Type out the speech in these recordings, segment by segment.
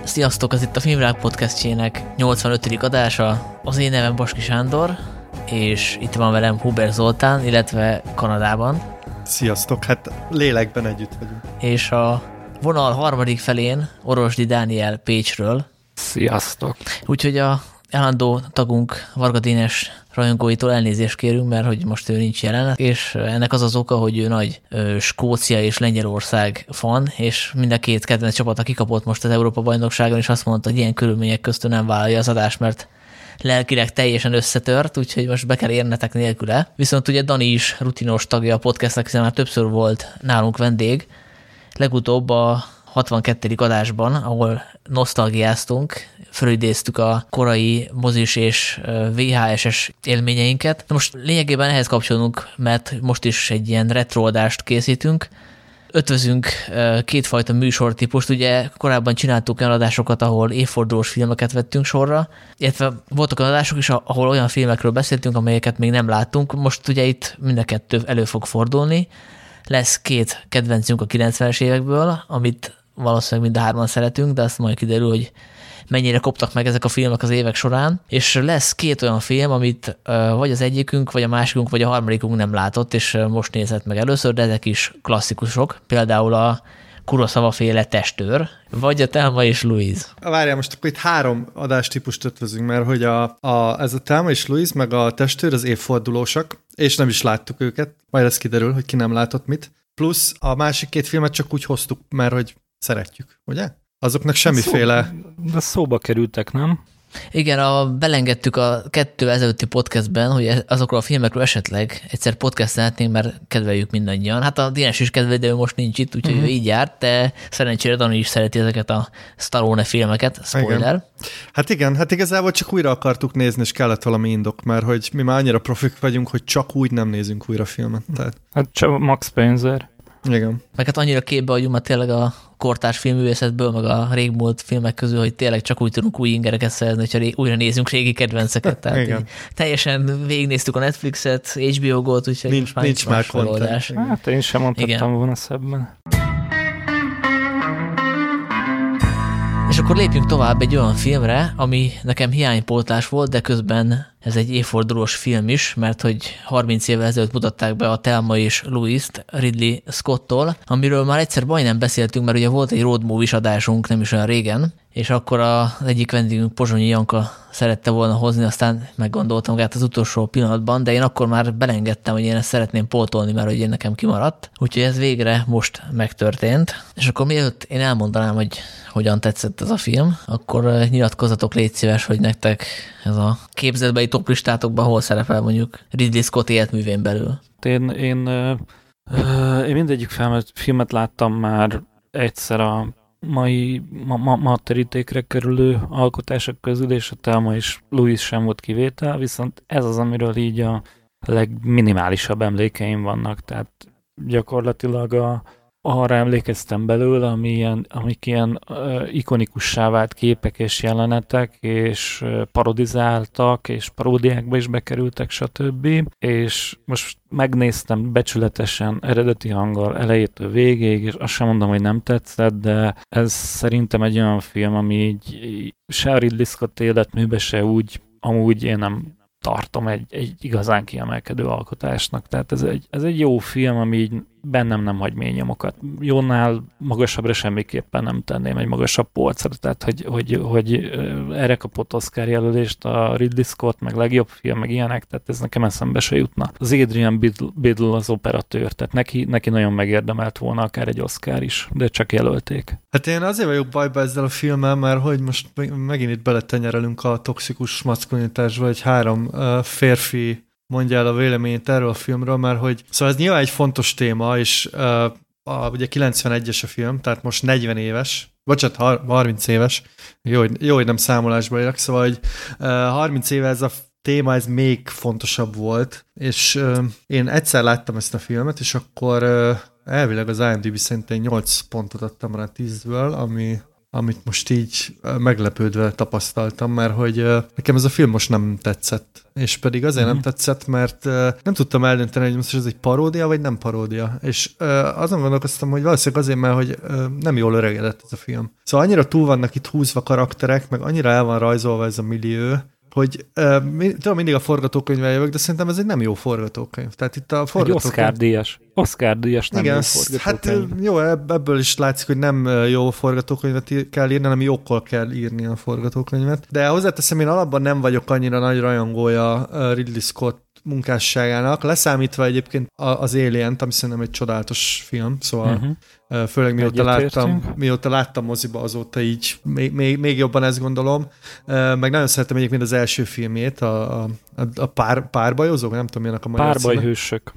Sziasztok, ez itt a Filmvilág podcastjének 85. adása. Az én nevem Baski Sándor, és itt van velem Huber Zoltán, illetve Kanadában. Sziasztok, hát lélekben együtt vagyunk. És a vonal harmadik felén Orosdi Dániel Pécsről. Sziasztok. Úgyhogy a állandó tagunk Varga Dénes rajongóitól elnézést kérünk, mert hogy most ő nincs jelen, és ennek az az oka, hogy ő nagy Skócia és Lengyelország fan, és mind a két kedvenc csapata kikapott most az Európa-bajnokságon, és azt mondta, hogy ilyen körülmények közt nem vállalja az adást, mert lelkileg teljesen összetört, úgyhogy most be kell érnetek nélküle. Viszont ugye Dani is rutinos tagja a podcastnak, hiszen már többször volt nálunk vendég. Legutóbb a 62. adásban, ahol nosztalgiáztunk, fölidéztük a korai mozis és VHS-es élményeinket. Na most lényegében ehhez kapcsolunk, mert most is egy ilyen retroadást készítünk. Ötvözünk kétfajta műsortípust, ugye korábban csináltuk olyan adásokat, ahol évfordulós filmeket vettünk sorra, illetve voltak olyan adások is, ahol olyan filmekről beszéltünk, amelyeket még nem láttunk. Most ugye itt mind a kettő elő fog fordulni. Lesz két kedvencünk a 90-es évekből, amit valószínűleg mind a hárman szeretünk, de azt majd kiderül, hogy mennyire koptak meg ezek a filmek az évek során, és lesz két olyan film, amit vagy az egyikünk, vagy a másikunk, vagy a harmadikunk nem látott, és most nézett meg először, de ezek is klasszikusok, például a Kurosawa-féle Testőr, vagy a Thelma és Louise. Várjál, most akkor itt három adástípust ötvözünk, mert hogy ez a Thelma és Louise, meg a Testőr az évfordulósak, és nem is láttuk őket, majd ez kiderül, hogy ki nem látott mit. Plusz a másik két filmet csak úgy hoztuk, mert hogy szeretjük, ugye? Azoknak semmiféle... De szóba kerültek, nem? Igen, belengedtük a 2 ezelőtti podcastben, hogy azokról a filmekről esetleg egyszer podcastelhetnénk, mert kedveljük mindannyian. Hát a Dénes is kedveli, de ő most nincs itt, úgyhogy ő így járt, de szerencsére Dani is szereti ezeket a Stallone filmeket, spoiler. Igen. Hát igazából csak újra akartuk nézni, és kellett valami indok, mert hogy mi már annyira profik vagyunk, hogy csak úgy nem nézünk újra filmet. Tehát... Hát csak Max Spencer. Igen. Meg hát annyira képbe vagyunk, mert tényleg a kortárs filmművészetből, meg a régmúlt filmek közül, hogy tényleg csak úgy tudunk új ingereket szerezni, hogyha újra nézünk régi kedvenceket. Tehát teljesen végignéztük a Netflixet, HBO Go-t, úgyhogy nincs már megoldás. Hát én sem mondhattam volna szebben. És akkor lépjünk tovább egy olyan filmre, ami nekem hiánypótlás volt, de közben ez egy évfordulós film is, mert hogy 30 évvel ezelőtt mutatták be a Thelma és Louise-t Ridley Scott-tól, amiről már egyszer majdnem beszéltünk, mert ugye volt egy road movie-s adásunk nem is olyan régen, és akkor az egyik vendégünk Pozsonyi Janka szerette volna hozni, aztán meggondoltam magát az utolsó pillanatban, de én akkor már belengedtem, hogy én ezt szeretném pótolni, mert hogy én nekem kimaradt. Úgyhogy ez végre most megtörtént. És akkor mielőtt én elmondanám, hogy hogyan tetszett ez a film, akkor nyilatkozzatok, légy szíves, hogy nektek ez a képzetbeli toplistátokban hol szerepel mondjuk Ridley Scott életművén belül. Én mindegyik filmet láttam már egyszer a ma terítékre kerülő alkotások közül, és a Thelma és Louise sem volt kivétel, viszont ez az, amiről így a legminimálisabb emlékeim vannak, tehát gyakorlatilag arra emlékeztem belőle, amik ilyen ikonikussá vált képek és jelenetek, és parodizáltak, és paródiákba is bekerültek, stb. És most megnéztem becsületesen, eredeti hanggal elejétől végéig, és azt sem mondom, hogy nem tetszett, de ez szerintem egy olyan film, ami így se a Ridley Scott életműbe, se úgy, amúgy én nem tartom egy igazán kiemelkedő alkotásnak. Tehát ez egy jó film, ami így bennem nem hagy mély nyomokat. Jónál magasabbra semmiképpen nem tenném, egy magasabb polcra. Tehát, hogy erre kapott Oscar jelölést a Ridley Scott, meg legjobb film, meg ilyenek, tehát ez nekem eszembe se jutna. Az Adrian Biddle az operatőr, tehát neki nagyon megérdemelt volna akár egy Oscar is, de csak jelölték. Hát én azért vagyok bajba ezzel a filmmel, mert hogy most megint itt beletenyerelünk a toxikus maszkulinitásba, hogy 3 férfi mondja el a véleményét erről a filmről, mert hogy szóval ez nyilván egy fontos téma, és ugye 91-es a film, tehát most 40 éves, bocsánat, 30 éves, jó, hogy nem számolásba élek, szóval hogy 30 éve ez a téma, ez még fontosabb volt, és én egyszer láttam ezt a filmet, és akkor elvileg az IMDb szerint 8 pontot adtam rá 10-ből, ami amit most így meglepődve tapasztaltam, mert hogy nekem ez a film most nem tetszett. És pedig azért nem tetszett, mert nem tudtam eldönteni, hogy most ez egy paródia, vagy nem paródia. És azon gondolkoztam, hogy valószínűleg azért, mert hogy nem jól öregedett ez a film. Szóval annyira túl vannak itt húzva karakterek, meg annyira el van rajzolva ez a millió, hogy tudom, mindig a forgatókönyvvel jövök, de szerintem ez egy nem jó forgatókönyv. Tehát itt a forgatókönyv... Oscar-díjas nem igen, jó forgatókönyv. Hát jó, ebből is látszik, hogy nem jó forgatókönyvet kell írni, hanem jókkal kell írni a forgatókönyvet. De hozzáteszem, én alapban nem vagyok annyira nagy rajongója Ridley Scott munkásságának, leszámítva egyébként az Alien-t, ami szerintem egy csodálatos film, szóval főleg mióta láttam moziba, azóta így még jobban ezt gondolom. Meg nagyon szeretem egyébként az első filmjét, a Párbajozók, nem tudom, milyenek a magyar Párbajhősök.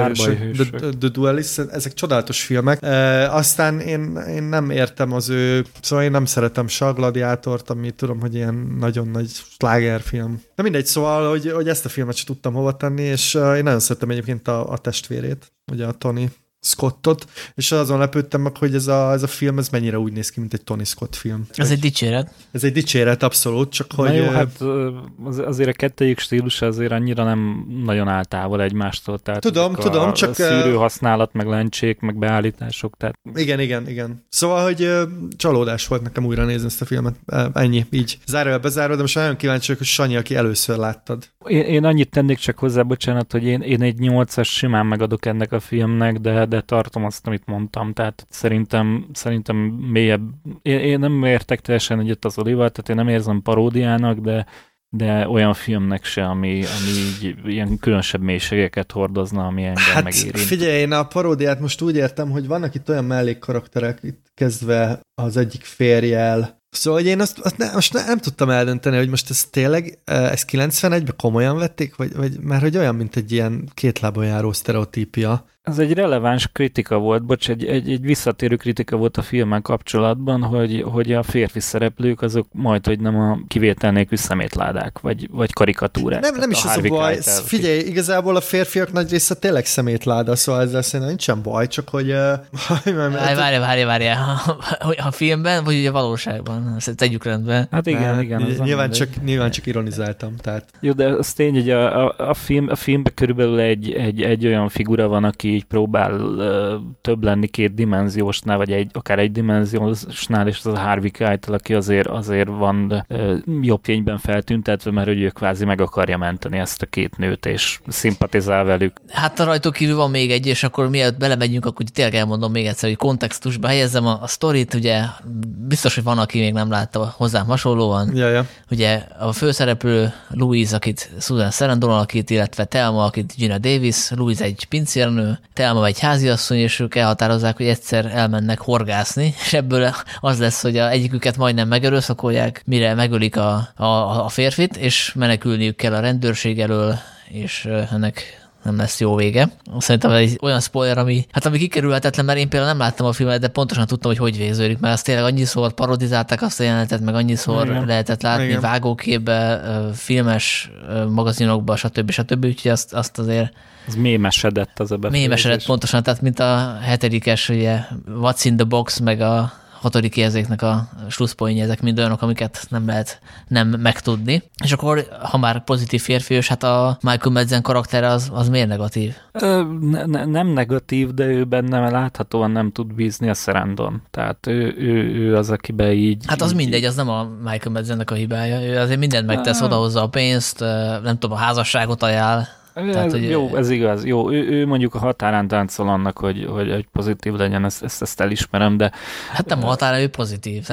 The Duelist, ezek csodálatos filmek. Aztán én nem értem szóval én nem szeretem se a Gladiátort, ami tudom, hogy ilyen nagyon nagy slágerfilm. De mindegy, szóval, hogy ezt a filmet sem tudtam hova tenni, és én nagyon szeretem egyébként a testvérét, ugye a Tony Scottot, és azon lepődtem meg, hogy ez a film, ez mennyire úgy néz ki, mint egy Tony Scott film. Ez egy dicséret. Ez egy dicséret, abszolút, csak hogy... Jó, hát azért a kettőjük stílusa azért annyira nem nagyon áll távol egymástól. Tehát tudom, csak... A szűrőhasználat, meg lencsék, meg beállítások, tehát... Igen. Szóval, hogy csalódás volt nekem újra nézni ezt a filmet. Ennyi, így. Zárójel bezárva, de most nagyon kíváncsi vagyok, hogy Sanyi, aki először láttad. Én annyit tennék csak hozzá, bocsánat, hogy én egy 8-as simán megadok ennek a filmnek, de tartom azt, amit mondtam, tehát szerintem mélyebb. Én nem értek teljesen egyet az Olival, tehát én nem érzem paródiának, de olyan filmnek se, ami így ilyen különösebb mélységeket hordozna, ami engem megérint. Figyelj, én a paródiát most úgy értem, hogy vannak itt olyan mellékkarakterek, itt kezdve az egyik férjel. Szóval, hogy én most nem tudtam eldönteni, hogy most ez tényleg, ezt 91-ben komolyan vették, vagy mert hogy olyan, mint egy ilyen kétlábon járó sztereotípia. Ez egy releváns kritika volt, egy visszatérő kritika volt a filmen kapcsolatban, hogy a férfi szereplők azok majdhogy nem a kivétel nélkül szemétládák, vagy karikatúrák. Nem is az a baj. Figyelj, igazából a férfiak nagy része tényleg szemétláda, szóval ezzel szerintem nincsen baj, csak hogy... Várjál. A filmben, vagy ugye a valóságban? Ezt tegyük rendbe. Hát igen. Nyilván csak ironizáltam. Tehát. Jó, de az tény, hogy a filmben körülbelül egy olyan figura van, aki így próbál több lenni kétdimenziósnál, vagy akár egydimenziósnál, és az a Harvey Keitel, aki azért van jobb fényben feltüntetve, mert hogy ő kvázi meg akarja menteni ezt a két nőt, és szimpatizál velük. Hát rajtuk kívül van még egy, és akkor mielőtt belemegyünk, akkor tényleg elmondom még egyszer, hogy kontextusba helyezzem a sztorit, ugye biztos, hogy van, aki még nem látta hozzám hasonlóan. Ja. Ugye a főszereplő Louise, akit Susan Sarandon alakít, illetve Thelma, akit Gina Davis, Louise egy pincérnő, Thelma egy háziasszony, és ők elhatározzák, hogy egyszer elmennek horgászni, és ebből az lesz, hogy egyiküket majdnem megerőszakolják, mire megölik a férfit, és menekülniük kell a rendőrség elől, és ennek nem lesz jó vége. Szerintem ez egy olyan spoiler, ami kikerülhetetlen, mert én például nem láttam a filmet, de pontosan tudtam, hogy végződik, mert azt tényleg annyiszor parodizálták azt a jelenetet, meg annyiszor lehetett látni vágóképbe, filmes magazinokba, stb. Úgyhogy azt azért... Az mémesedett az a befejezés. Mémesedett pontosan, tehát mint a 7-es, ugye What's in the Box, meg a 6. érzéknek a slusszpointja, ezek mind olyanok, amiket nem lehet nem megtudni. És akkor, ha már pozitív férfiős, hát a Michael Madsen karaktere az miért negatív? Nem negatív, de ő benne láthatóan nem tud bízni a Sarandon. Tehát ő az, akiben így... Hát az mindegy, az nem a Michael Madsennek a hibája. Ő azért mindent megtesz, odahozza a pénzt, nem tudom, a házasságot ajánl. Tehát, hogy jó, ez igaz. Jó, ő mondjuk a határán táncol annak, hogy pozitív legyen, ezt elismerem, de... Hát nem a határán, ő pozitív.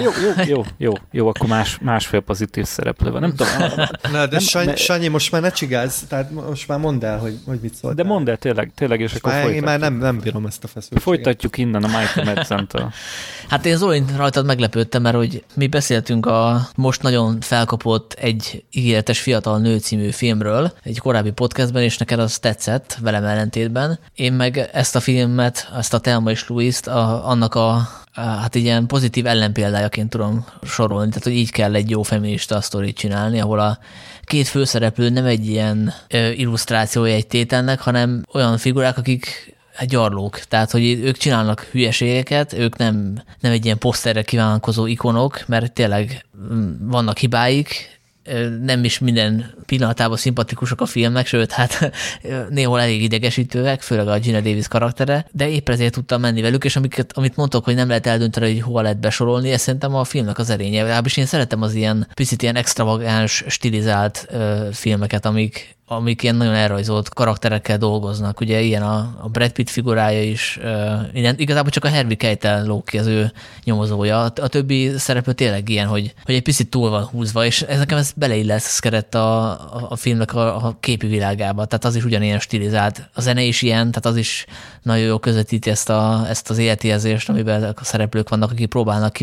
Jó, akkor másfél pozitív szereplő van. Nem tudom. Na, de Sanyi, most már ne csigázz, tehát most már mondd el, hogy mit szóltál. De mondd el, tényleg, és akkor folytatjuk. Én már nem bírom ezt a feszültséget. Folytatjuk innen a Michael Madsen-től. Hát én Zolin rajtad meglepődtem, mert hogy mi beszéltünk a most nagyon felkapott Egy ígéretes fiatal nő című filmről egy korábbi podcastben, és neked az tetszett velem ellentétben. Én meg ezt a filmet, ezt a Thelma és Louise-t annak hát ilyen pozitív ellenpéldájaként tudom sorolni, tehát hogy így kell egy jó feminista sztorit csinálni, ahol a két főszereplő nem egy ilyen illusztrációja egy tételnek, hanem olyan figurák, akik gyarlók, tehát hogy ők csinálnak hülyeségeket, ők nem egy ilyen poszterre kívánkozó ikonok, mert tényleg vannak hibáik, nem is minden pillanatában szimpatikusak a filmnek, sőt, hát néhol elég idegesítőek, főleg a Gina Davis karaktere, de épp ezért tudtam menni velük, és amit mondtok, hogy nem lehet eldönteni, hogy hova lehet besorolni, ez szerintem a filmnek az erénye. Legalábbis én szeretem az ilyen picit ilyen extravagáns, stilizált filmeket, amik ilyen nagyon elrajzolt karakterekkel dolgoznak. Ugye ilyen a Brad Pitt figurája is, igazából csak a Harvey Keitel lóg ki az ő nyomozója. A többi szereplő tényleg ilyen, hogy egy picit túl van húzva, és nekem ez beleilleszkedett a filmnek a képi világába. Tehát az is ugyanilyen stilizált. A zene is ilyen, tehát az is nagyon jól közvetíti ezt az életérzést, amiben a szereplők vannak, akik próbálnak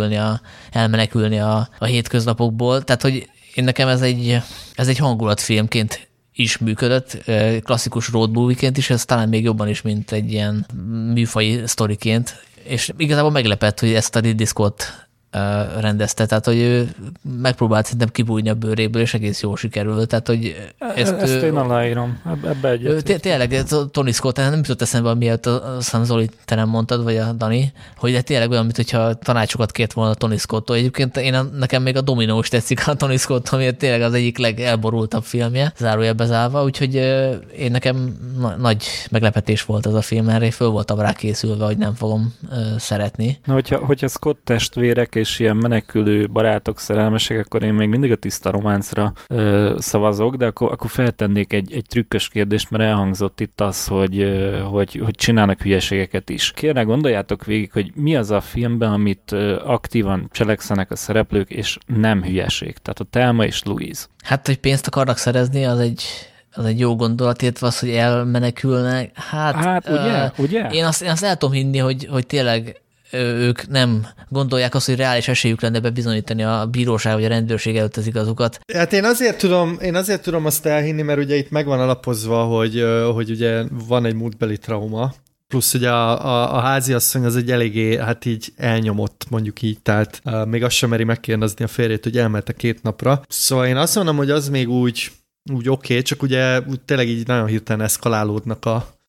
elmenekülni a hétköznapokból. Tehát, hogy nekem ez egy hangulatfilmként is működött, klasszikus road movie-ként is, ez talán még jobban is, mint egy ilyen műfaji sztoriként, és igazából meglepett, hogy ezt a Ridley Scott rendezte, tehát hogy ő megpróbált szerintem kibújni a bőréből, és egész jól sikerült, tehát hogy ezt én aláírom, ebbe egyet. Tényleg, Tony Scott, nem jutott eszembe, miatt a Zoli, te nem mondtad, vagy a Dani, hogy de tényleg olyan, mintha tanácsokat kért volna Tony Scott-tól. Egyébként nekem még a Dominó is tetszik a Tony Scott, ami tényleg az egyik legelborultabb filmje, zárójelbe zárva, úgyhogy én nekem nagy meglepetés volt az a film, mert én föl voltam rá készülve, hogy nem fogom szeretni. Na, hogyha Scott testvérek és ilyen menekülő barátok, szerelmesek, akkor én még mindig a tiszta románcra szavazok, de akkor feltennék egy trükkös kérdést, mert elhangzott itt az, hogy csinálnak hülyeségeket is. Kérlek, gondoljátok végig, hogy mi az a filmben, amit aktívan cselekszenek a szereplők, és nem hülyeség. Tehát a Thelma és Louise. Hát, hogy pénzt akarnak szerezni, az egy jó gondolat, illetve az, hogy elmenekülnek. Hát ugye? Én azt el tudom hinni, hogy tényleg ők nem gondolják azt, hogy reális esélyük lenne bebizonyítani a bíróság vagy a rendőrség előtt az igazukat. Hát én azért tudom azt elhinni, mert ugye itt megvan alapozva, hogy ugye van egy múltbeli trauma, plusz ugye a háziasszony az egy eléggé, hát így elnyomott, mondjuk így, tehát még azt sem meri megkérdezni a férjét, hogy elmelte 2 napra. Szóval én azt mondom, hogy az még úgy oké, csak ugye úgy tényleg így nagyon hirtelen eszkalálódnak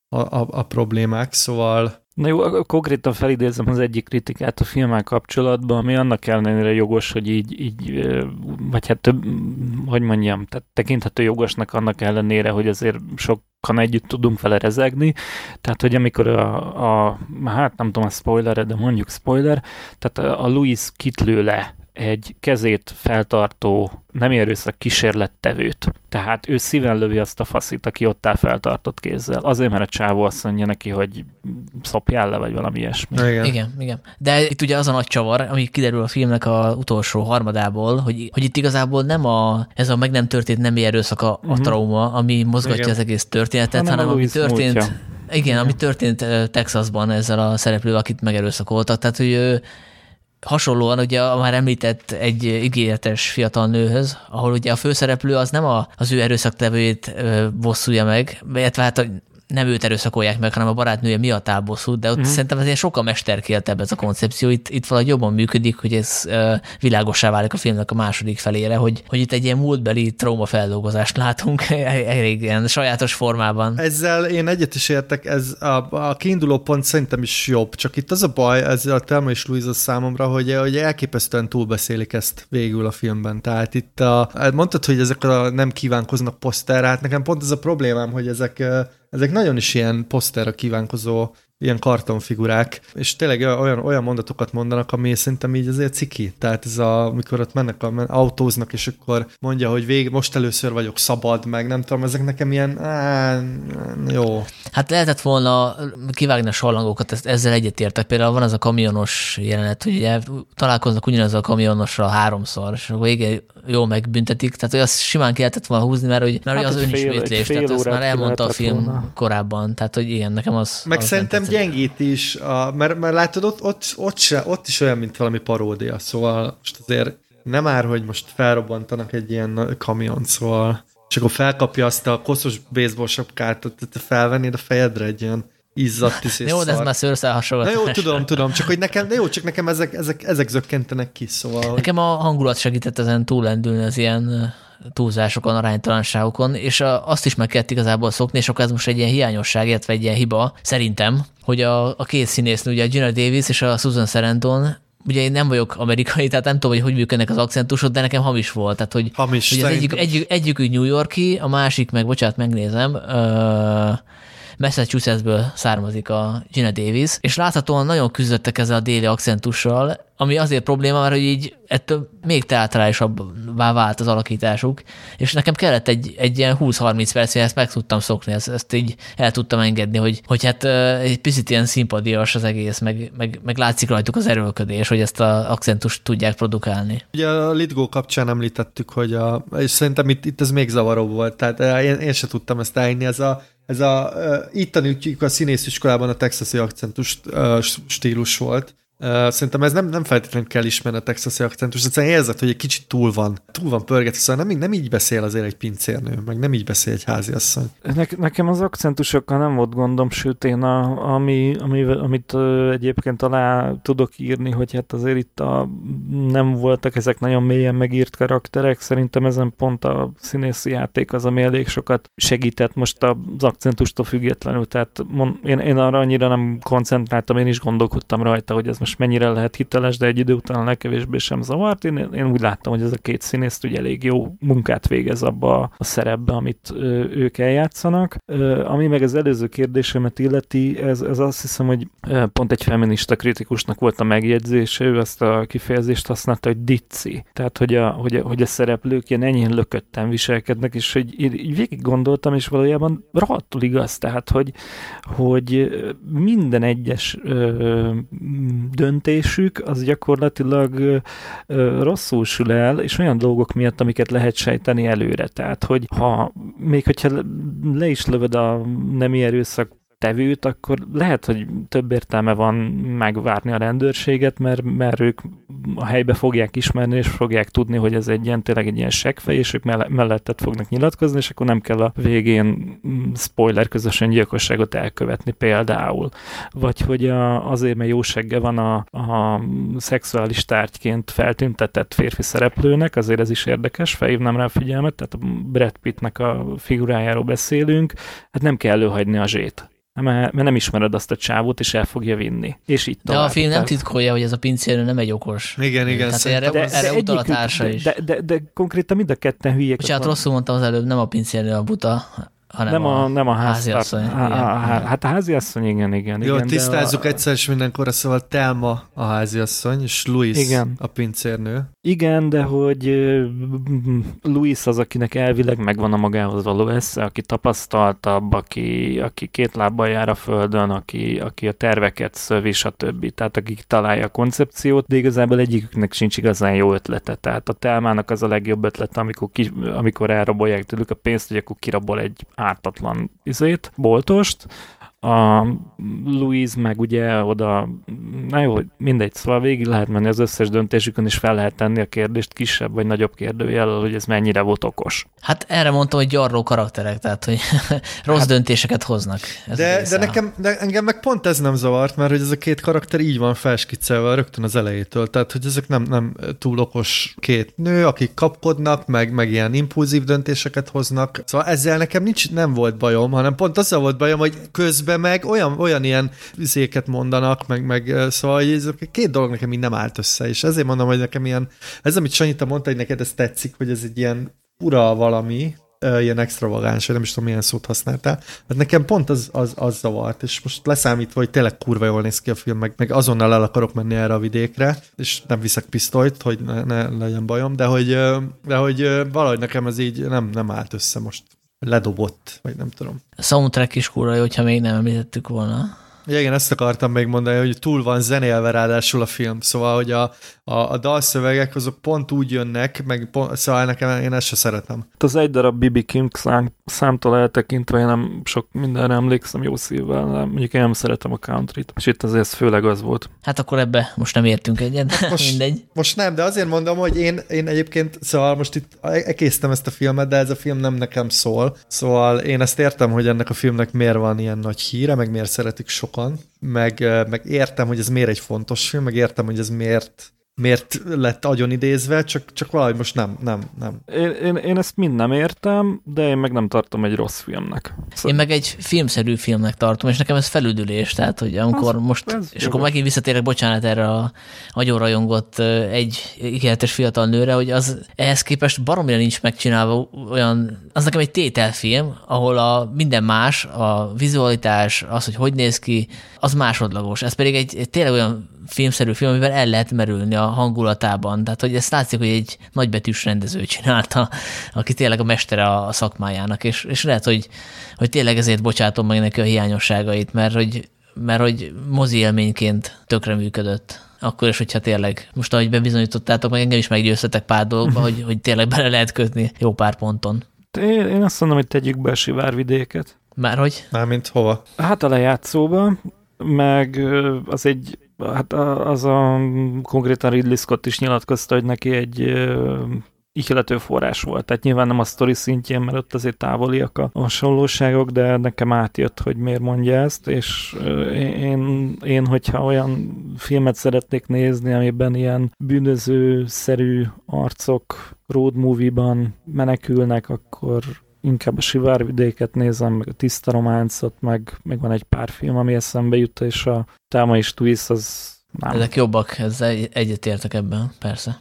a problémák, szóval... Na jó, konkrétan felidézem az egyik kritikát a filmmel kapcsolatban, ami annak ellenére jogos, hogy így vagy hát több, hogy mondjam, tehát tekinthető jogosnak annak ellenére, hogy azért sokan együtt tudunk vele rezegni, tehát hogy amikor hát nem tudom a spoiler, de mondjuk spoiler, tehát a Louise kitlő le egy kezét feltartó, nem erőszak kísérlettevőt. Tehát ő szíven lövi azt a faszit, aki ott áll feltartott kézzel. Azért, mert a csávó azt mondja neki, hogy szopjál le, vagy valami ilyesmi. Igen. De itt ugye az a nagy csavar, ami kiderül a filmnek az utolsó harmadából, hogy itt igazából nem ez a meg nem történt nemi erőszak a trauma, ami mozgatja az egész történetet, hanem ami történt... Múltja. Igen, ami történt Texasban ezzel a szereplővel, akit megerőszakoltak. Tehát, hogy hasonlóan ugye a már említett egy ígéretes fiatal nőhöz, ahol ugye a főszereplő az nem az ő erőszaktevőjét bosszulja meg, illetve hát nem őt erőszakolják meg, hanem a barátnője miatt áll bosszút, de ott szerintem ez sokkal mesterkéltebb ez a koncepció. Itt valahogy jobban működik, hogy ez világossá válik a filmnek a második felére, hogy itt egy ilyen múltbeli traumafeldolgozást látunk elég ilyen sajátos formában. Ezzel én egyet is értek, ez a kiinduló pont szerintem is jobb, csak itt az a baj ezzel a Thelma és Louise számomra, hogy elképesztően túlbeszélik ezt végül a filmben. Tehát itt mondtad, hogy ezek nem kívánkoznak poszterre, hát nekem pont ez a problémám, hogy ezek nagyon is ilyen poszterra kívánkozó, ilyen kartonfigurák, és tényleg olyan mondatokat mondanak, ami szerintem így azért ciki. Tehát ez amikor ott mennek, autóznak, és akkor mondja, hogy most először vagyok szabad, meg nem tudom, ezek nekem ilyen, jó. Hát lehetett volna kivágni a sallangokat, ezzel egyetértek. Például van az a kamionos jelenet, hogy ugye találkoznak ugyanazzal a kamionossal 3-szor, és akkor végig jól megbüntetik, tehát hogy azt simán ki lehetett volna húzni, mert az önismétlés, tehát ezt már elmondta a film korábban, tehát hogy igen, nekem az... Meg szerintem gyengít is, mert látod, ott is olyan, mint valami paródia, szóval most azért nem ár, hogy most felrobbantanak egy ilyen kamiont, szóval és akkor felkapja azt a koszos baseball sapkát, te felvennéd a fejedre egy ilyen izzadt és jó, de ez már szőrszál hasonló. Na jó, tudom, csak hogy nekem ezek zökkentenek ki, szóval... Nekem a hangulat segített ezen túllendülni az ilyen túlzásokon, aránytalanságokon, és azt is meg kellett igazából szokni, és akkor ez most egy ilyen hiányosság, illetve egy ilyen hiba, szerintem, hogy a két színésznő, ugye a Gina Davis és a Susan Sarandon, ugye én nem vagyok amerikai, tehát nem tudom, hogy működnek az akcentusok, de nekem hamis volt. Tehát, hogy az egyikük New York-i, a másik meg, bocsánat, megnézem, Massachusettsből származik a Gina Davis, és láthatóan nagyon küzdöttek ezzel a déli akcentussal, ami azért probléma, mert hogy így ettől még teátrálisabbá vált az alakításuk, és nekem kellett egy ilyen 20-30 perc, hogy ezt meg tudtam szokni, ezt így el tudtam engedni, hogy hát egy picit ilyen szimpadias az egész, meg látszik rajtuk az erőlködés, hogy ezt az akcentust tudják produkálni. Ugye a Lithgow kapcsán említettük, hogy és szerintem itt ez még zavaróbb volt, tehát én sem tudtam ezt elhinni, itt tanítjuk a színésziskolában a texasi akcentus stílus volt. Szerintem ez nem feltétlenül kell ismerni a texasi akcentust, egyszerűen érzed, hogy egy kicsit túl van pörgetve, szóval nem így beszél azért egy pincérnő, meg nem így beszél egy háziasszony. Nekem az akcentusokkal nem volt gondom, sőt én amit egyébként alá tudok írni, hogy hát azért itt nem voltak ezek nagyon mélyen megírt karakterek, szerintem ezen pont a színészi játék az, ami elég sokat segített most az akcentustól függetlenül, tehát én arra annyira nem koncentráltam, én is gondolkodtam rajta, hogy ez most mennyire lehet hiteles, de egy idő után legkevésbé sem zavart. Én úgy láttam, hogy ez a két színészt ugye elég jó munkát végez abba a szerepbe, amit ők eljátszanak. Ami meg az előző kérdésemet illeti, ez azt hiszem, hogy pont egy feminista kritikusnak volt a megjegyzése, ő azt a kifejezést használta, hogy dici. Tehát, hogy a szereplők ilyen enyhén lökötten viselkednek, és hogy így végig gondoltam, és valójában rohadtul igaz, tehát, hogy minden egyes döntésük az gyakorlatilag rosszul sül el, és olyan dolgok miatt, amiket lehet sejteni előre. Tehát, hogy még hogyha le is lövöd a nemi erőszak tevőt, akkor lehet, hogy több értelme van megvárni a rendőrséget, mert ők a helybe fogják ismerni, és fogják tudni, hogy ez tényleg egy ilyen seggfej, és ők mellettet fognak nyilatkozni, és akkor nem kell a végén spoiler közösen gyilkosságot elkövetni például. Vagy hogy azért, mert jó segge van a szexuális tárgyként feltüntetett férfi szereplőnek, azért ez is érdekes, felhívnám rá a figyelmet, tehát a Brad Pittnek a figurájáról beszélünk, hát nem kell előhagyni a zsét. Mert nem ismered azt a csávót, és el fogja vinni. És itt tovább. De a film nem titkolja, hogy ez a pincérnő nem egy okos. Igen. Tehát erre utal a társa is. De konkrétan mind a ketten hülyék. Bocsánat, rosszul mondtam az előbb, nem a pincérnő a buta, hanem nem a háziasszony. Hát a háziasszony, igen. Jó, tisztázzuk egyszer és mindenkorra, szóval Thelma a háziasszony, és Louis a pincérnő. Igen, de hogy Louis az, akinek elvileg megvan a magához való esze, aki tapasztaltabb, aki két lábbal jár a földön, aki a terveket szövi, stb. Tehát aki találja a koncepciót, de igazából egyiküknek sincs igazán jó ötlete. Tehát a Thelmának az a legjobb ötlete, amikor elrabolják tőlük a pénzt, hogy akkor kirabol egy ártatlan boltost. A Louise meg ugye oda, na jó, mindegy, szóval végig lehet menni az összes döntésükön, és fel lehet tenni a kérdést kisebb vagy nagyobb kérdőjellel, hogy ez mennyire volt okos. Hát erre mondtam, hogy gyarló karakterek, tehát hogy rossz döntéseket hoznak. De engem meg pont ez nem zavart, mert hogy ez a két karakter így van felskiccelve rögtön az elejétől, tehát hogy ezek nem túl okos két nő, akik kapkodnak, meg ilyen impulzív döntéseket hoznak. Szóval ezzel nekem nem volt bajom, hanem pont azzal volt bajom, hogy közben meg olyan ilyen üzéket mondanak, meg szóval ez a két dolog nekem így nem állt össze, és ezért mondom, hogy nekem ilyen, ez amit Sanyita mondta, hogy neked ez tetszik, hogy ez egy ilyen ura valami, ilyen extravagáns, nem is tudom, milyen szót használtál. Hát nekem pont az zavart, és most leszámítva, hogy tényleg kurva jól néz ki a film, meg azonnal el akarok menni erre a vidékre, és nem viszek pisztolyt, hogy ne legyen bajom, de hogy valahogy nekem ez így nem állt össze most. Ledobott, vagy nem tudom. A soundtrack is kurva jó, hogyha még nem említettük volna. Ja, igen, ezt akartam még mondani, hogy túl van zenélve ráadásul a film, szóval, hogy a dalszövegek azok pont úgy jönnek, szóval nekem én ezt se szeretem. Az egy darab B.B. King számtól eltekintve, én nem sok mindenre emlékszem jó szívvel, de mondjuk én nem szeretem a countryt, és itt azért főleg az volt. Hát akkor ebbe most nem értünk egyet, mindegy. Most nem, de azért mondom, hogy én egyébként, szóval most itt elkésztem ezt a filmet, de ez a film nem nekem szól, szóval én ezt értem, hogy ennek a filmnek miért van ilyen nagy híre, meg miért szeretik sokan, meg értem, hogy ez miért egy fontos film, meg értem, hogy ez miért miért lett agyon idézve, csak valahogy most nem. Én ezt mind nem értem, de én meg nem tartom egy rossz filmnek. Én meg egy filmszerű filmnek tartom, és nekem ez felüdülés, tehát, hogy amikor akkor megint visszatérek, bocsánat, erre a agyonrajongott egy ígéretes fiatal nőre, hogy az ehhez képest baromira nincs megcsinálva olyan, az nekem egy tételfilm, ahol a minden más, a vizualitás, az, hogy néz ki, az másodlagos. Ez pedig egy tényleg olyan filmszerű film, amivel el lehet merülni a hangulatában. Tehát, hogy ezt látszik, hogy egy nagybetűs rendező csinálta, aki tényleg a mestere a szakmájának, és lehet, hogy tényleg ezért bocsátom meg neki a hiányosságait, mert hogy mozi élményként tökre működött. Akkor is, hogyha tényleg, most ahogy bebizonyítottátok, meg engem is meggyőztetek pár dolgokba, hogy tényleg bele lehet kötni jó pár ponton. Én azt mondom, hogy tegyük be a Sivárvidéket. Márhogy? Mármint hova? Hát a lejátszóba, meg az egy, hát az a konkrétan Ridley Scott is nyilatkozta, hogy neki egy ihlető forrás volt. Tehát nyilván nem a sztori szintjén, mert ott azért távoliak a hasonlóságok, de nekem átjött, hogy miért mondja ezt, és én hogyha olyan filmet szeretnék nézni, amiben ilyen bűnöző-szerű arcok road movie-ban menekülnek, akkor inkább a Sivárvidéket nézem, meg a Tiszta románcot, meg van egy pár film, ami eszembe jut, és a Thelma és Louise az nem. Ezek jobbak, ezzel egyetértek ebben, persze.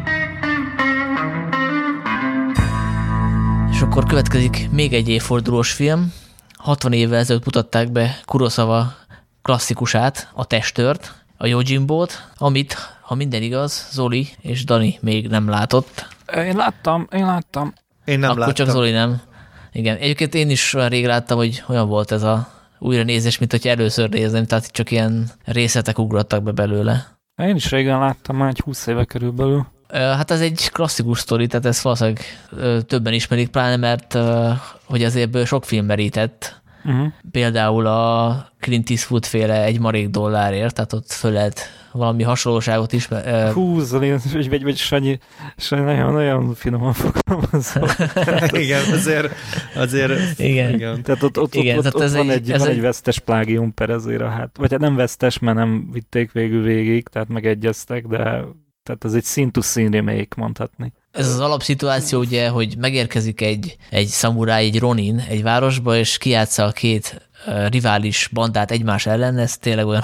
És akkor következik még egy évfordulós film. 60 évvel ezelőtt mutatták be Kurosawa klasszikusát, a Testőrt, a Yojimbo-t, amit, ha minden igaz, Zoli és Dani még nem látott. Én láttam. Én nem akkor láttam. Csak Zoli nem. Igen, egyébként én is olyan rég láttam, hogy olyan volt ez a újranézés, mint hogy először nézném, tehát csak ilyen részletek ugrottak be belőle. Én is régen láttam, már egy 20 éve körülbelül. Hát ez egy klasszikus sztori, tehát ezt valószínűleg többen ismerik, pláne mert hogy azért ebből sok film merített. Például a Clint Eastwood féle Egy marék dollárért, tehát ott föl lehet valami hasonlóságot is. Zoli, vagy Sanyi nagyon finoman fogalmazol. Igen, azért igen. Tehát ott van egy vesztes plágium per ezért vagy hát nem vesztes, mert nem vitték végig, tehát megegyeztek, de tehát ez egy scene-to-scene remake, mondhatni. Ez az alapszituáció ugye, hogy megérkezik egy szamuráj, egy ronin egy városba, és kijátsza a két rivális bandát egymás ellen, ez tényleg olyan,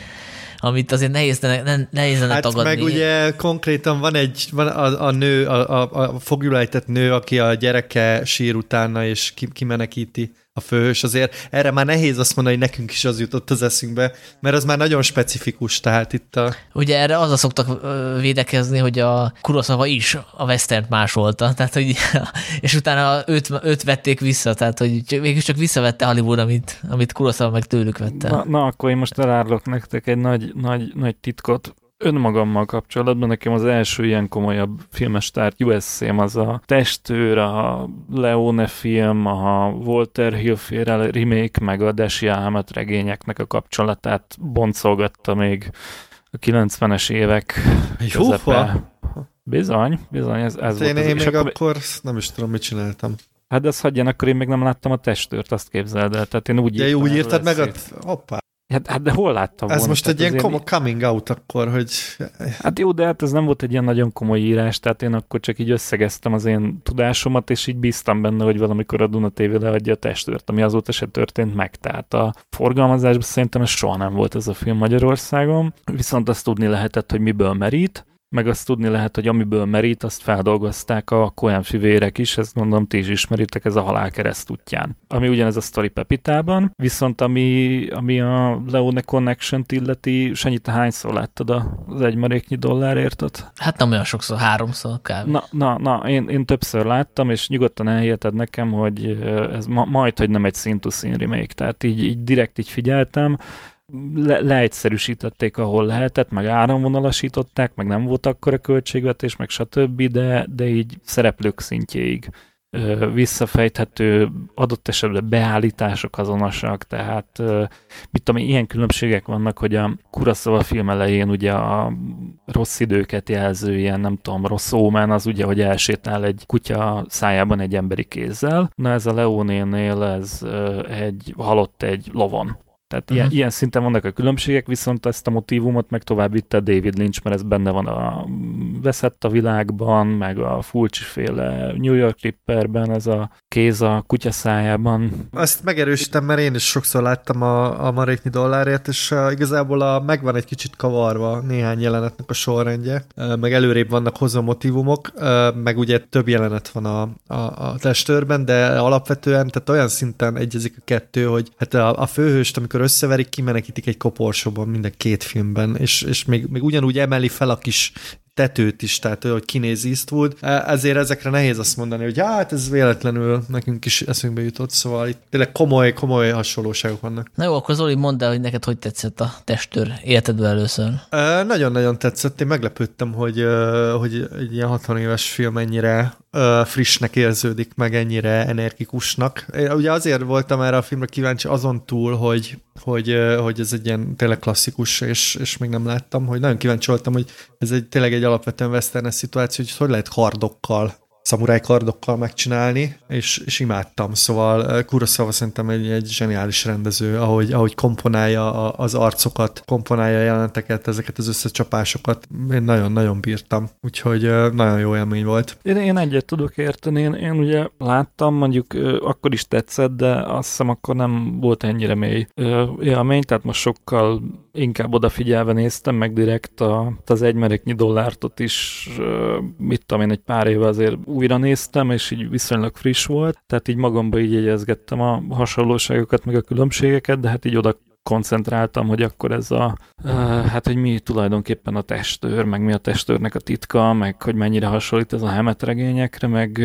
amit azért nehéz lenne tagadni. Meg ugye konkrétan van a nő, a foglyulejtett nő, aki a gyereke sír utána, és kimenekíti a főhős. Azért erre már nehéz azt mondani, hogy nekünk is az jutott az eszünkbe, mert az már nagyon specifikus, tehát itt a... Ugye erre azzal szoktak védekezni, hogy a Kurosawa is a westernt másolta, tehát hogy, és utána őt vették vissza, tehát hogy végül csak visszavette Hollywood, amit Kurosawa meg tőlük vette. Na akkor én most elárulok nektek egy nagy titkot. Önmagammal kapcsolatban nekem az első ilyen komolyabb filmes tárt USC-m az a Testőr, a Leone film, a Walter Hill-féle remake, meg a Desi Ahmet regényeknek a kapcsolatát boncolgatta még a 90-es évek közepe. Bizony, ez volt. Én még akkor nem is tudom, mit csináltam. Hát de azt hagyjan, akkor én még nem láttam a Testőrt, azt képzeld el. Tehát én úgy írtad meg hoppá. Hát de hol láttam volna? Ez most egy ilyen coming out akkor, hogy... Hát jó, de hát ez nem volt egy ilyen nagyon komoly írás, tehát én akkor csak így összegeztem az én tudásomat, és így bíztam benne, hogy valamikor a Duna TV leadja a Testőrt, ami azóta se történt meg. Tehát a forgalmazásban szerintem ez soha nem volt ez a film Magyarországon, viszont azt tudni lehetett, hogy miből merít, meg azt tudni lehet, hogy amiből merít, azt feldolgozták a Coen fivérek is, ezt mondom, ti is ismeritek, ez a Halál kereszt útján. Ami ugyanez a sztori Pepitában, viszont ami a Leone Connection-t illeti, Sanyi, te hányszor láttad az Egy maréknyi dollárért? Hát nem olyan sokszor, 3-szor kb. Na, én többször láttam, és nyugodtan elhiheted nekem, hogy ez majd, hogy nem egy scene-to-scene remake, tehát így direkt így figyeltem, leegyszerűsítették, ahol lehetett, meg áramvonalasították, meg nem volt akkora költségvetés, meg stb., de így szereplők szintjéig visszafejthető, adott esetben beállítások azonosak, tehát mit tudom, ilyen különbségek vannak, hogy a Kurosawa film elején ugye a rossz időket jelző ilyen, nem tudom, rossz ómen, az ugye, hogy elsétál egy kutya szájában egy emberi kézzel. Na ez a Leone-nél ez halott egy lovon. Tehát ilyen szinten vannak a különbségek, viszont ezt a motívumot meg tovább vitte David Lynch, mert ez benne van a Veszett a világban, meg a Fulci-féle New York Ripperben, ez a kéz a kutya szájában. Azt megerősítem, mert én is sokszor láttam a Maréknyi dollárért, és igazából megvan egy kicsit kavarva néhány jelenetnek a sorrendje, meg előrébb vannak hozva motívumok, meg ugye több jelenet van a testőrben, de alapvetően, tehát olyan szinten egyezik a kettő, hogy hát a főhőst, amikor összeverik, kimenekítik egy koporsóban minden két filmben, és még ugyanúgy emeli fel a kis tetőt is, tehát hogy kinéz Eastwood. Ezért ezekre nehéz azt mondani, hogy hát ez véletlenül nekünk is eszünkbe jutott, szóval itt tényleg komoly hasonlóságok vannak. Na jó, akkor Zoli, mondd el, hogy neked hogy tetszett a Testőr életedben először. Nagyon-nagyon tetszett. Én meglepődtem, hogy egy ilyen 60 éves film ennyire frissnek érződik, meg ennyire energikusnak. Én ugye azért voltam erre a filmre kíváncsi azon túl, hogy ez egy ilyen tényleg klasszikus, és még nem láttam, hogy nagyon kíváncsi voltam, hogy ez tényleg egy alapvetően westernes szituáció, hogy lehet kardokkal, szamuráj kardokkal megcsinálni, és imádtam. Szóval Kurosawa szerintem egy zseniális rendező, ahogy komponálja az arcokat, komponálja a jeleneteket, ezeket az összecsapásokat. Én nagyon-nagyon bírtam. Úgyhogy nagyon jó élmény volt. Én egyet tudok érteni. Én ugye láttam, mondjuk akkor is tetszett, de azt hiszem akkor nem volt ennyire mély élmény, tehát most sokkal inkább odafigyelve néztem, meg direkt az Egy Maréknyi dollártot is, mit tudom én, egy pár éve azért újra néztem, és így viszonylag friss volt, tehát így magamba így jegyezgettem a hasonlóságokat, meg a különbségeket, de hát így oda koncentráltam, hogy akkor ez hát hogy mi tulajdonképpen a Testőr, meg mi a Testőrnek a titka, meg hogy mennyire hasonlít ez a Hammett regényekre, meg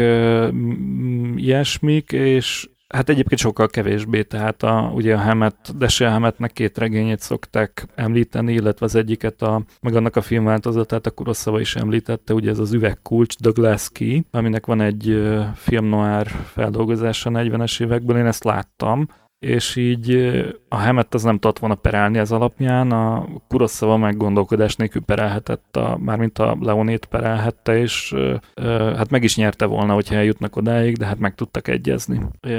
ilyesmik, és hát egyébként sokkal kevésbé, tehát ugye a Hammett, Dashiell Hammettnek 2 regényét szokták említeni, illetve az egyiket, meg annak a filmváltozatát a Kurosawa is említette, ugye ez az Üvegkulcs, The Glass Key, aminek van egy film noir feldolgozása 40-es évekből, én ezt láttam, és így a Hammett az nem tudott volna perelni ez alapján, a Kurosawa meg gondolkodás nélkül perelhetett, mármint a Leonét perelhette, és hát meg is nyerte volna, hogyha eljutnak odáig, de hát meg tudtak egyezni.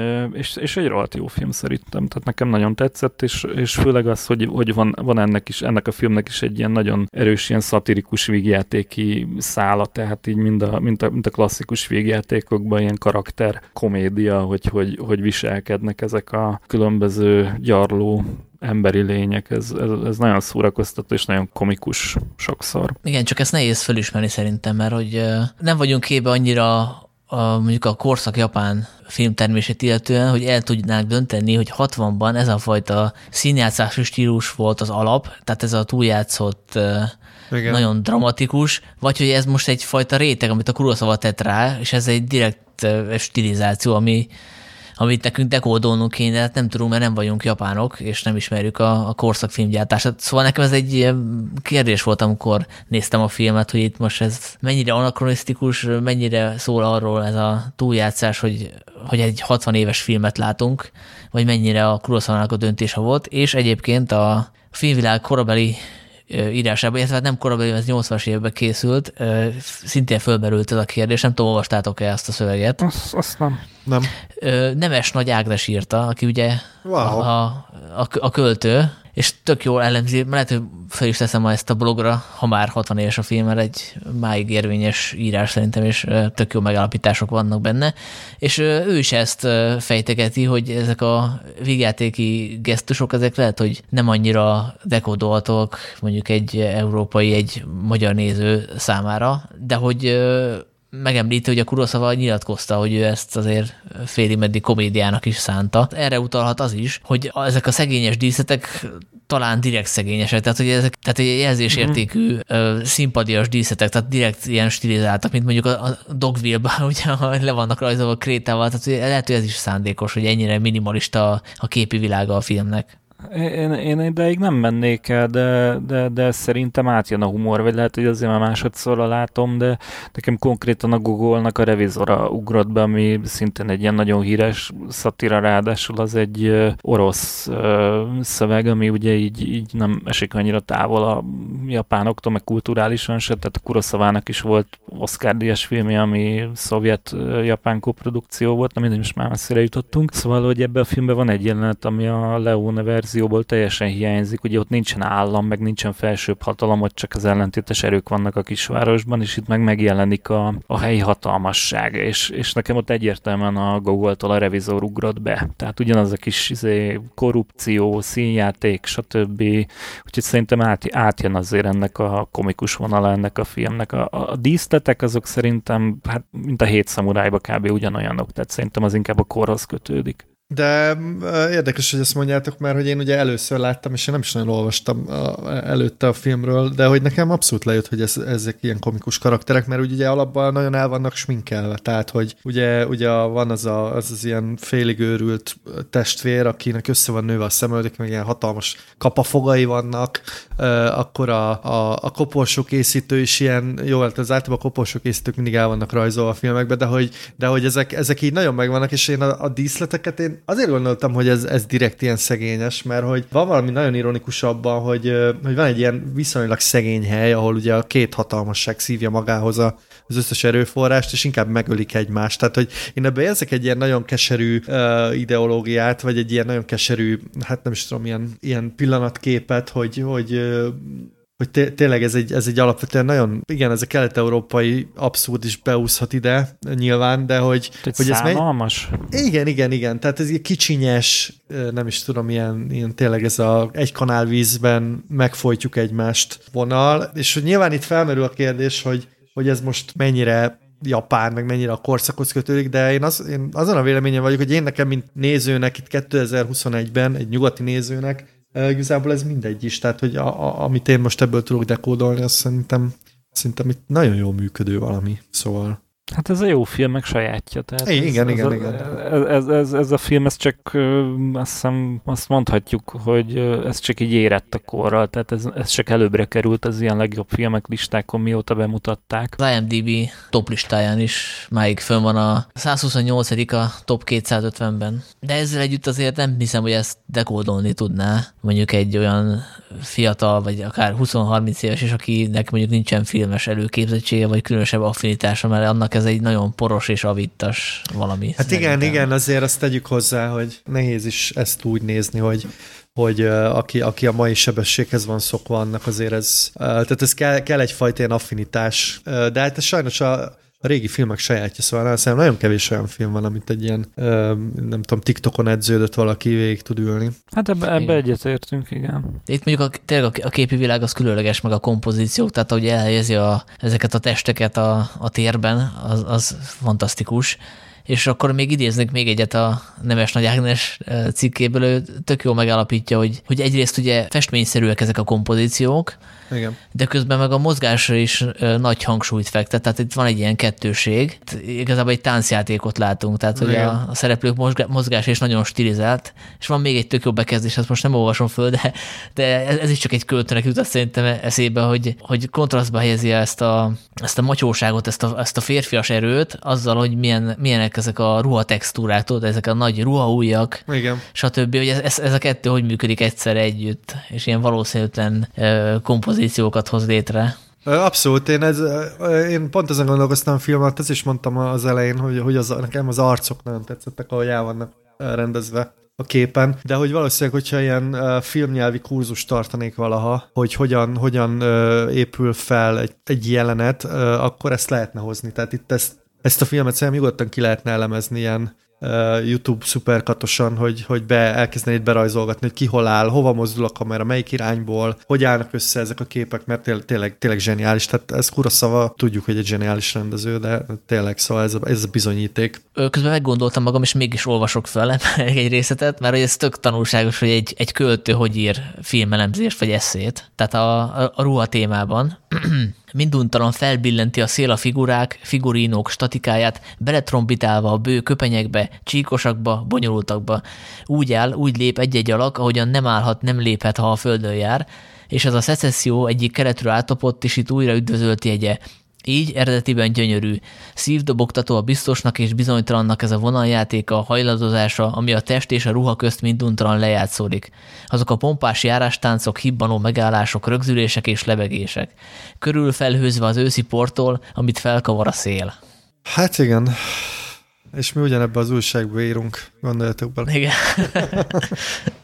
És egy rohadt jó film szerintem, tehát nekem nagyon tetszett, és főleg az, hogy van ennek a filmnek is egy ilyen nagyon erős, ilyen szatirikus vígjátéki szála, tehát így mint a klasszikus vígjátékokban ilyen karakter komédia, hogy viselkednek ezek a különböző gyarló emberi lények, ez nagyon szórakoztató és nagyon komikus sokszor. Igen, csak ezt nehéz felismerni szerintem, mert hogy nem vagyunk képbe annyira mondjuk a korszak japán filmtermését illetően, hogy el tudnánk dönteni, hogy 60-ban ez a fajta színjátszási stílus volt az alap, tehát ez a túljátszott, igen, nagyon dramatikus, vagy hogy ez most egyfajta réteg, amit a Kurosawa tett rá, és ez egy direkt stilizáció, amit nekünk dekódolnunk kéne, hát nem tudunk, mert nem vagyunk japánok, és nem ismerjük a korszak filmgyártását. Szóval nekem ez egy kérdés volt, amikor néztem a filmet, hogy itt most ez mennyire anakronisztikus, mennyire szól arról ez a túljátszás, hogy egy 60 éves filmet látunk, vagy mennyire a Kurosawa-nak a döntése volt, és egyébként a filmvilág korabeli írásában, illetve nem korabeli, ez 80-as években készült, szintén fölmerült ez a kérdés, nem tudom, olvastátok-e ezt a szöveget? Azt nem. Nemes Nagy Ágnes írta, aki ugye wow, a költő, és tök jól elemzi, mert lehet, hogy fel is teszem ma ezt a blogra, ha már 60 éves a film, mert egy máig érvényes írás szerintem, és tök jó megállapítások vannak benne, és ő is ezt fejtegeti, hogy ezek a vígjátéki gesztusok, ezek lehet, hogy nem annyira dekódolhatók mondjuk egy európai, egy magyar néző számára, de hogy megemlíti, hogy a Kurosawa nyilatkozta, hogy ő ezt azért félig meddig komédiának is szánta. Erre utalhat az is, hogy ezek a szegényes díszetek talán direkt szegényesek, tehát hogy ezek egy jelzésértékű színpadias díszetek, tehát direkt ilyen stilizáltak, mint mondjuk a Dogville-ban, ugye le vannak rajzolva krétával, tehát lehet, hogy ez is szándékos, hogy ennyire minimalista a képi világa a filmnek. Én ideig nem mennék el, de szerintem átjön a humor, vagy lehet, hogy azért már másodszorra látom, de nekem konkrétan a Gogolnak a Revizora ugrott be, ami szintén egy ilyen nagyon híres szatira, ráadásul az egy orosz szöveg, ami ugye így nem esik annyira távol a japánoktól, meg kulturálisan se, tehát a Kurosavának is volt Oscar-díjas filmje, ami szovjet-japán koprodukció volt, na mindegy, most már messzire jutottunk. Szóval, hogy ebben a filmben van egy jelenet, ami a Leone verzió, verzióból teljesen hiányzik, ugye ott nincsen állam, meg nincsen felsőbb hatalom, ott csak az ellentétes erők vannak a kisvárosban, és itt meg megjelenik a helyi hatalmasság, és nekem ott egyértelműen a Google-tól a revizor ugrott be. Tehát ugyanaz a kis korrupció, színjáték, stb. Úgyhogy szerintem átjön azért ennek a komikus vonala ennek a filmnek. A díszletek azok szerintem, hát mint a 7 szamurájba kb. Ugyanolyanok, tehát szerintem az inkább a korhoz kötődik. De érdekes, hogy ezt mondjátok, mert hogy én ugye először láttam, és én nem is nagyon olvastam előtte a filmről, de hogy nekem abszolút lejött, hogy ezek ilyen komikus karakterek, mert ugye alapban nagyon el vannak sminkelve, tehát hogy ugye van az ilyen félig őrült testvér, akinek össze van nőve a szemöldök, meg ilyen hatalmas kapafogai vannak, akkor a koporsókészítő is ilyen, jó, hát az általában a koporsókészítők mindig el vannak rajzolva a filmekben, de hogy ezek így nagyon megvannak, és én a díszleteket én azért gondoltam, hogy ez direkt ilyen szegényes, mert hogy van valami nagyon ironikus abban, hogy van egy ilyen viszonylag szegény hely, ahol ugye a két hatalmasság szívja magához az összes erőforrást, és inkább megölik egymást. Tehát, hogy én ebben érzek egy ilyen nagyon keserű ideológiát, vagy egy ilyen nagyon keserű, hát nem is tudom, ilyen pillanatképet, hogy tényleg ez egy alapvetően nagyon, igen, ez a kelet-európai abszurd is beúszhat ide nyilván, de hogy ez szánalmas? Igen. Tehát ez egy kicsinyes, nem is tudom, ilyen tényleg ez egy kanálvízben megfojtjuk egymást vonal, és hogy nyilván itt felmerül a kérdés, hogy ez most mennyire Japán, meg mennyire a korszakhoz kötődik, de én azon a véleményen vagyok, hogy én nekem, mint nézőnek itt 2021-ben, egy nyugati nézőnek, igazából ez mindegy is, tehát hogy amit én most ebből tudok dekódolni, azt szerintem itt nagyon jól működő valami, szóval. Hát ez a jó filmek sajátja. Tehát igen. Ez a film, ez csak azt hiszem, azt mondhatjuk, hogy ez csak így érett a korral, tehát ez csak előbbre került az ilyen legjobb filmek listákon, mióta bemutatták. Az IMDb top listáján is máig fönn van a 128. a top 250-ben. De ezzel együtt azért nem hiszem, hogy ezt dekódolni tudná mondjuk egy olyan fiatal, vagy akár 20-30 éves is, akinek mondjuk nincsen filmes előképzettsége, vagy különösebb affinitása, mert annak ez egy nagyon poros és avittas valami. Hát igen, azért azt tegyük hozzá, hogy nehéz is ezt úgy nézni, hogy aki a mai sebességhez van szokva, annak azért tehát ez kell egyfajta ilyen affinitás, de hát ez sajnos a régi filmek sajátja, szóval azt nagyon kevés olyan film van, amit egy ilyen, nem tudom, TikTokon edződött valaki végig tud ülni. Hát ebbe egyetértünk, igen. Itt mondjuk tényleg a képi világ az különleges, meg a kompozíciók, tehát ahogy elhelyezi ezeket a testeket a térben, az fantasztikus. És akkor még idéznék még egyet a Nemes Nagy Ágnes cikkéből, ő tök jól megállapítja, hogy egyrészt ugye festményszerűek ezek a kompozíciók, igen. De közben meg a mozgásra is nagy hangsúlyt fektet, tehát itt van egy ilyen kettőség. Igazából egy táncjátékot látunk, tehát hogy a szereplők mozgása is nagyon stilizált, és van még egy tök jó bekezdés, ezt most nem olvasom föl, de ez is csak egy költőnek jutott szerintem eszébe, hogy kontrasztba helyezi ezt a macsóságot, ezt a férfias erőt, azzal, hogy milyenek ezek a ruhatextúrák, tudod, ezek a nagy ruhaujjak, stb., hogy ez a kettő hogy működik egyszerre együtt, és ilyen valószínűtlen kompozíciókat hoz létre. Abszolút, én pont ezen gondolkoztam a filmet, ezt is mondtam az elején, hogy nekem az arcok nagyon tetszettek, ahogy el vannak rendezve a képen, de hogy valószínűleg, hogyha ilyen filmnyelvi kurzus tartanék valaha, hogy hogyan épül fel egy jelenet, akkor ezt lehetne hozni. Tehát itt ezt a filmet szerintem nyugodtan ki lehetne elemezni ilyen YouTube szuperkatosan, hogy elkezdenéd berajzolgatni, hogy ki hol áll, hova mozdul a kamera, melyik irányból, hogy állnak össze ezek a képek, mert tényleg zseniális. Tehát ez Kurosawa, tudjuk, hogy egy zseniális rendező, de tényleg, szóval ez a bizonyíték. Közben meggondoltam magam, és mégis olvasok fel egy részletet, mert hogy ez tök tanulságos, hogy egy költő hogy ír filmelemzést vagy esszét. Tehát a ruha témában minduntalan felbillenti a szél a figurínok statikáját, beletrombitálva a bő köpenyekbe, csíkosakba, bonyolultakba. Úgy áll, úgy lép egy-egy alak, ahogyan nem állhat, nem léphet, ha a földön jár, és ez a szecesszió egyik keretről átapott, és itt újra üdvözölt jegye. Így eredetiben gyönyörű. Szívdobogtató a biztosnak és bizonytalannak ez a vonaljátéka, a hajladozása, ami a test és a ruha közt minduntalan lejátszódik. Azok a pompás járástáncok, hibbanó megállások, rögzülések és lebegések. Körül felhőzve az őszi portól, amit felkavar a szél. Hát igen. És mi ugyanebben az újságban írunk, gondoljatok bele. Igen.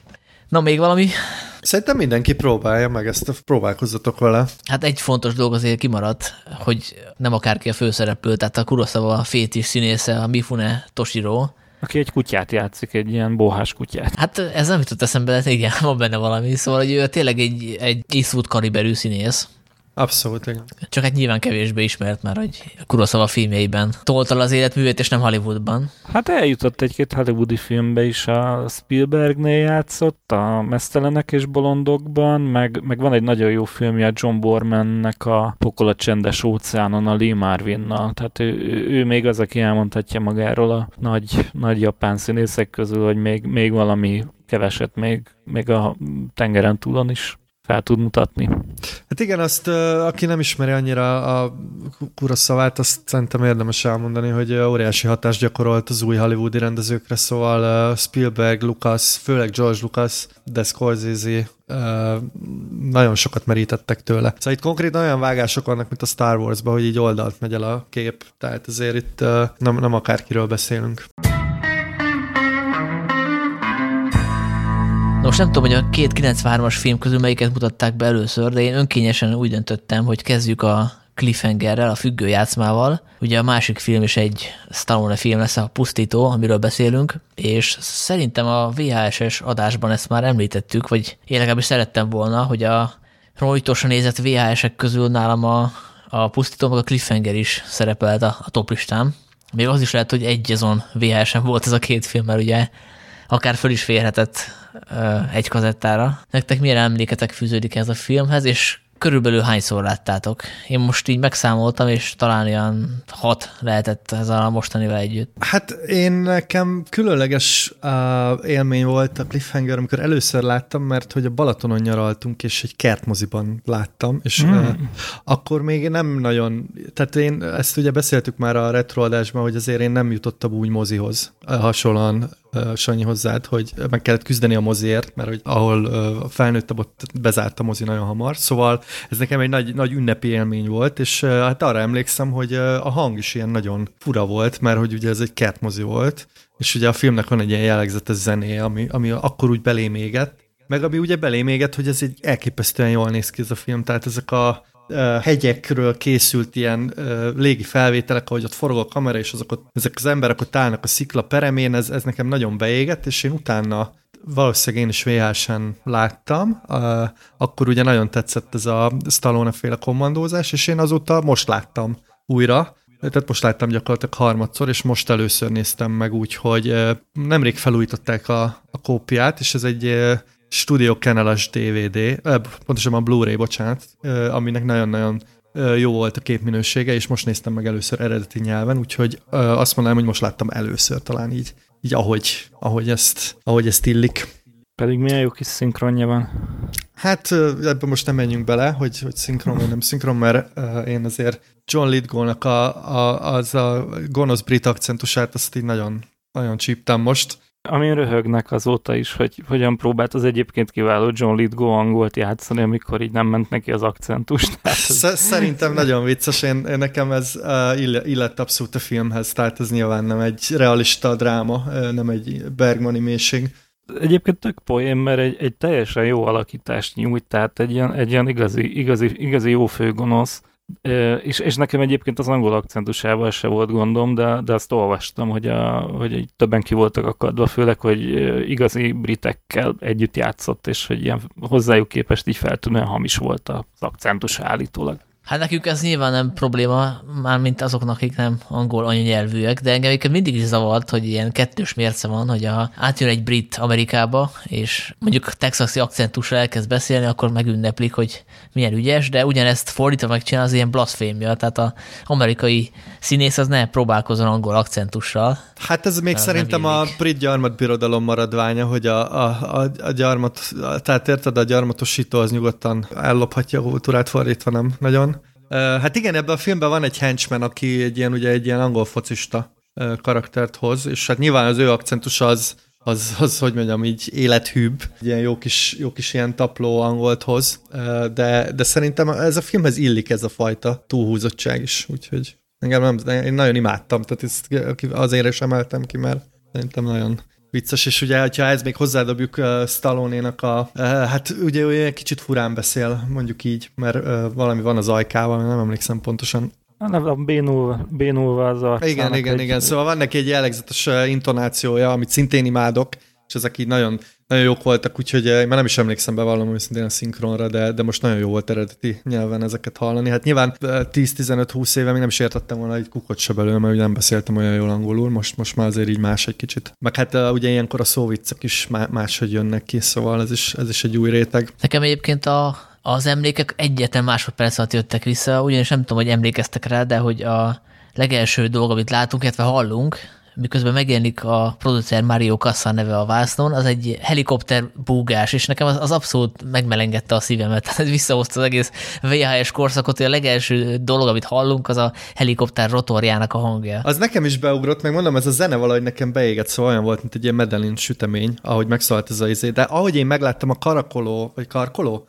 Na, még valami? Szerintem mindenki próbálja meg ezt, próbálkozzatok vele. Hát egy fontos dolog azért kimaradt, hogy nem akárki a főszereplő, tehát a Kurosawa fétis színésze, a Mifune Toshiro. Aki egy kutyát játszik, egy ilyen bóhás kutyát. Hát ez nem jutott eszembe, de igen, van benne valami. Szóval, hogy ő tényleg egy Eastwood kaliberű színész. Abszolút, igen. Csak hát nyilván kevésbé ismert már, hogy Kurosawa filmjeiben tolta az életművét, és nem Hollywoodban. Hát eljutott egy-két hollywoodi filmbe is, a Spielbergnél játszott, a Mesztelenek és bolondokban, meg van egy nagyon jó filmje a John Bormannek, a Pokol a csendes óceánon, a Lee Marvinnal. Tehát ő még az, aki elmondhatja magáról a nagy japán színészek közül, hogy még valami keveset még a tengeren túlon is fel tud mutatni. Hát igen, azt aki nem ismeri annyira a Kurosawát, azt szerintem érdemes elmondani, hogy óriási hatást gyakorolt az új hollywoodi rendezőkre, szóval Spielberg, Lucas, főleg George Lucas, de Scorsese nagyon sokat merítettek tőle. Szóval itt konkrétan olyan vágások vannak, mint a Star Wars-ban, hogy így oldalt megy el a kép, tehát ezért itt nem akárkiről beszélünk. Most nem tudom, hogy a két 93-as film közül melyiket mutatták be először, de én önkényesen úgy döntöttem, hogy kezdjük a cliffhangerrel, a függőjátszmával. Ugye a másik film is egy Stallone film lesz, a Pusztító, amiről beszélünk, és szerintem a VHS-es adásban ezt már említettük, vagy én legalábbis szerettem volna, hogy a rajtosan nézett VHS-ek közül nálam a Pusztító, meg a Cliffhanger is szerepelt a toplistám. Még az is lehet, hogy egy azon VHS-en volt ez a két film, mert ugye akár föl is férhetett egy kazettára. Nektek milyen emléketek fűződik ez a filmhez, és körülbelül hányszor láttátok? Én most így megszámoltam, és talán olyan 6 lehetett ez a mostanival együtt. Hát nekem különleges élmény volt a Cliffhanger, amikor először láttam, mert hogy a Balatonon nyaraltunk, és egy kertmoziban láttam, és akkor még nem nagyon, tehát ezt ugye beszéltük már a retroadásban, hogy azért én nem jutottam úgy mozihoz, hasonlóan Sanyi hozzád, hogy meg kellett küzdeni a moziért, mert hogy ahol felnőttebb, ott bezárt a mozi nagyon hamar, szóval ez nekem egy nagy ünnepi élmény volt, és hát arra emlékszem, hogy a hang is ilyen nagyon fura volt, mert hogy ugye ez egy kertmozi volt, és ugye a filmnek van egy ilyen jellegzetes zenéje, ami akkor úgy belém égett, meg ami ugye belém égett, hogy ez egy elképesztően jól néz ki ez a film, tehát ezek a hegyekről készült ilyen légi felvételek, ahogy ott forog a kamera, és ezek az emberek ott állnak a szikla peremén, ez nekem nagyon beégett, és én utána valószínűleg én is VHS-en láttam, akkor ugye nagyon tetszett ez a Stallone-féle kommandózás, és én azóta most láttam újra, tehát most láttam gyakorlatilag harmadszor, és most először néztem meg úgy, hogy nemrég felújították a kópiát, és ez egy Studio Canal-as DVD, pontosabban Blu-ray, bocsánat, aminek nagyon-nagyon jó volt a képminősége, és most néztem meg először eredeti nyelven, úgyhogy azt mondanám, hogy most láttam először talán így ahogy ezt illik. Pedig milyen jó kis szinkronja van. Hát ebben most nem menjünk bele, hogy szinkron vagy nem szinkron, mert én azért John Lithgow-nak az a gonosz brit akcentusát, azt így nagyon, nagyon csíptem most. Amin röhögnek azóta is, hogy hogyan próbált az egyébként kiváló John Lithgow angolt játszani, amikor így nem ment neki az akcentus. Szerintem nagyon vicces, nekem ez illett abszolút a filmhez, tehát ez nyilván nem egy realista dráma, nem egy Bergmani mélység. Egyébként tök poén, mert egy teljesen jó alakítást nyújt, tehát egy ilyen igazi jó főgonosz, és nekem egyébként az angol akcentusával se volt gondom, de azt olvastam, hogy többen ki voltak akadva, főleg, hogy igazi britekkel együtt játszott, és hogy ilyen hozzájuk képest így feltűnően hamis volt az akcentus állítólag. Hát nekünk ez nyilván nem probléma, mármint azoknak, akik nem angol anyanyelvűek, de engem mindig is zavart, hogy ilyen kettős mérce van, hogy átjön egy brit Amerikába, és mondjuk texasi akcentusra elkezd beszélni, akkor megünneplik, hogy milyen ügyes, de ugyanezt fordítva megcsinál, az ilyen blaszfémia, tehát az amerikai színész az ne próbálkozzon angol akcentussal. Hát ez még szerintem a brit gyarmatbirodalom maradványa, hogy a gyarmat, tehát érted, a gyarmatosító az nyugodtan ellophatja a kultúrát, fordítva nem nagyon. Hát igen, ebben a filmben van egy henchman, aki egy ilyen angol focista karaktert hoz, és hát nyilván az ő akcentus az hogy mondjam, így élethűbb, ilyen jó kis ilyen tapló angolt hoz, de szerintem ez a filmhez illik ez a fajta túlhúzottság is, úgyhogy engem én nagyon imádtam, tehát ezt azért is emeltem ki, mert szerintem nagyon, vicces, és ugye, ha ez még hozzádobjuk Stallone-nak hát ugye olyan kicsit furán beszél, mondjuk így, mert valami van az ajkával, nem emlékszem pontosan. A bénulva az arcának. Igen. Szóval van neki egy jellegzetes intonációja, amit szintén imádok, és ezek így nagyon, nagyon jók voltak, úgyhogy már nem is emlékszem, bevallom őszintén a szinkronra, de most nagyon jó volt eredeti nyelven ezeket hallani. Hát nyilván 10-15-20 éve még nem is értettem volna egy kukot se belőle, mert ugye nem beszéltem olyan jól angolul, most már azért így más egy kicsit. Meg hát ugye ilyenkor a szóviccek is máshogy jönnek ki, szóval ez is egy új réteg. Nekem egyébként az emlékek egyetlen másodperc alatt jöttek vissza, ugyanis nem tudom, hogy emlékeztek rá, de hogy a legelső dolog, amit látunk, illetve hallunk, miközben megjelenik a producer Mario Kassa neve a vásznon, az egy helikopter búgás, és nekem az abszolút megmelengette a szívemet. Tehát visszahozta az egész VHS korszakot, hogy a legelső dolog, amit hallunk, az a helikopter rotorjának a hangja. Az nekem is beugrott, meg mondom, ez a zene valahogy nekem beégett, szóval olyan volt, mint egy ilyen Medellin sütemény, ahogy megszólalt ez a izé. De ahogy én megláttam a Karkoló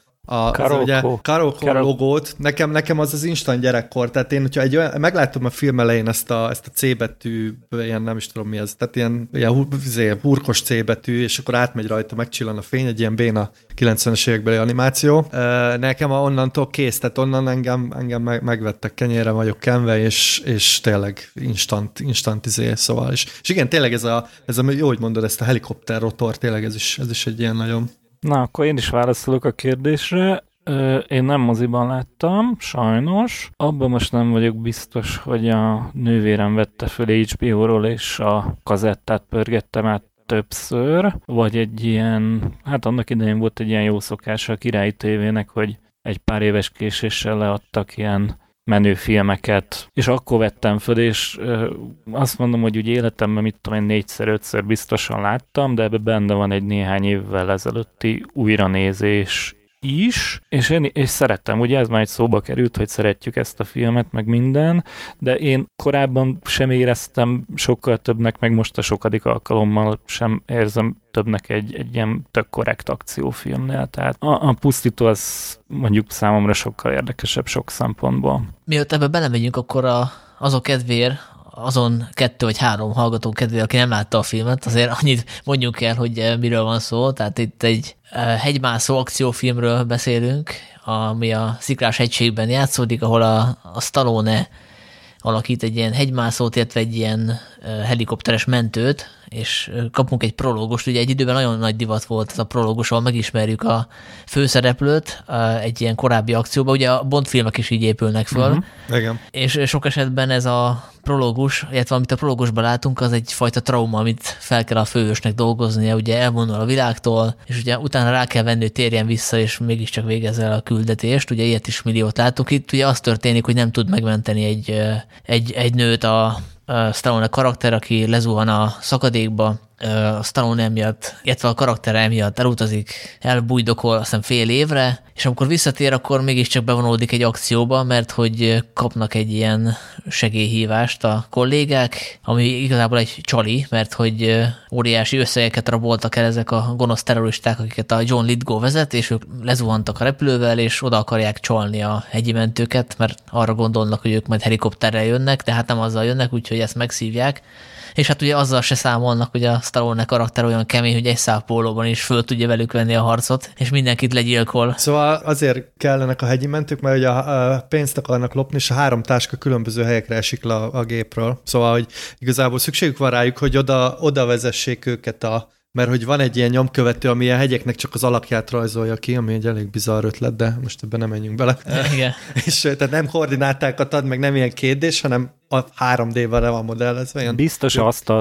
Karokó logót, nekem az instant gyerekkor, tehát én, hogyha megláttam a film elején ezt a C betű, ilyen nem is tudom mi ez, tehát ilyen hurkos C betű, és akkor átmegy rajta, megcsillan a fény, egy ilyen béna 90-es évekbeli animáció. Nekem onnantól kész, tehát onnan engem megvettek, kenyérre vagyok kenve, és tényleg instant szóval. És igen, tényleg ez a jó, hogy mondod, ezt a helikopter rotor, tényleg ez is egy ilyen nagyon... Na, akkor én is válaszolok a kérdésre. Én nem moziban láttam, sajnos. Abban most nem vagyok biztos, hogy a nővérem vette föl HBO-ról, és a kazettát pörgettem át többször, vagy egy ilyen, hát annak idején volt egy ilyen jó szokása a Királyi TV-nek, hogy egy pár éves késéssel leadtak ilyen menő filmeket, és akkor vettem föl, és azt mondom, hogy úgy életemben, mit tudom én, 4-5-ször biztosan láttam, de ebben benne van egy néhány évvel ezelőtti újranézés is, és szerettem, ugye ez már egy szóba került, hogy szeretjük ezt a filmet, meg minden, de én korábban sem éreztem sokkal többnek, meg most a sokadik alkalommal sem érzem többnek egy ilyen tök korrekt akciófilmnél, tehát a pusztító az mondjuk számomra sokkal érdekesebb sok szempontból. Miatt ebbe belemegyünk, akkor azok kedvéért, azon 2 vagy 3 hallgató kedvéért, aki nem látta a filmet, azért annyit mondjuk el, hogy miről van szó, tehát itt egy hegymászó akciófilmről beszélünk, ami a Sziklás hegységben játszódik, ahol a Stallone alakít egy ilyen hegymászót, illetve egy ilyen helikopteres mentőt, és kapunk egy prológust. Ugye egy időben nagyon nagy divat volt ez a prológus, ahol megismerjük a főszereplőt egy ilyen korábbi akcióban. Ugye a Bond filmek is így épülnek föl. Igen. És sok esetben ez a prológus, illetve amit a prológusban látunk, az egyfajta trauma, amit fel kell a főhősnek dolgoznia, ugye elvonul a világtól, és ugye utána rá kell venni, hogy térjen vissza, és mégiscsak végezze el a küldetést. Ugye ilyet is milliót látunk. Itt ugye az történik, hogy nem tud megmenteni egy nőt a Stallone karakter, aki lezuhan a szakadékba, a Stallone emiatt, illetve a karakter emiatt elutazik, elbújdokol azt hiszem fél évre, és amikor visszatér, akkor mégiscsak bevonódik egy akcióba, mert hogy kapnak egy ilyen segélyhívást a kollégák, ami igazából egy csali, mert hogy óriási összegeket raboltak el ezek a gonosz terroristák, akiket a John Lithgow vezet, és ők lezuhantak a repülővel, és oda akarják csalni a hegyi mentőket, mert arra gondolnak, hogy ők majd helikopterrel jönnek, de hát nem azzal jönnek, úgyhogy ezt megszívják. És hát ugye azzal se számolnak, hogy a Stallone karakter olyan kemény, hogy egy szálpólóban is föl tudja velük venni a harcot, és mindenkit legyilkol. Szóval azért kellenek a hegyi mentők, mert ugye a pénzt akarnak lopni, és a 3 táska különböző helyekre esik le a gépről. Szóval, hogy igazából szükségük van rájuk, hogy oda vezessék őket mert hogy van egy ilyen nyomkövető, ami a hegyeknek csak az alakját rajzolja ki, ami egy elég bizarr ötlet, de most ebben nem menjünk bele. Igen. És tehát nem koordinátákat ad, meg nem ilyen 2D-s, hanem a 3D-vel van modellezve. Ilyen. Biztos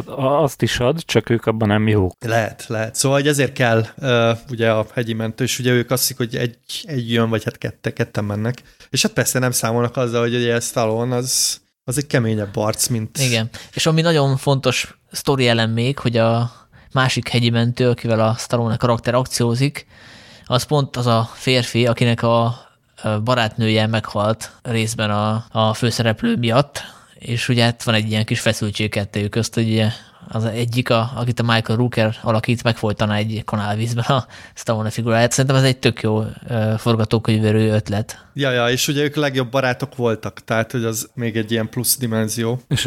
azt is ad, csak ők abban nem jók. Lehet. Szóval hogy ezért kell ugye a hegyi mentő, és ugye ők azt hiszik, hogy egy jön, vagy hát ketten mennek. És hát persze nem számolnak azzal, hogy ugye Stallone az egy keményebb arc, mint... Igen. És ami nagyon fontos sztori elem még, hogy a másik hegyi mentő, akivel a Stallone karakter akciózik, az pont az a férfi, akinek a barátnője meghalt részben a főszereplő miatt, és ugye hát van egy ilyen kis feszültség kettőjük közt, hogy ugye az egyik, akit a Michael Rooker alakít, megfojtaná egy kanálvízben a Stallone figuráját. Szerintem ez egy tök jó forgatókönyvérő ötlet. Ja, és ugye ők legjobb barátok voltak, tehát hogy az még egy ilyen plusz dimenzió. És én meg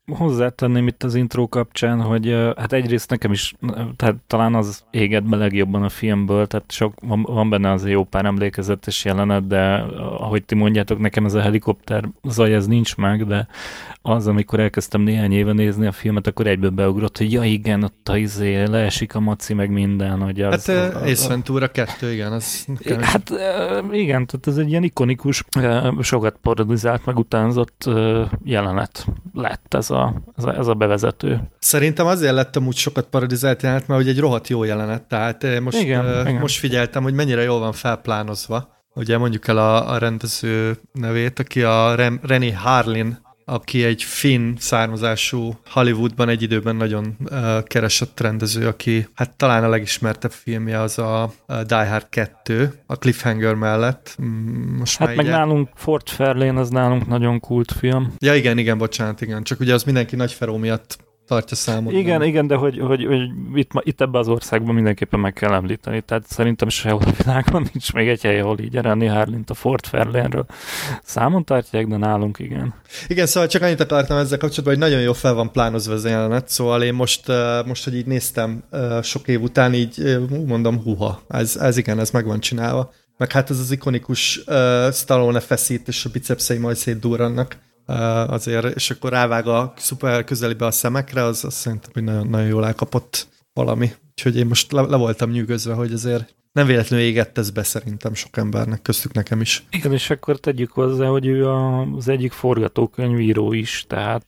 hozzátenném itt az intro kapcsán, hogy hát egyrészt nekem is, tehát talán az égett be legjobban a filmből, tehát van benne az jó pár emlékezetes jelenet, de ahogy ti mondjátok, nekem ez a helikopter zaj, ez nincs meg, de az, amikor elkezdtem néhány éve nézni a filmet, akkor egyből beugrott, hogy ja igen, ott leesik a maci, meg minden, hogy az... Hát Ace Ventura 2, igen, az... Hát igen, tehát ez egy ilyen ikonikus, sokat parodizált, meg utánzott jelenet lett ez a bevezető. Szerintem azért lett amúgy sokat parodizált jelenet, mert hogy egy rohadt jó jelenet, tehát most figyeltem, hogy mennyire jól van felplánozva. Ugye mondjuk el a rendező nevét, aki a Renny Harlin, aki egy finn származású Hollywoodban egy időben nagyon keresett rendező, aki hát talán a legismertebb filmje az a Die Hard 2, a Cliffhanger mellett. Most hát meg nálunk Fort Fairlane, az nálunk nagyon kult film. Ja igen, bocsánat, igen. Csak ugye az mindenki Nagy Feró miatt tartja számon. Igen, de hogy itt ebben az országban mindenképpen meg kell említeni. Tehát szerintem sehol a világon nincs még egy hely, ahol így Renny Harlint a Fort Fairlane-ről számon tartják, de nálunk igen. Igen, szóval csak annyit akartam ezzel kapcsolatban, hogy nagyon jó fel van plánozva ez a jelenet, szóval én most hogy így néztem sok év után, így mondom, ez igen, ez meg van csinálva. Meg hát ez az ikonikus Stallone feszít, és a bicepszei majd szétdurrannak. Azért, és akkor rávág a szuper közelibe a szemekre, az szerintem, hogy nagyon, nagyon jól elkapott valami. Úgyhogy én most le voltam nyűgözve, hogy azért nem véletlenül égett ez be szerintem sok embernek, köztük nekem is. Igen, és akkor tegyük hozzá, hogy ő az egyik forgatókönyvíró is, tehát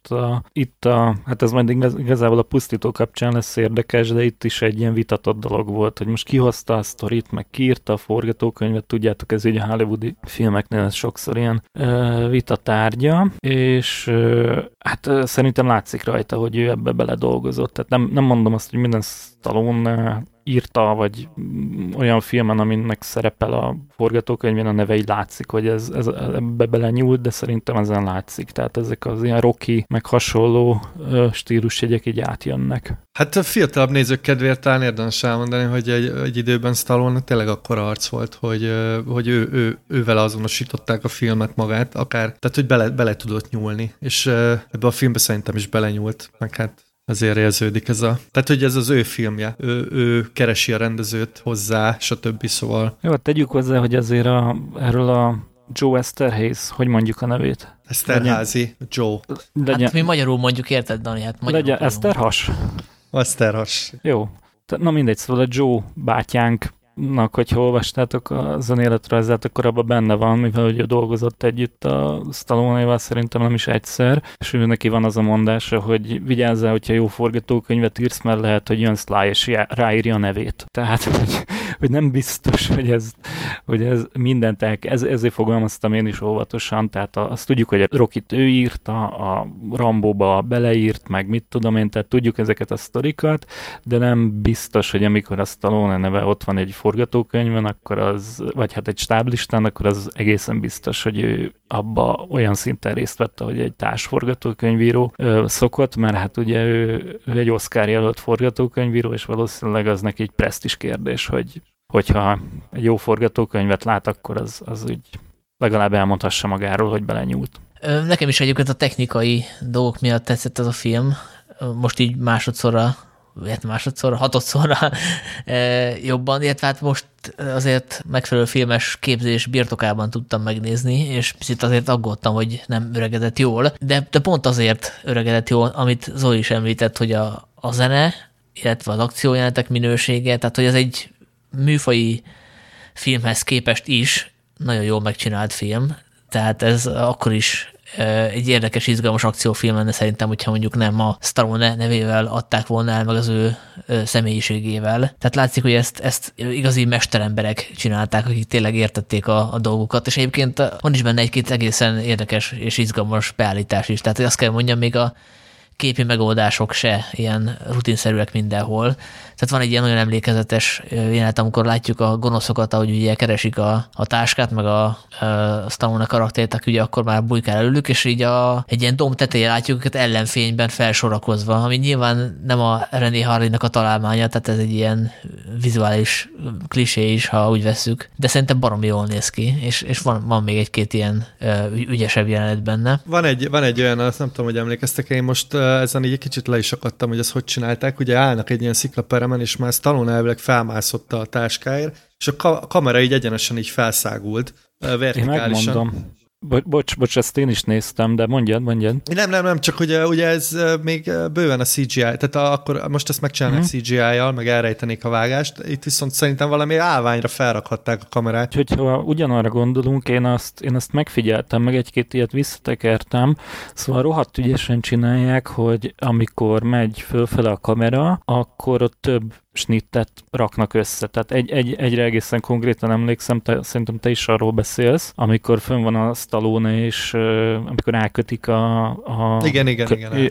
hát ez majd igazából a Pusztító kapcsán lesz érdekes, de itt is egy ilyen vitatott dolog volt, hogy most ki hozta a sztorit, meg ki írta a forgatókönyvet, tudjátok, ez így a hollywoodi filmeknél ez sokszor ilyen vitatárgya, és hát szerintem látszik rajta, hogy ő ebbe beledolgozott, tehát nem mondom azt, hogy minden Stallone írta, vagy olyan filmen, aminek szerepel a forgatókönyvén a neve, így látszik, hogy ez ebbe belenyúlt, de szerintem ezen látszik. Tehát ezek az ilyen Rocky, meg hasonló stílusjegyek így átjönnek. Hát a fiatalabb nézők kedvéért talán érdemes elmondani, hogy egy időben Stallone tényleg akkora arc volt, hogy ővel azonosították a filmet magát, akár, tehát hogy bele tudott nyúlni, és ebbe a filmbe szerintem is belenyúlt, meg hát azért érződik ez tehát, hogy ez az ő filmje. Ő keresi a rendezőt hozzá, stb. Szóval. Jó, tegyük hozzá, hogy azért erről a Joe Eszterházy, hogy mondjuk a nevét? Eszterházy, Joe. Hát mi magyarul mondjuk, érted, Dani? Hát legyen Eszterhas? Eszterhas. Jó. Na mindegy, szóval a Joe bátyánk, hogyha olvastátok az önéletrajzát, akkor abban benne van, mivel hogy ő dolgozott együtt a Stallone-val, szerintem nem is egyszer, és ő neki van az a mondása, hogy vigyázzál, hogyha jó forgatókönyvet írsz, mert lehet, hogy jön Sly, és ráírja a nevét. Tehát, hogy nem biztos, hogy ez mindent ezért fogalmaztam én is óvatosan, tehát azt tudjuk, hogy a Rocky-t ő írta, a Rambóba beleírt, meg mit tudom én, tehát tudjuk ezeket a sztorikat, de nem biztos, hogy amikor a Stallone neve ott van egy forgatókönyvön, akkor az, vagy hát egy stáblistán, akkor az egészen biztos, hogy ő abba olyan szinten részt vette, hogy egy társforgatókönyvíró szokott, mert hát ugye ő egy Oscar jelölt forgatókönyvíró, és valószínűleg az neki egy presztízs kérdés, hogyha egy jó forgatókönyvet lát, akkor az úgy legalább elmondhassa magáról, hogy belenyúlt. Nekem is egyébként a technikai dolgok miatt tetszett ez a film. Most így hatodszorra jobban, illetve hát most azért megfelelő filmes képzés birtokában tudtam megnézni, és picit azért aggódtam, hogy nem öregedett jól, de pont azért öregedett jól, amit Zoli is említett, hogy a zene, illetve az akciójelenetek minősége, tehát hogy ez egy műfaji filmhez képest is nagyon jól megcsinált film, tehát ez akkor is egy érdekes, izgalmas akciófilm lenne szerintem, hogyha mondjuk nem a Stallone nevével adták volna el, meg az ő személyiségével. Tehát látszik, hogy ezt igazi mesteremberek csinálták, akik tényleg értették a dolgokat, és egyébként van is benne egy-két egészen érdekes és izgalmas beállítás is. Tehát azt kell mondjam, még a képi megoldások se ilyen rutinszerűek mindenhol. Tehát van egy ilyen nagyon emlékezetes jelenet, amikor látjuk a gonoszokat, ahogy ugye keresik a táskát, meg a Stallone karaktert, aki ugye akkor már bujkál előlük, és így egy ilyen domb tetején látjuk őket ellenfényben felsorakozva, ami nyilván nem a Renny Harlinnak a találmánya, tehát ez egy ilyen vizuális klisé is, ha úgy vesszük, de szerintem baromi jól néz ki, és van még egy-két ilyen ügyesebb jelenet benne. Van egy olyan, azt nem tudom, hogy emlékeztek, én most ezen így egy kicsit le is akadtam, hogy ezt hogy csinálták. Ugye állnak egy ilyen sziklaperemen, és már Stallone elvileg felmászott a táskáért, és a kamera így egyenesen így felszágult, vertikálisan. Én megmondom. Bocs, ezt én is néztem, de mondjad. Nem, csak ugye ez még bőven a CGI, tehát akkor most ezt megcsinálnak CGI-jal, meg elrejtenék a vágást, itt viszont szerintem valami állványra felrakhatták a kamerát. Hogyha ugyanarra gondolunk, én azt megfigyeltem, meg egy-két ilyet visszatekertem, szóval rohadt ügyesen csinálják, hogy amikor megy fölfele a kamera, akkor ott több snittet raknak össze. Tehát egyre egészen konkrétan emlékszem, szerintem te is arról beszélsz, amikor fönn van a Stallone, és amikor elkötik a Igen.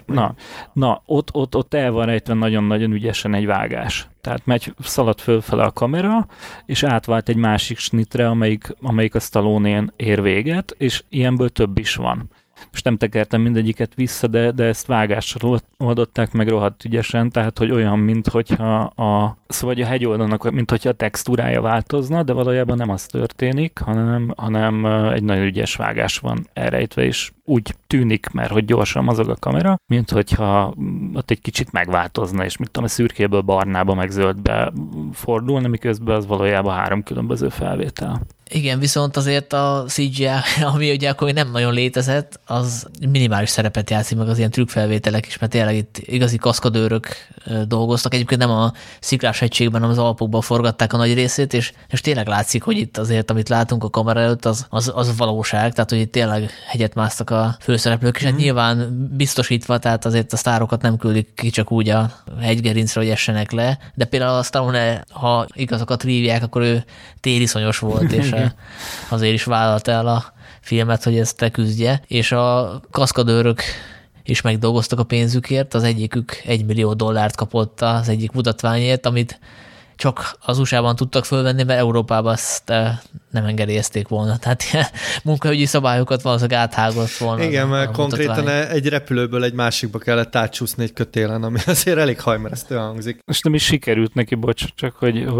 Na, ott el van rejtve nagyon-nagyon ügyesen egy vágás. Tehát szalad fölfele a kamera, és átvált egy másik snitre, amelyik a Stallone-én ér véget, és ilyenből több is van. Most nem tekertem mindegyiket vissza, de ezt vágással oldották meg rohadt ügyesen, tehát hogy olyan, minthogyha szóval a hegyoldalnak, minthogyha a textúrája változna, de valójában nem az történik, hanem egy nagyon ügyes vágás van elrejtve, és úgy tűnik, mert hogy gyorsan mozog a kamera, mint hogyha ott egy kicsit megváltozna, és mit tudom, a szürkéből barnába meg zöldbe fordulna, miközben az valójában 3 különböző felvétel. Igen, viszont azért a CGI, ami ugye akkor még nem nagyon létezett, az minimális szerepet játszik, meg az ilyen trükkfelvételek is, mert tényleg itt igazi kaszkadőrök dolgoztak. Egyébként nem a Sziklás hegységben, hanem az Alpokban forgatták a nagy részét, és tényleg látszik, hogy itt azért, amit látunk a kamera előtt, az valóság, tehát hogy itt tényleg hegyet másztak a főszereplők, és hát nyilván biztosítva, tehát azért a sztárokat nem küldik ki csak úgy a hegygerincre, hogy essenek le, de például a Stallone, ha igazokat rívják, akkor ő tériszonyos volt, és azért is vállalta el a filmet, hogy ezt leküzdje, és a kaszkadőrök is megdolgoztak a pénzükért, az egyikük $1 millió kapott az egyik mutatványért, amit csak az USA-ban tudtak fölvenni, mert Európában ezt nem engedélyezték volna. Tehát ilyen munkaügyi szabályokat valószínűleg áthágott volna. Igen, mert konkrétan egy repülőből egy másikba kellett átcsúszni egy kötélen, ami azért elég hajmeresztően hangzik. Most nem is sikerült neki, bocs, csak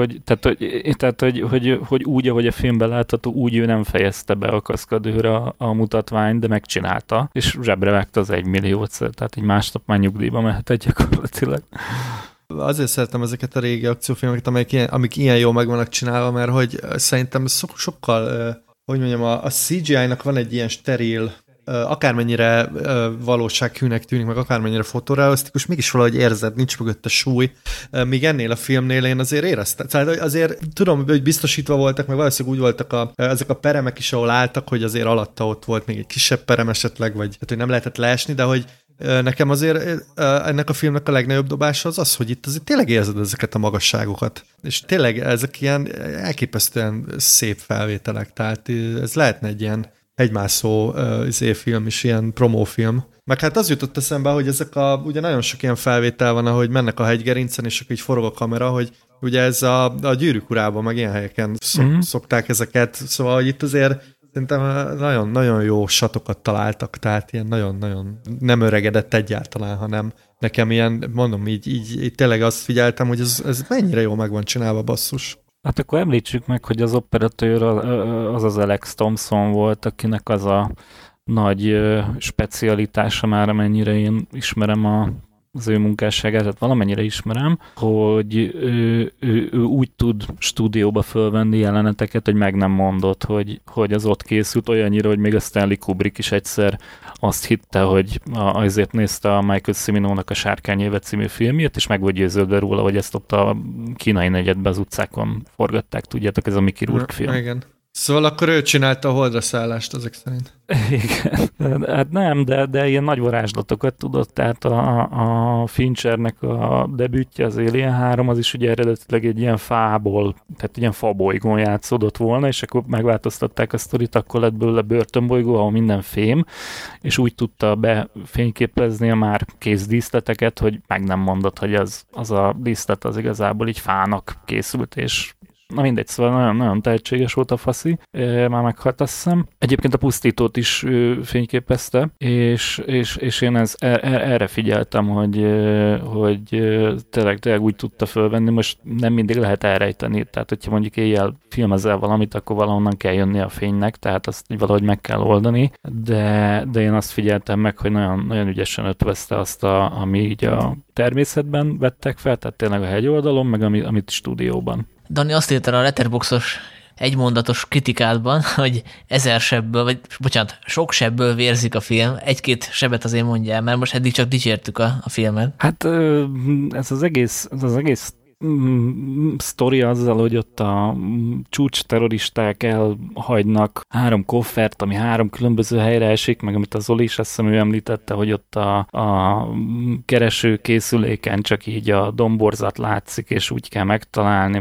hogy úgy, ahogy a filmben látható, úgy ő nem fejezte be a kaszkadőre a mutatványt, de megcsinálta, és zsebre vágta az $1 milliót, tehát egy másnap már nyugdíjba mehetett gyakorlatilag. Azért szeretem ezeket a régi akciófilmeket, amik ilyen jól meg vannak csinálva, mert hogy szerintem sokkal, hogy mondjam, a CGI-nak van egy ilyen steril, akármennyire valósághűnek tűnik, meg akármennyire fotorealisztikus, mégis valahogy érzed, nincs mögötte súly. Míg ennél a filmnél én azért éreztem. Tehát azért tudom, hogy biztosítva voltak, meg valószínűleg úgy voltak ezek a peremek is, ahol álltak, hogy azért alatta ott volt még egy kisebb perem esetleg, vagy hát, hogy nem lehetett leesni, de hogy nekem azért ennek a filmnek a legnagyobb dobása az, hogy itt azért tényleg érzed ezeket a magasságokat. És tényleg ezek ilyen elképesztően szép felvételek, tehát ez lehetne egy ilyen hegymászó film is, ilyen promófilm. Meg hát az jutott eszembe, hogy ugye nagyon sok ilyen felvétel van, ahogy mennek a hegygerincen, és akkor így forog a kamera, hogy ugye ez a Gyűrűk urában, meg ilyen helyeken szokták ezeket, szóval hogy itt azért szerintem nagyon-nagyon jó satokat találtak, tehát ilyen nagyon-nagyon nem öregedett egyáltalán, hanem nekem ilyen, mondom, így tényleg azt figyeltem, hogy ez mennyire jó meg van csinálva, basszus. Hát akkor említsük meg, hogy az operatőr az Alex Thompson volt, akinek az a nagy specialitása már, amennyire én ismerem az ő munkásságát, tehát valamennyire ismerem, hogy ő úgy tud stúdióba fölvenni jeleneteket, hogy meg nem mondott, hogy az ott készült olyannyira, hogy még a Stanley Kubrick is egyszer azt hitte, hogy azért nézte a Michael Ciminónak a Sárkányéve című filmjét, és meg volt győződve róla, hogy ezt ott a kínai negyedben az utcákon forgatták, tudjátok, ez a Mickey Rourke film. Igen. Szóval akkor ő csinálta a holdra szállást ezek szerint. Igen. Hát nem, de ilyen nagy varázslatokat tudott, tehát a Finchernek a debütje, az Alien 3, az is ugye eredetileg egy ilyen fából, tehát ilyen fabolygón játszódott volna, és akkor megváltoztatták a sztorit, akkor lett belőle börtönbolygó, ahol minden fém, és úgy tudta befényképezni a már kész díszleteket, hogy meg nem mondott, hogy az a díszlet az igazából így fának készült, és Na mindegy, szóval nagyon tehetséges volt a faszi, már meghalt, azt hiszem. Egyébként a Pusztítót is fényképezte, és én erre figyeltem, hogy tényleg úgy tudta fölvenni, most nem mindig lehet elrejteni, tehát hogyha mondjuk éjjel filmezel valamit, akkor valahonnan kell jönni a fénynek, tehát azt valahogy meg kell oldani, de én azt figyeltem meg, hogy nagyon, nagyon ügyesen ötvözte azt, ami így a természetben vettek fel, tehát tényleg a hegyoldalon, meg amit stúdióban. Dani azt írta a Letterboxos egymondatos kritikádban, hogy 1000 sebből, vagy bocsánat, sok sebből vérzik a film. Egy-két sebet azért mondjál, mert most eddig csak dicsértük a filmet. Hát ez az egész sztori azzal, hogy ott a csúcs terroristák elhagynak 3 koffert, ami 3 különböző helyre esik, meg amit az Zoli is azt hiszem, ő említette, hogy ott a keresőkészüléken csak így a domborzat látszik, és úgy kell megtalálni,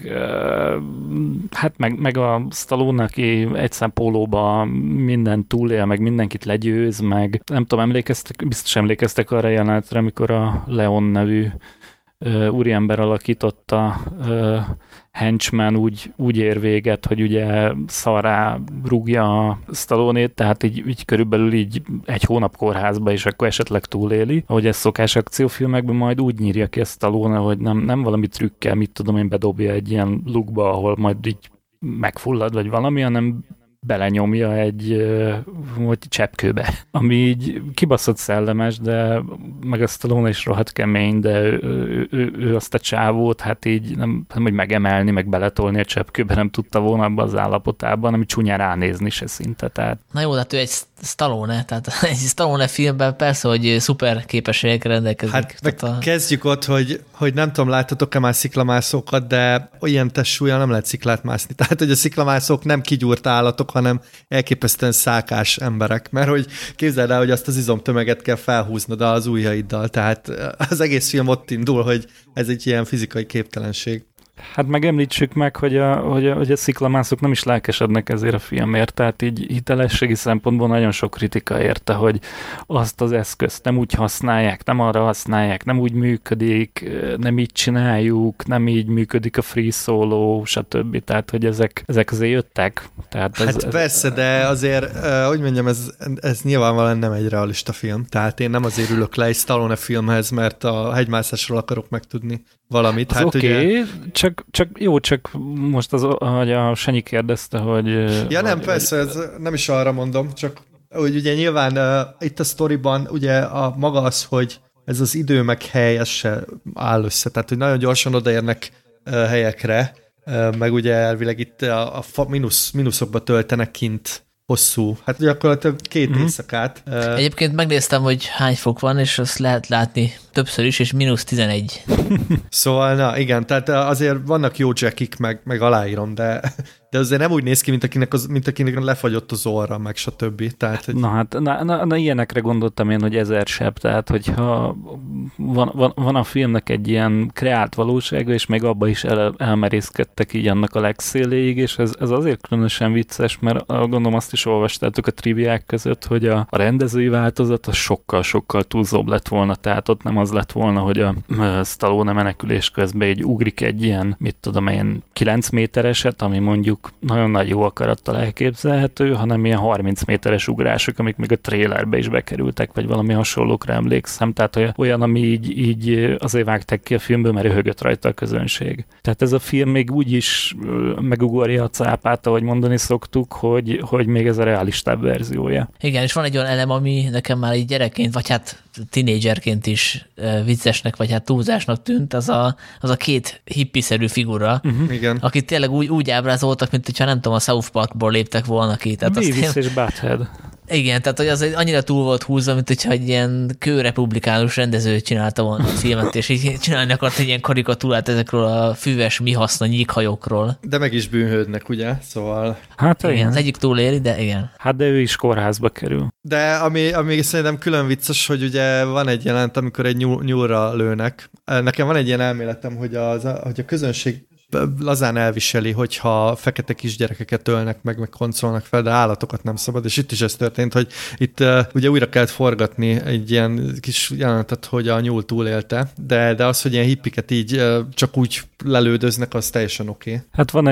meg a Stallone, aki egy szempólóba minden túlél, meg mindenkit legyőz, meg nem tudom, biztos emlékeztek arra jelenetre, amikor a Leon nevű úriember alakította henchman úgy ér véget, hogy ugye szarrá rúgja a Stallone-ét, tehát így körülbelül így 1 hónap kórházba, és akkor esetleg túléli. Ahogy ez szokás akciófilmekben, majd úgy nyírja ki a Stallone, hogy nem valami trükkel, mit tudom én, bedobja egy ilyen lukba, ahol majd így megfullad, vagy valami, hanem belenyomja egy cseppkőbe, ami így kibaszott szellemes, de meg a Stallone is rohadt kemény, de ő azt a csávót, hát így nem hogy megemelni, meg beletolni a cseppkőbe nem tudta volna abban az állapotában, ami csúnya ránézni se szinte. Tehát. Na jó, hát ő egy Stallone, tehát egy Stallone filmben persze, hogy szuper képességekkel rendelkezik. Hát kezdjük ott, hogy nem tudom, láttatok-e már sziklamászókat, de olyan testsúllyal nem lehet sziklát mászni. Tehát, hogy a sziklamászók nem kigyúrt állatok, hanem elképesztően szákás emberek, mert hogy képzeld el, hogy azt az izomtömeget kell felhúznod az ujjaiddal, tehát az egész film ott indul, hogy ez egy ilyen fizikai képtelenség. Hát megemlítsük meg, hogy a sziklamászok nem is lelkesednek ezért a filmért, tehát így hitelességi szempontból nagyon sok kritika érte, hogy azt az eszközt nem úgy használják, nem arra használják, nem úgy működik, nem így csináljuk, nem így működik a free solo, stb. Tehát, hogy ezek azért jöttek. Tehát persze, de azért, hogy mondjam, ez nyilvánvalóan nem egy realista film, tehát én nem azért ülök le egy Stallone filmhez, mert a hegymászásról akarok megtudni valamit. Hát oké, csak most ahogy a Sanyi kérdezte, hogy... Ja nem, persze, ez nem is arra mondom, csak hogy ugye nyilván itt a sztoriban ugye a maga az, hogy ez az idő meg hely, ez se áll össze, tehát hogy nagyon gyorsan odaérnek helyekre, meg ugye elvileg itt a mínuszokba töltenek kint hosszú, hát gyakorlatilag 2 éjszakát. Egyébként megnéztem, hogy hány fok van, és azt lehet látni többször is, és -11. Szóval, na igen, tehát azért vannak jó jackik, meg aláírom, de azért nem úgy néz ki, mint akinek lefagyott az orra, meg stb. Tehát, hogy... Na hát, ilyenekre gondoltam én, hogy 1000 seb, tehát hogyha van a filmnek egy ilyen kreált valósága, és még abba is elmerészkedtek így annak a legszéléig, és ez azért különösen vicces, mert gondolom azt is olvastátok a triviák között, hogy a rendezői változat az sokkal túlzóbb lett volna, tehát ott nem az lett volna, hogy a Stallone menekülés közben így ugrik egy ilyen, mit tudom én, 9 métereset, ami mondjuk nagyon nagy jó akarattal elképzelhető, hanem ilyen 30 méteres ugrások, amik még a trailerbe is bekerültek, vagy valami hasonlókra emlékszem. Tehát olyan, ami így azért vágták ki a filmből, mert röhögött rajta a közönség. Tehát ez a film még úgy is megugorja a cápát, ahogy mondani szoktuk, hogy még ez a realistább verziója. Igen, és van egy olyan elem, ami nekem már így gyerekként, vagy hát tinédzserként is viccesnek, vagy hát túlzásnak tűnt, az a 2 hippiszerű figura, Igen. akit tényleg úgy ábrázoltak, mint hogyha nem tudom, a South Parkból léptek volna ki. Beavis és Butthead. Igen, tehát hogy az annyira túl volt húzva, mint hogyha egy ilyen kőrepublikánus rendező csinálta volna a filmet, és így csinálni akart egy ilyen karikatúrát ezekről a füves, mi haszna nyíkhajókról. De meg is bűnhődnek, ugye? Szóval... Hát igen, az egyik túléli, de igen. Hát de ő is kórházba kerül. De ami szerintem külön vicces, hogy ugye van egy jelent, amikor egy nyúlra lőnek. Nekem van egy ilyen elméletem, hogy a közönség lazán elviseli, hogyha fekete kisgyerekeket ölnek meg koncolnak fel, de állatokat nem szabad, és itt is ez történt, hogy itt ugye újra kellett forgatni egy ilyen kis jelenetet, hogy a nyúl túlélte, de az, hogy ilyen hippiket így csak úgy lelődöznek, az teljesen oké. Hát van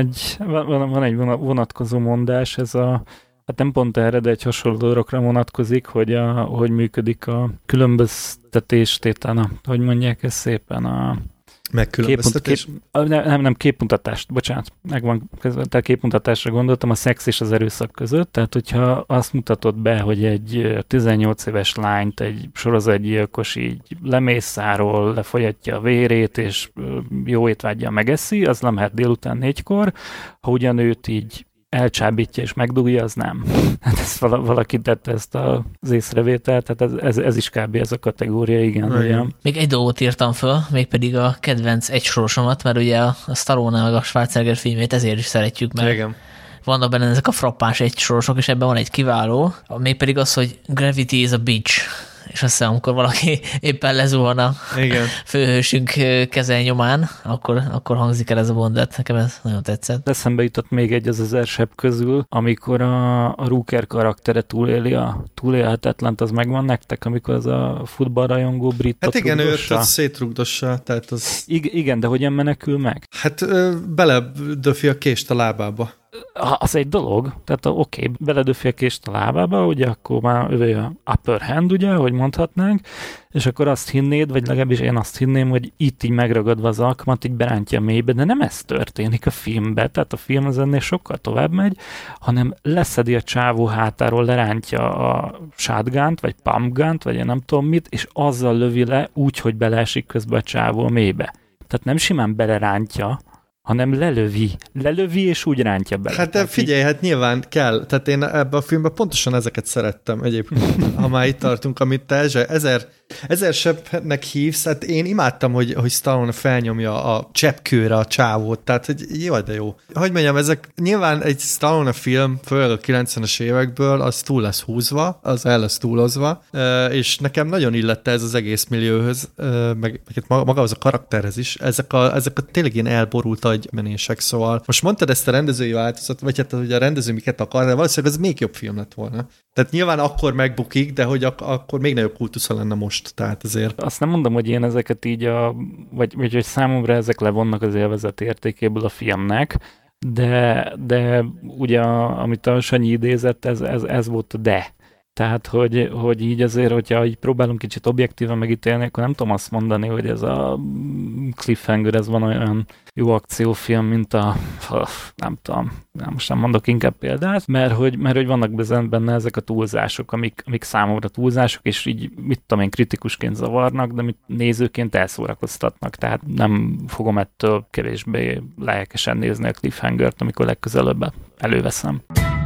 egy vonatkozó mondás, ez hát nem pont erre, de egy hasonló dolgokra vonatkozik, hogy működik a különböztetés tétán, hogy mondják ezt szépen, a megkülönböztetés? Nem képmutatást, bocsánat, megvan, tehát képmutatásra gondoltam a szex és az erőszak között, tehát hogyha azt mutatod be, hogy egy 18 éves lányt egy sorozatgyilkos így lemészárol, lefolyatja a vérét, és jó étvággyal megeszi, az nem lehet délután 4-kor, ha ugyan őt így elcsábítja és megdugja, az nem. Hát ez valaki tette ezt az észrevételt, tehát ez is kb. Ez a kategória, igen. Ugye. Még egy dolgot írtam föl, mégpedig a kedvenc egysorosomat, mert ugye a Stallone meg a Schwarzenegger filmét ezért is szeretjük, mert igen. Vannak benne ezek a frappáns egysorosok, és ebben van egy kiváló, mégpedig az, hogy Gravity is a bitch. És azt hiszem, amikor valaki éppen lezuhan a főhősünk keze nyomán, akkor hangzik el ez a mondat. Nekem ez nagyon tetszett. Eszembe jutott még egy az 1000 sebb közül, amikor a Rooker karaktere túléli a túlélhetetlent, az megvan nektek, amikor az a futballrajongó brit. Hát igen, őt szétrugdossa. Tehát az... Igen, de hogyan menekül meg? Hát beledöfi a kést a lábába. Az egy dolog, tehát oké, beledöfi a kést a lábába, ugye akkor már övé a upper hand, ugye, ahogy mondhatnánk, és akkor azt hinnéd, vagy legalábbis én azt hinném, hogy itt így megragadva az alkalmat, így berántja a mélybe, de nem ez történik a filmben, tehát a film az ennél sokkal tovább megy, hanem leszedi a csávó hátáról, lerántja a shotgunt, vagy pumpgunt, vagy én nem tudom mit, és azzal lövi le úgy, hogy beleesik közben a csávó a mélybe. Tehát nem simán belerántja, hanem lelövi és úgy rántja bele. Hát de figyelj, hát nyilván kell. Tehát én ebben a filmben pontosan ezeket szerettem egyébként, ha már itt tartunk, amit te ezer sebbnek hívsz, hát én imádtam, hogy Stallone felnyomja a cseppkőre a csávót, tehát hogy jó, de jó. Hogy mondjam, ezek nyilván egy Stallone film, főleg a 90-es évekből, az túl lesz húzva, az el lesz túlozva, és nekem nagyon illette ez az egész millióhöz, meg maga az a karakterhez is, ezek a tényleg ilyen elborult agymenések, szóval most mondtad ezt a rendezői változat, vagy hát hogy a rendező miket akar, de valószínűleg az még jobb film lett volna. Tehát nyilván akkor megbukik, de hogy akkor még nagyobb kultusza lenne most, tehát azért. Azt nem mondom, hogy én ezeket így, vagy hogy számomra ezek levonnak az élvezet értékéből a filmnek, de ugye amit a Sanyi idézett, ez volt a de. Tehát, hogy így azért, hogyha így próbálunk kicsit objektíven megítélni, akkor nem tudom azt mondani, hogy ez a Cliffhanger, ez van olyan jó akciófilm, mint nem tudom, most nem mondok inkább példát, mert hogy vannak benne ezek a túlzások, amik számomra túlzások, és így, mit tudom én, kritikusként zavarnak, de nézőként elszórakoztatnak, tehát nem fogom ettől kevésbé lelkesen nézni a Cliffhangert, amikor legközelebb előveszem.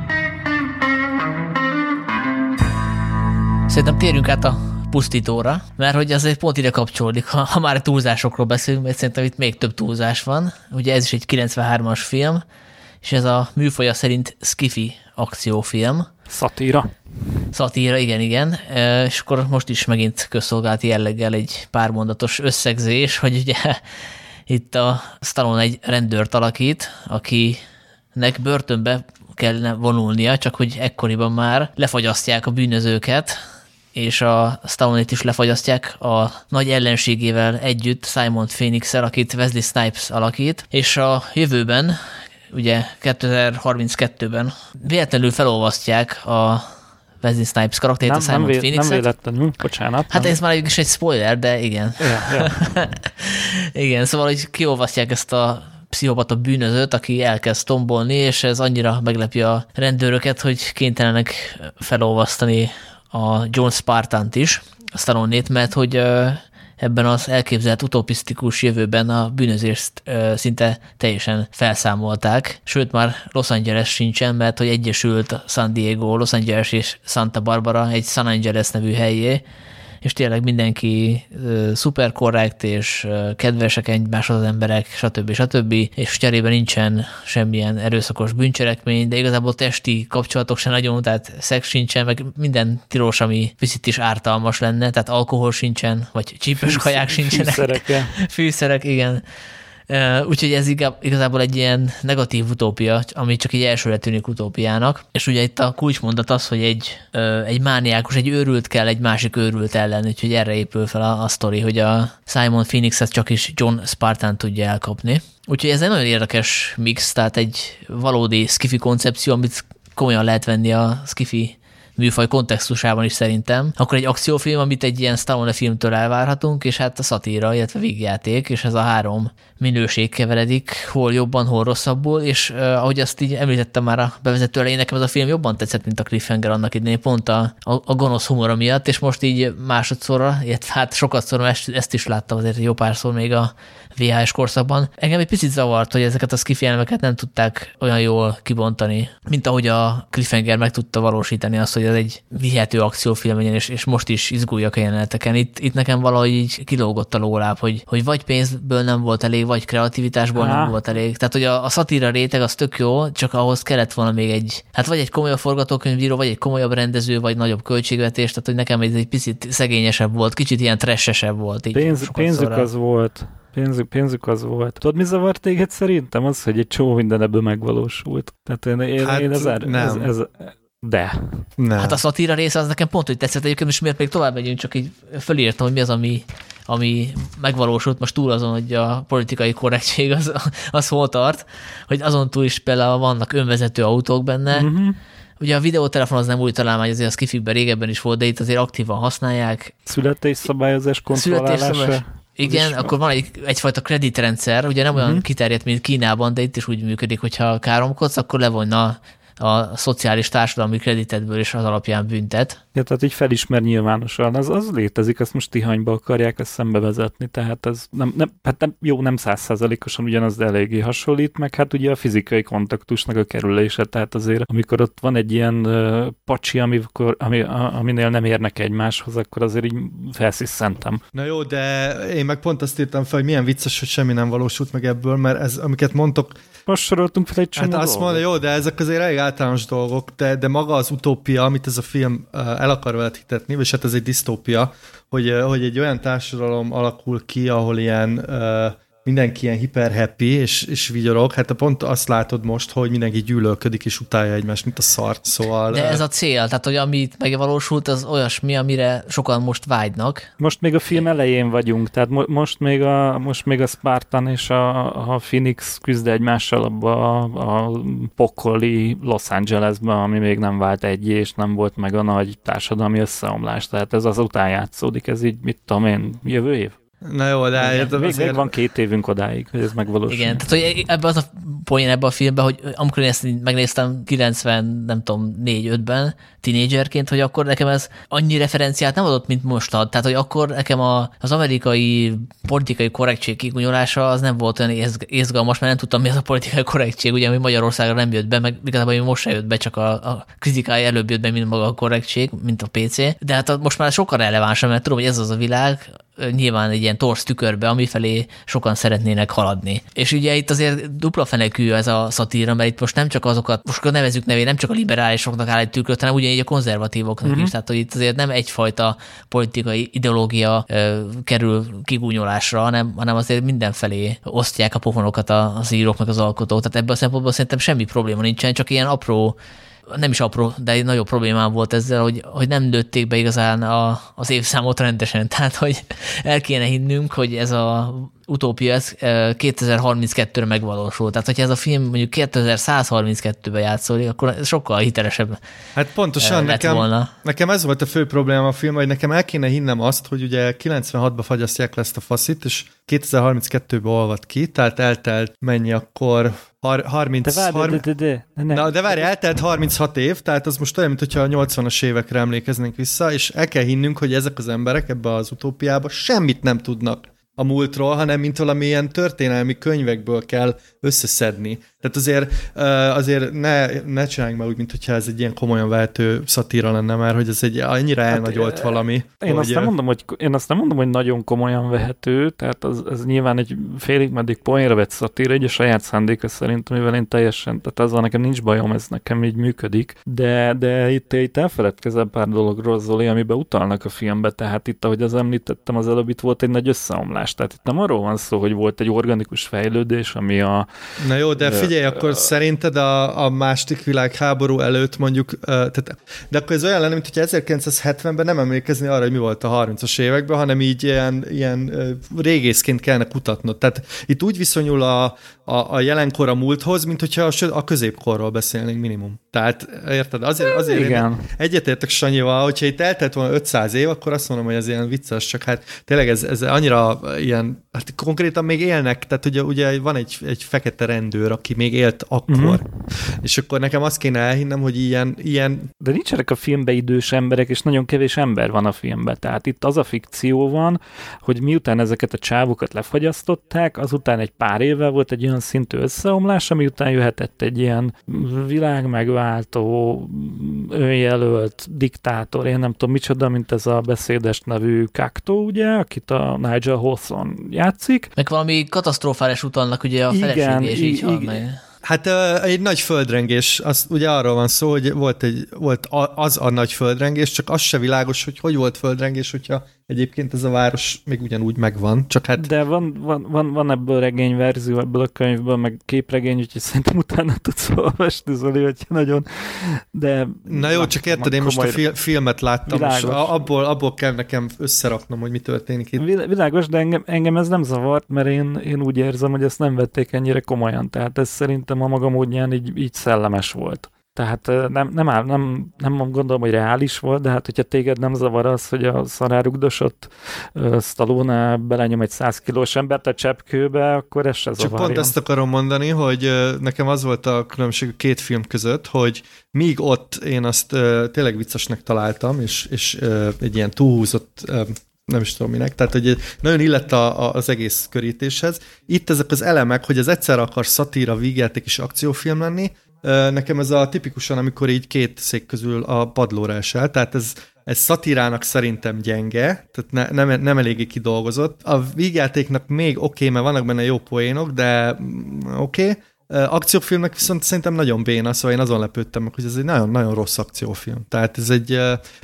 Szerintem térjünk át a pusztítóra, mert hogy azért pont ide kapcsolódik, ha már túlzásokról beszélünk, mert szerintem itt még több túlzás van. Ugye ez is egy 93-as film, és ez a műfaja szerint skifi akciófilm. Szatíra, igen. És akkor most is megint közszolgálati jelleggel egy pár mondatos összegzés, hogy ugye itt a Stallone egy rendőrt alakít, akinek börtönbe kellene vonulnia, csak hogy ekkoriban már lefagyasztják a bűnözőket, és a Stallone-t is lefagyasztják a nagy ellenségével együtt, Simon Phoenix-el, akit Wesley Snipes alakít, és a jövőben, ugye 2032-ben véletlenül felolvasztják a Wesley Snipes karakterét, a Simon Phoenix-et. Nem véletlenül, bocsánat. Hát ez már is egy spoiler, de igen. Ja. Igen, szóval, hogy kiolvasztják ezt a pszichopata bűnözőt, aki elkezd tombolni, és ez annyira meglepi a rendőröket, hogy kénytelenek felolvasztani a John Spartant is, a Stallone-t, mert hogy ebben az elképzelt utopisztikus jövőben a bűnözést szinte teljesen felszámolták, sőt már Los Angeles sincsen, mert hogy egyesült San Diego, Los Angeles és Santa Barbara egy San Angeles nevű helyé, és tényleg mindenki szuper korrekt, és kedvesek egymáshoz az emberek, stb. És cserében nincsen semmilyen erőszakos bűncselekmény, de igazából testi kapcsolatok sem nagyon, tehát szex sincsen, meg minden tilos, ami picit is ártalmas lenne, tehát alkohol sincsen, vagy csípős kaják sincsenek. Fűszerek, igen. Úgyhogy ez igazából egy ilyen negatív utópia, ami csak egy elsőre tűnik utópiának. És ugye itt a kulcsmondat az, hogy egy mániákus, egy őrült kell egy másik őrült ellen, úgyhogy erre épül fel a sztori, hogy a Simon Phoenixet csak is John Spartan tudja elkapni. Úgyhogy ez egy nagyon érdekes mix, tehát egy valódi skifi koncepció, amit komolyan lehet venni a skifi műfaj kontextusában is szerintem. Akkor egy akciófilm, amit egy ilyen Stallone filmtől elvárhatunk, és hát a szatíra, illetve vígjáték, és ez a három minőség keveredik, hol jobban, hol rosszabbul, és ahogy azt így említettem már a bevezető elején, nekem ez a film jobban tetszett, mint a Cliffhanger annak idején, pont a gonosz humora miatt, és most így másodszorra, illetve hát sokatszor ezt is láttam azért jó párszor még a VHS korszakban. Engem egy picit zavart, hogy ezeket a skifi elemeket nem tudták olyan jól kibontani, mint ahogy a Cliffhanger meg tudta valósítani azt, hogy ez egy vihető akciófilm, és most is izguljak a jeleneteken. Itt nekem valahogy így kilógott a lóláb, hogy vagy pénzből nem volt elég, vagy kreativitásból nem volt elég. Tehát, hogy a szatíra réteg az tök jó, csak ahhoz kellett volna még vagy egy komolyabb forgatókönyvíró, vagy egy komolyabb rendező, vagy nagyobb költségvetés, tehát hogy nekem ez egy picit szegényesebb volt, kicsit ilyen trashesebb volt. Így pénzük az volt. Pénzük az volt. Tudod, mi zavart téged szerintem? Az, hogy egy csomó minden ebből megvalósult. Tehát Nem. Hát a szatíra része az nekem pont, hogy tetszett egyébként, és miért még tovább megyünk, csak így fölírtam, hogy mi az, ami megvalósult most túl azon, hogy a politikai korrektség az hol tart, hogy azon túl is például vannak önvezető autók benne. Ugye a videótelefon az nem új találmány, azért a skifikben régebben is volt, de itt azért aktívan használják. Születésszabályozás kontrollálása. Igen, akkor van egyfajta kreditrendszer, ugye nem olyan kiterjedt, mint Kínában, de itt is úgy működik, hogyha káromkodsz, akkor levonna a szociális társadalmi kreditedből is az alapján büntet. Ja, tehát így felismer nyilvánosan, az létezik, ezt most Tihanyba akarják ezt szembevezetni, tehát ez nem 100%-osan ugyanaz, de eléggé hasonlít, meg hát ugye a fizikai kontaktusnak a kerülése, tehát azért amikor ott van egy ilyen pacsi, aminél nem érnek egymáshoz, akkor azért így felszisszentem. Na jó, de én meg pont azt írtam fel, hogy milyen vicces, hogy semmi nem valósult meg ebből, mert ez, amiket mondtok, most soroltunk fel egy csomó hát azt mondja, jó, de ezek azért elég általános dolgok, de maga az utópia, amit ez a film el akar veled hitetni, és hát ez egy disztópia, hogy egy olyan társadalom alakul ki, ahol ilyen mindenki ilyen hiper-happy és vigyorog, hát pont azt látod most, hogy mindenki gyűlölködik és utálja egymást, mint a szart, szóval... De ez a cél, tehát hogy amit megvalósult, az olyasmi, amire sokan most vágynak. Most még a film elején vagyunk, tehát most még a Spartan és a Phoenix küzd egymással abba a pokoli Los Angelesben, ami még nem vált egyé, és nem volt meg a nagy társadalmi összeomlás, tehát ez az után játszódik, ez így, mit tudom én, jövő év? Na jó, de még van 2 évünk odáig, hogy ez megvalósul. Igen, tehát hogy ebben az a poén ebben a filmben, hogy amikor én ezt megnéztem 94-5-ben tínédzserként, hogy akkor nekem ez annyi referenciát nem adott, mint most ad. Tehát, hogy akkor nekem az amerikai politikai korrektség kigunyolása az nem volt olyan izgalmas, mert nem tudtam, mi az a politikai korrektség, ugye, ami Magyarországra nem jött be, meg igazából ami most se jött be, csak a kritikája előbb jött be, mint maga a korrektség, mint a PC. De hát most már sokkal relevánsabb, mert tudom, hogy ez az a világ, nyilván egy ilyen torz tükörbe, amifelé sokan szeretnének haladni. És ugye itt azért dupla fenekű ez a szatíra, mert itt most nem csak azokat, most nevezzük nevén, nem csak a liberálisoknak áll egy tükröt, hanem ugyanígy a konzervatívoknak is. Tehát, hogy itt azért nem egyfajta politikai ideológia kerül kigúnyolásra, hanem azért mindenfelé osztják a pofonokat az írók meg az alkotók. Tehát ebből a szempontból szerintem semmi probléma nincsen, csak ilyen apró, nem is apró, de egy nagyobb problémám volt ezzel, hogy nem lőtték be igazán az évszámot rendesen. Tehát, hogy el kéne hinnünk, hogy ez a utópia ez 2032-re megvalósul. Tehát, hogyha ez a film mondjuk 2132-ben játszódik, akkor sokkal hitelesebb. Hát pontosan nekem ez volt a fő probléma a film, hogy nekem el kéne hinnem azt, hogy ugye 96-ban fagyasztják le ezt a faszit, és 2032-ben olvad ki, tehát eltelt mennyi akkor 30... De várj, eltelt 36 év, tehát az most olyan, mintha a 80-as évekre emlékeznénk vissza, és el kell hinnünk, hogy ezek az emberek ebbe az utópiába semmit nem tudnak a múltról, hanem mint valamilyen történelmi könyvekből kell összeszedni. Tehát azért ne csináljunk már úgy, mintha ez egy ilyen komolyan vehető szatíra lenne már, hogy ez egy annyira elnagyolt valami. Én azt nem mondom, hogy nagyon komolyan vehető, tehát ez nyilván egy félig meddig poénra vett szatíra, egy a saját szándéka szerint, amivel én teljesen, tehát azzal nekem nincs bajom, ez nekem így működik, de itt elfeledkezel pár dologról, Zoli, amiben utalnak a filmbe, tehát itt, ahogy az említettem, az előbb itt volt egy nagy összeomlás. összeomlás. Tehát itt nem arról van szó, hogy volt egy organikus fejlődés, ami a... Na jó, de figyelj, akkor szerinted a második világháború előtt mondjuk, de akkor ez olyan lenne, mint hogy 1970-ben nem emlékezni arra, hogy mi volt a 30-as években, hanem így ilyen régészként kellene kutatnod. Tehát itt úgy viszonyul a jelenkor a múlthoz, mint hogyha a középkorról beszélnénk minimum. Tehát érted? Azért igen. Egyetértek Sanyival, hogyha itt eltelt volna 500 év, akkor azt mondom, hogy ez ilyen vicces, csak hát tényleg ez annyira ilyen, hát konkrétan még élnek, tehát ugye van egy fekete rendőr, aki még élt akkor, és akkor nekem azt kéne elhinnem, hogy ilyen... De nincsenek a filmben idős emberek, és nagyon kevés ember van a filmben, tehát itt az a fikció van, hogy miután ezeket a csávokat lefagyasztották, azután egy pár évvel volt egy olyan szintű összeomlás, ami után jöhetett egy ilyen világmegváltó, önjelölt diktátor, én nem tudom micsoda, mint ez a beszédes nevű Cocteau, ugye, akit a Nigel Hawthorne játszik. Meg valami katasztrofális utalnak ugye a feleségés, így hal meg. Hát egy nagy földrengés, ugye arról van szó, hogy volt az a nagy földrengés, csak az se világos, hogy volt földrengés, hogyha egyébként ez a város még ugyanúgy megvan, csak hát... De van ebből regényverzió, ebből a könyvből, meg képregény, úgyhogy szerintem utána tudsz olvasni, Zoli, hogyha nagyon... De... Na jó, csak érted, én most a filmet láttam, és abból kell nekem összeraknom, hogy mi történik itt. Világos, de engem ez nem zavart, mert én úgy érzem, hogy ezt nem vették ennyire komolyan, tehát ez szerintem a maga módján így szellemes volt. Tehát nem gondolom, hogy reális volt, de hát hogyha téged nem zavar az, hogy a szarárugdosott Stallone belenyom egy 100 kilós embert a cseppkőbe, akkor ez se zavarjon. Csak pont ezt akarom mondani, hogy nekem az volt a különbség a két film között, hogy míg ott én azt tényleg viccesnek találtam, és egy ilyen túlhúzott nem is tudom minek, tehát hogy nagyon illett az egész körítéshez. Itt ezek az elemek, hogy ez egyszerre akar szatíra, vígjáték és akciófilm lenni, nekem ez a tipikusan, amikor így két szék közül a padlóra esel, tehát ez szatírának szerintem gyenge, tehát nem eléggé kidolgozott. A vígjátéknak még oké, mert vannak benne jó poénok, de oké. Akciófilmnek viszont szerintem nagyon béna, szóval én azon lepődtem meg, hogy ez egy nagyon-nagyon rossz akciófilm. Tehát ez egy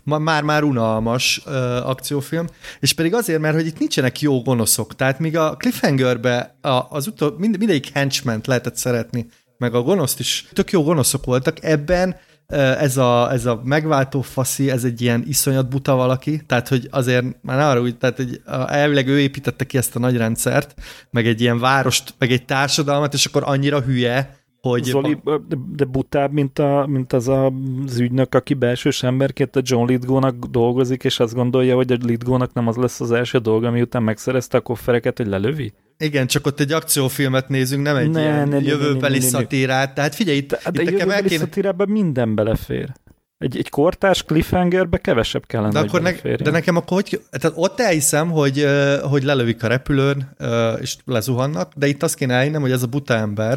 már unalmas akciófilm, és pedig azért, mert hogy itt nincsenek jó gonoszok. Tehát míg a Cliffhangerbe mindegyik henchment lehetett szeretni, meg a gonoszt is tök jó gonoszok voltak, ebben ez a megváltó faszi, ez egy ilyen iszonyat buta valaki, tehát hogy azért már arra úgy, tehát hogy elvileg ő építette ki ezt a nagy rendszert, meg egy ilyen várost, meg egy társadalmat, és akkor annyira hülye, hogy... Zoli, de butább, mint az ügynök, aki belsős emberként a John Lithgow-nak dolgozik, és azt gondolja, hogy a Lithgow-nak nem az lesz az első dolga, miután megszerezte a koffereket, hogy lelövi? Igen, csak ott egy akciófilmet nézünk, nem egy jövőbeli szatírát. Tehát figyelj, itt jövőbeli szatírában minden belefér. Egy kortárs cliffhangerbe kevesebb kellene, hogy beleférjen. De nekem akkor tehát ott elhiszem, hogy lelövik a repülőn, és lezuhannak, de itt azt kéne elhinnem, hogy ez a buta ember,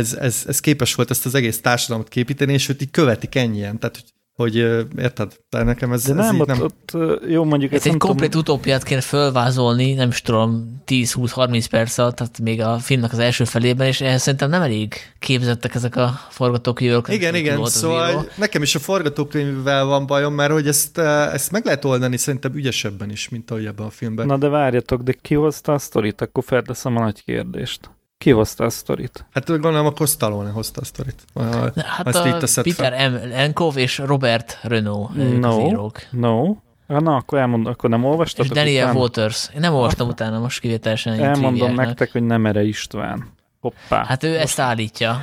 ez képes volt ezt az egész társadalmat képíteni, és őt így követik ennyien. Tehát, hogy érted? De nekem ez nem, ott jó, mondjuk... Ez egy komplet utópiát kéne fölvázolni, nem is tudom, 10-20-30 perc alatt, tehát még a filmnek az első felében, és ehhez szerintem nem elég képzettek ezek a forgatókönyvek. Igen, szóval nekem is a forgatókönyvvel van bajom, mert hogy ezt meg lehet oldani szerintem ügyesebben is, mint ahogy ebben a filmben. Na de várjatok, de ki hozta a sztorit? Akkor felteszem a nagy kérdést. Ki hozta a sztorit? Hát gondolom, akkor Stallone hozta a sztorit. Hát a Peter M. Lenkov és Robert Renault az írók. Na, akkor nem olvastatok? És Daniel Waters. Én nem olvastam utána, most kivételesen. Elmondom nektek, hogy Nemere István. Hoppá. Hát ő ezt állítja.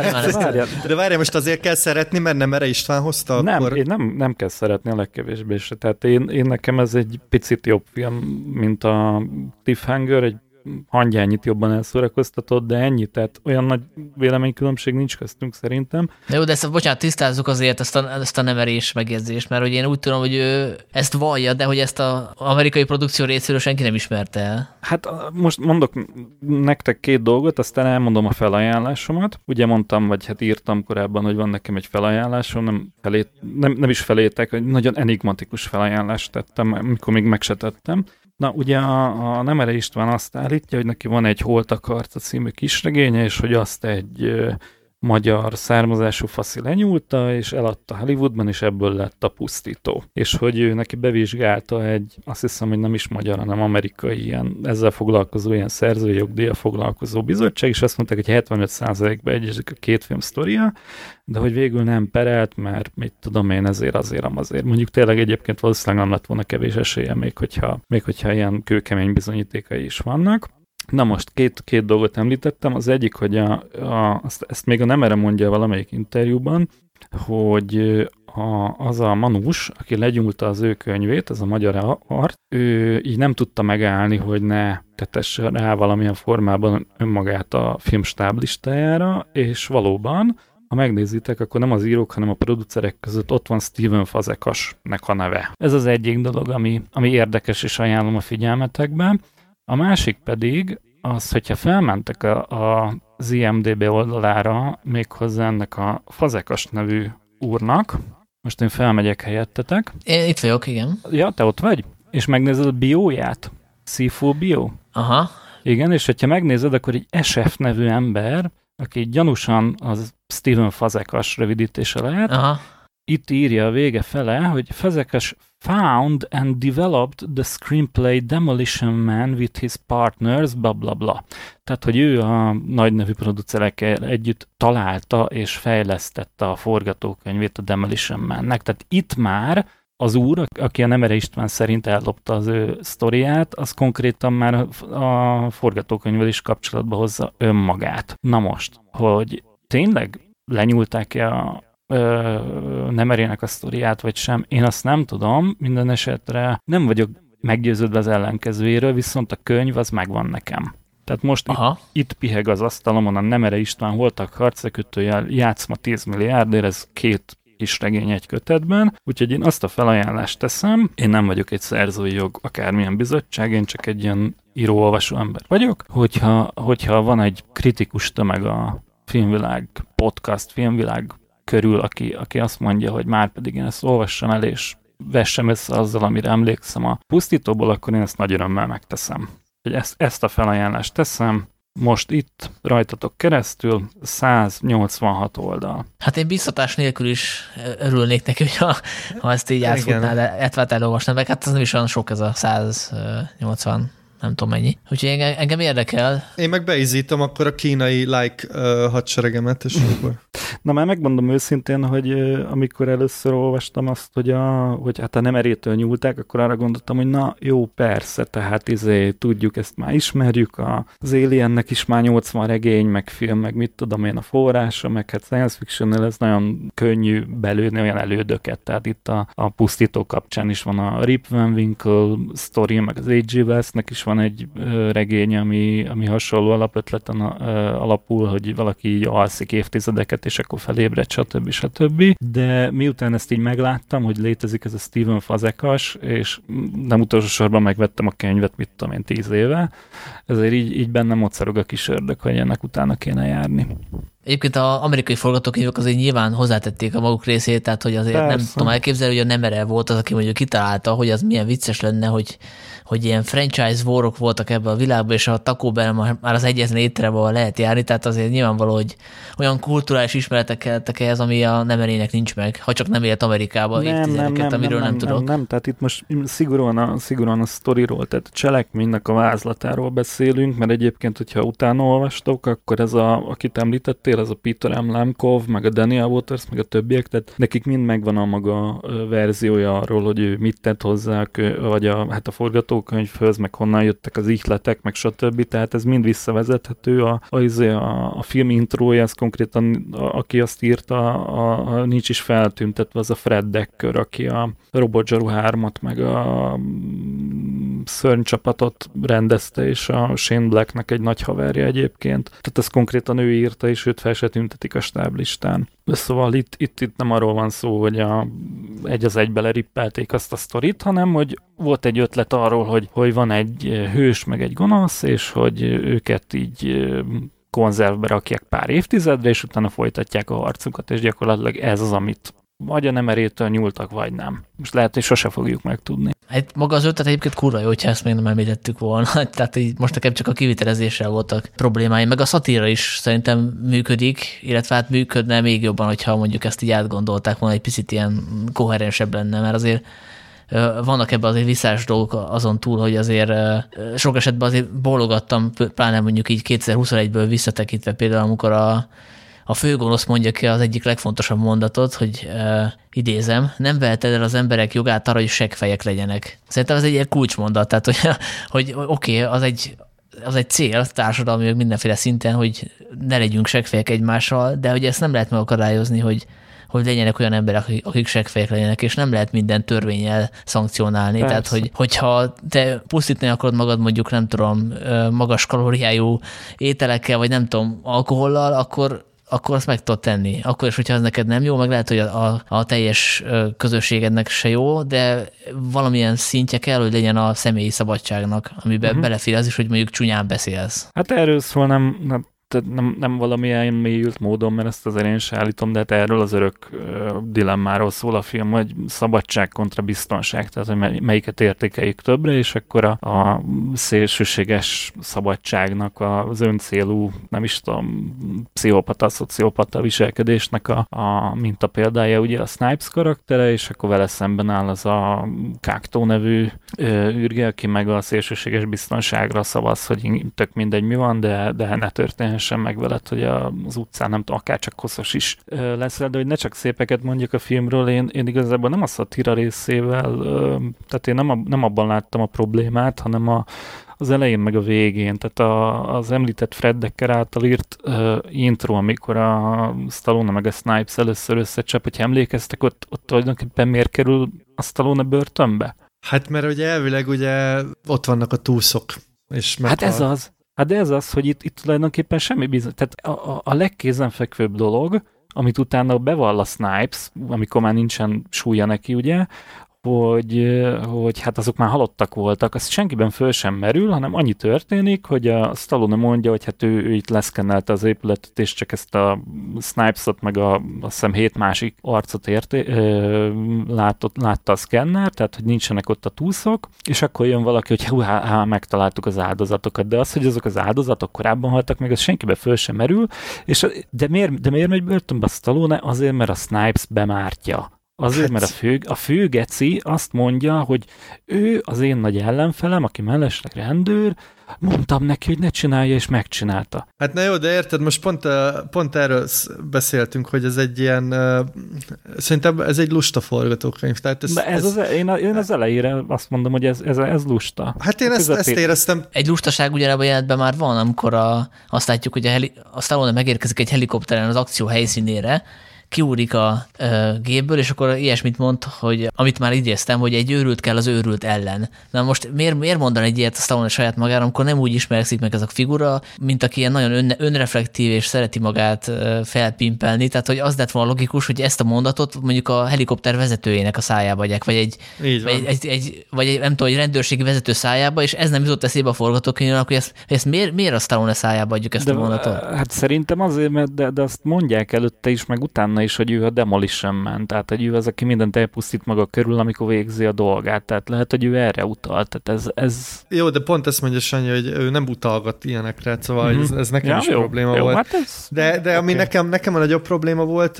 De várjál, most azért kell szeretni, mert Nemere István hozta akkor... Nem kell szeretni a legkevésbé se. Tehát én nekem ez egy picit jobb film, mint a Cliffhanger, egy hangyányit jobban elszórakoztatott, de ennyi, tehát olyan nagy véleménykülönbség nincs köztünk szerintem. De jó, de bocsánat, tisztázzuk azért ezt a nemerés megjegyzést, mert hogy én úgy tudom, hogy ő ezt vallja, de hogy ezt az amerikai produkció részéről senki nem ismerte el. Hát most mondok nektek két dolgot, aztán elmondom a felajánlásomat. Ugye mondtam, vagy hát írtam korábban, hogy van nekem egy felajánlásom, nem is felétek, egy nagyon enigmatikus felajánlást tettem, amikor még meg se tettem. Na, ugye a Nemere István azt állítja, hogy neki van egy Holtak harca című kisregénye, és hogy azt egy magyar származású faszi lenyúlta, és eladta Hollywoodban, és ebből lett a Pusztító. És hogy ő neki bevizsgálta azt hiszem, hogy nem is magyar, hanem amerikai ilyen, ezzel foglalkozó, ilyen szerzői jogdíjjal foglalkozó bizottság, és azt mondták, hogy 75%-ba egyezik a két film sztoria, de hogy végül nem perelt, mert mit tudom én, azért. Mondjuk tényleg egyébként valószínűleg nem lett volna kevés esélye, még hogyha ilyen kőkemény bizonyítékai is vannak. Na most két dolgot említettem. Az egyik, hogy ezt még a Nemere mondja valamelyik interjúban, hogy az a Manus, aki legyúlta az ő könyvét, ez a magyar arc, ő így nem tudta megállni, hogy ne tetesse rá valamilyen formában önmagát a filmstáb listájára, és valóban, ha megnézitek, akkor nem az írók, hanem a producerek között ott van Steven Fazekasnek a neve. Ez az egyik dolog, ami érdekes, és ajánlom a figyelmetekbe. A másik pedig az, hogyha felmentek az IMDb oldalára, méghozzá ennek a Fazekas nevű úrnak, most én felmegyek helyettetek. Én itt vagyok, igen. Ja, te ott vagy? És megnézed a bióját? Sifu bio? Aha. Igen, és hogyha megnézed, akkor egy SF nevű ember, aki gyanúsan az Steven Fazekas rövidítése lehet, Aha. Itt írja a vége fele, hogy Fazekas found and developed the screenplay Demolition Man with his partners, bla bla bla. Tehát, hogy ő a nagy nevű producerekkel együtt találta és fejlesztette a forgatókönyvét a Demolition Man-nek. Tehát itt már az úr, aki a Nemere István szerint ellopta az ő sztoriát, az konkrétan már a forgatókönyvvel is kapcsolatba hozza önmagát. Na most, hogy tényleg lenyúlták-e a Nemerének a sztoriát, vagy sem, én azt nem tudom, minden esetre nem vagyok meggyőződve az ellenkezőjéről, viszont a könyv az megvan nekem. Tehát most itt piheg az asztalomon a Nemere István Holtak harcakötőjel játszma 10 milliárdért, ez 2 kis regény egy kötetben, úgyhogy én azt a felajánlást teszem, én nem vagyok egy szerzői jog akármilyen bizottság, én csak egy ilyen író-olvasó ember vagyok, hogyha van egy kritikus tömeg a filmvilág, podcast filmvilág körül, aki azt mondja, hogy már pedig én ezt olvassam el, és vessem össze azzal, amire emlékszem a Pusztítóból, akkor én ezt nagy örömmel megteszem. Ezt a felajánlást teszem, most itt rajtatok keresztül 186 oldal. Hát én biztatás nélkül is örülnék neki, ha ezt így átfutnád, elolvasnád meg. Hát ez nem is olyan sok, ez a 180, nem tudom mennyi. Úgyhogy engem érdekel. Én meg beizítom akkor a kínai hadseregemet, és akkor... Na már megmondom őszintén, hogy amikor először olvastam azt, hogy hát a Nemerétől nyúlták, akkor arra gondoltam, hogy na jó, persze, tehát tudjuk, ezt már ismerjük, az Aliennek is már 80 regény, meg film, meg mit tudom én, a forrása, meg hát science fictionnel ez nagyon könnyű belőni olyan elődöket, tehát itt a Pusztító kapcsán is van a Rip Van Winkle sztori, meg az H.G. Wellsnek is van egy regény, ami hasonló alapötleten alapul, hogy valaki így alszik évtizedeket, és akkor felébred, stb. De miután ezt így megláttam, hogy létezik ez a Steven Fazekas, és nem utolsó sorban megvettem a könyvet, mit tudom én, 10 éve, ezért így bennem mocorog a kis ördög, hogy ennek utána kéne járni. Egyébként az amerikai forgatókönyvek azért nyilván hozzátették a maguk részét, tehát hogy azért persze. Nem tudom elképzelni, hogy a Nemere volt az, aki mondjuk kitalálta, hogy az milyen vicces lenne, hogy ilyen franchise warok voltak ebben a világban, és a Taco Bell már az egyetlen étteremben lehet járni, tehát azért nyilvánvaló, hogy olyan kulturális ismeretek kellettek ehhez, ami a Nemerének nincs meg, ha csak nem élt Amerikában évtizedeket, amiről nem tudok. Nem, tehát itt most szigorúan a sztoriról, tehát a cselekménynek a vázlatáról beszélünk, mert egyébként, hogyha utána olvastok, akkor ez akit említettél, ez a Peter M. Lemkov, meg a Daniel Waters, meg a többiek, tehát nekik mind megvan a maga verziója arról, hogy ő mit tett hozzá, vagy a forgatókönyvhöz, meg honnan jöttek az ihletek, meg stb. Tehát ez mind visszavezethető. A film intrója, ez konkrétan, aki azt írta, nincs is feltüntetve, az a Fred Dekker, aki a Robot Zsaru 3-at, meg a Szörnycsapatot rendezte, és a Shane Blacknek egy nagy haverja egyébként. Tehát ez konkrétan ő írta, és őt fel se tüntetik a stáblistán. Szóval itt nem arról van szó, hogy egy az egybe lerippelték azt a sztorit, hanem hogy volt egy ötlet arról, hogy van egy hős, meg egy gonosz, és hogy őket így konzervbe rakják pár évtizedre, és utána folytatják a harcukat, és gyakorlatilag ez az, amit vagy a nem erétől nyúltak, vagy nem. Most lehet, hogy sose fogjuk megtudni. Hát maga az ötlet egyébként kurva jó, hogyha ezt még nem említettük volna. Tehát így most nekem csak a kivitelezéssel voltak problémáim, meg a szatíra is szerintem működik, illetve hát működne még jobban, hogyha mondjuk ezt így átgondolták volna, egy picit ilyen koherensebb lenne, mert azért vannak ebben azért visszás dolgok azon túl, hogy azért sok esetben azért bólogattam, pláne mondjuk így 2021-ből visszatekintve például, amikor a főgonosz mondja ki az egyik legfontosabb mondatot, hogy idézem, nem veheted el az emberek jogát arra, hogy seggfejek legyenek. Szerintem ez egy ilyen kulcsmondat, tehát hogy oké, az egy cél társadalmi, mindenféle szinten, hogy ne legyünk seggfejek egymással, de hogy ezt nem lehet megakadályozni, hogy legyenek olyan emberek, akik seggfejek legyenek, és nem lehet minden törvénnyel szankcionálni. Persze. Tehát, hogyha te pusztítani akarod magad mondjuk, nem tudom, magas kalóriájú ételekkel, vagy nem tudom, alkohollal, akkor azt meg tudod tenni. Akkor is, hogyha ez neked nem jó, meg lehet, hogy a teljes közösségednek se jó, de valamilyen szintje kell, hogy legyen a személyi szabadságnak, amiben belefér az is, hogy mondjuk csúnyán beszélsz. Hát erről szól nem valamilyen mélyült módon, mert ezt azért én sem állítom, de hát erről az örök dilemmáról szól a film, hogy szabadság kontra biztonság, tehát hogy melyiket értékeljük többre, és akkor a szélsőséges szabadságnak, az öncélú, nem is tudom, pszichopata, szociopata viselkedésnek a mintapéldája ugye a Snipes karaktere, és akkor vele szemben áll az a Cocteau nevű űrge, aki meg a szélsőséges biztonságra szavaz, hogy tök mindegy mi van, de ne történjen sem meg veled, hogy az utcán nem tudom, akár csak koszos is lesz vele, de hogy ne csak szépeket mondjuk a filmről, én igazából nem a szatira részével, tehát én nem abban láttam a problémát, hanem az elején meg a végén, tehát az említett Fred Dekker által írt intro, amikor a Stallone meg a Snipes először összecsap, hogyha emlékeztek, ott tulajdonképpen miért kerül a Stallone börtönbe? Hát mert ugye elvileg ugye ott vannak a túszok. És hát ez az. Hát de ez az, hogy itt tulajdonképpen semmi bizony. Tehát a legkézenfekvőbb dolog, amit utána bevall a Snipes, amikor már nincsen súlya neki, ugye, hogy hát azok már halottak voltak, az senkiben föl sem merül, hanem annyi történik, hogy a Stallone mondja, hogy hát ő itt leszkennelte az épületet, és csak ezt a Snipes-ot, meg azt hiszem 7 másik arcot látta a szkenner, tehát hogy nincsenek ott a túszok, és akkor jön valaki, hogy megtaláltuk az áldozatokat, de az, hogy azok az áldozatok korábban haltak meg, az senkiben föl sem merül, de miért megy börtönbe a Stallone? Azért, mert a Snipes bemártja. Azért, mert a fő geci azt mondja, hogy ő az én nagy ellenfelem, aki mellesleg rendőr, mondtam neki, hogy ne csinálja, és megcsinálta. Hát na jó, de érted, most pont erről beszéltünk, hogy ez egy ilyen, szerintem ez egy lusta forgatókönyv. Tehát én az elejére azt mondom, hogy ez lusta. Hát én ezt éreztem. Egy lustaság ugyanebben a jelentben már van, amikor azt látjuk, hogy a Stallone megérkezik egy helikopteren az akció helyszínére, kiúrik a gépből, és akkor ilyesmit mond, hogy amit már idéztem, hogy egy őrült kell az őrült ellen. Na most miért mondani egy ilyet a Stallone saját magára, amikor nem úgy ismerszik meg ez a figura, mint aki ilyen nagyon önreflektív és szereti magát felpimpelni, tehát hogy az lett volna logikus, hogy ezt a mondatot mondjuk a helikopter vezetőjének a szájába adják, vagy egy nem tudom, egy rendőrségi vezető szájába, és ez nem jutott eszébe a forgatókönyvön, akkor ezt miért a Stallone szájába adjuk ezt a mondatot? Hát szerintem azért, mert de azt mondják előtte is, meg utána is, hogy ő a Demolition Man, tehát hogy ő az, aki mindent elpusztít maga körül, amikor végzi a dolgát, tehát lehet, hogy ő erre utal, tehát ez... Jó, de pont ezt mondja Sanyi, hogy ő nem utalgat ilyenekre, szóval ez nekem is probléma volt. Hát de ami nekem a nagyobb probléma volt,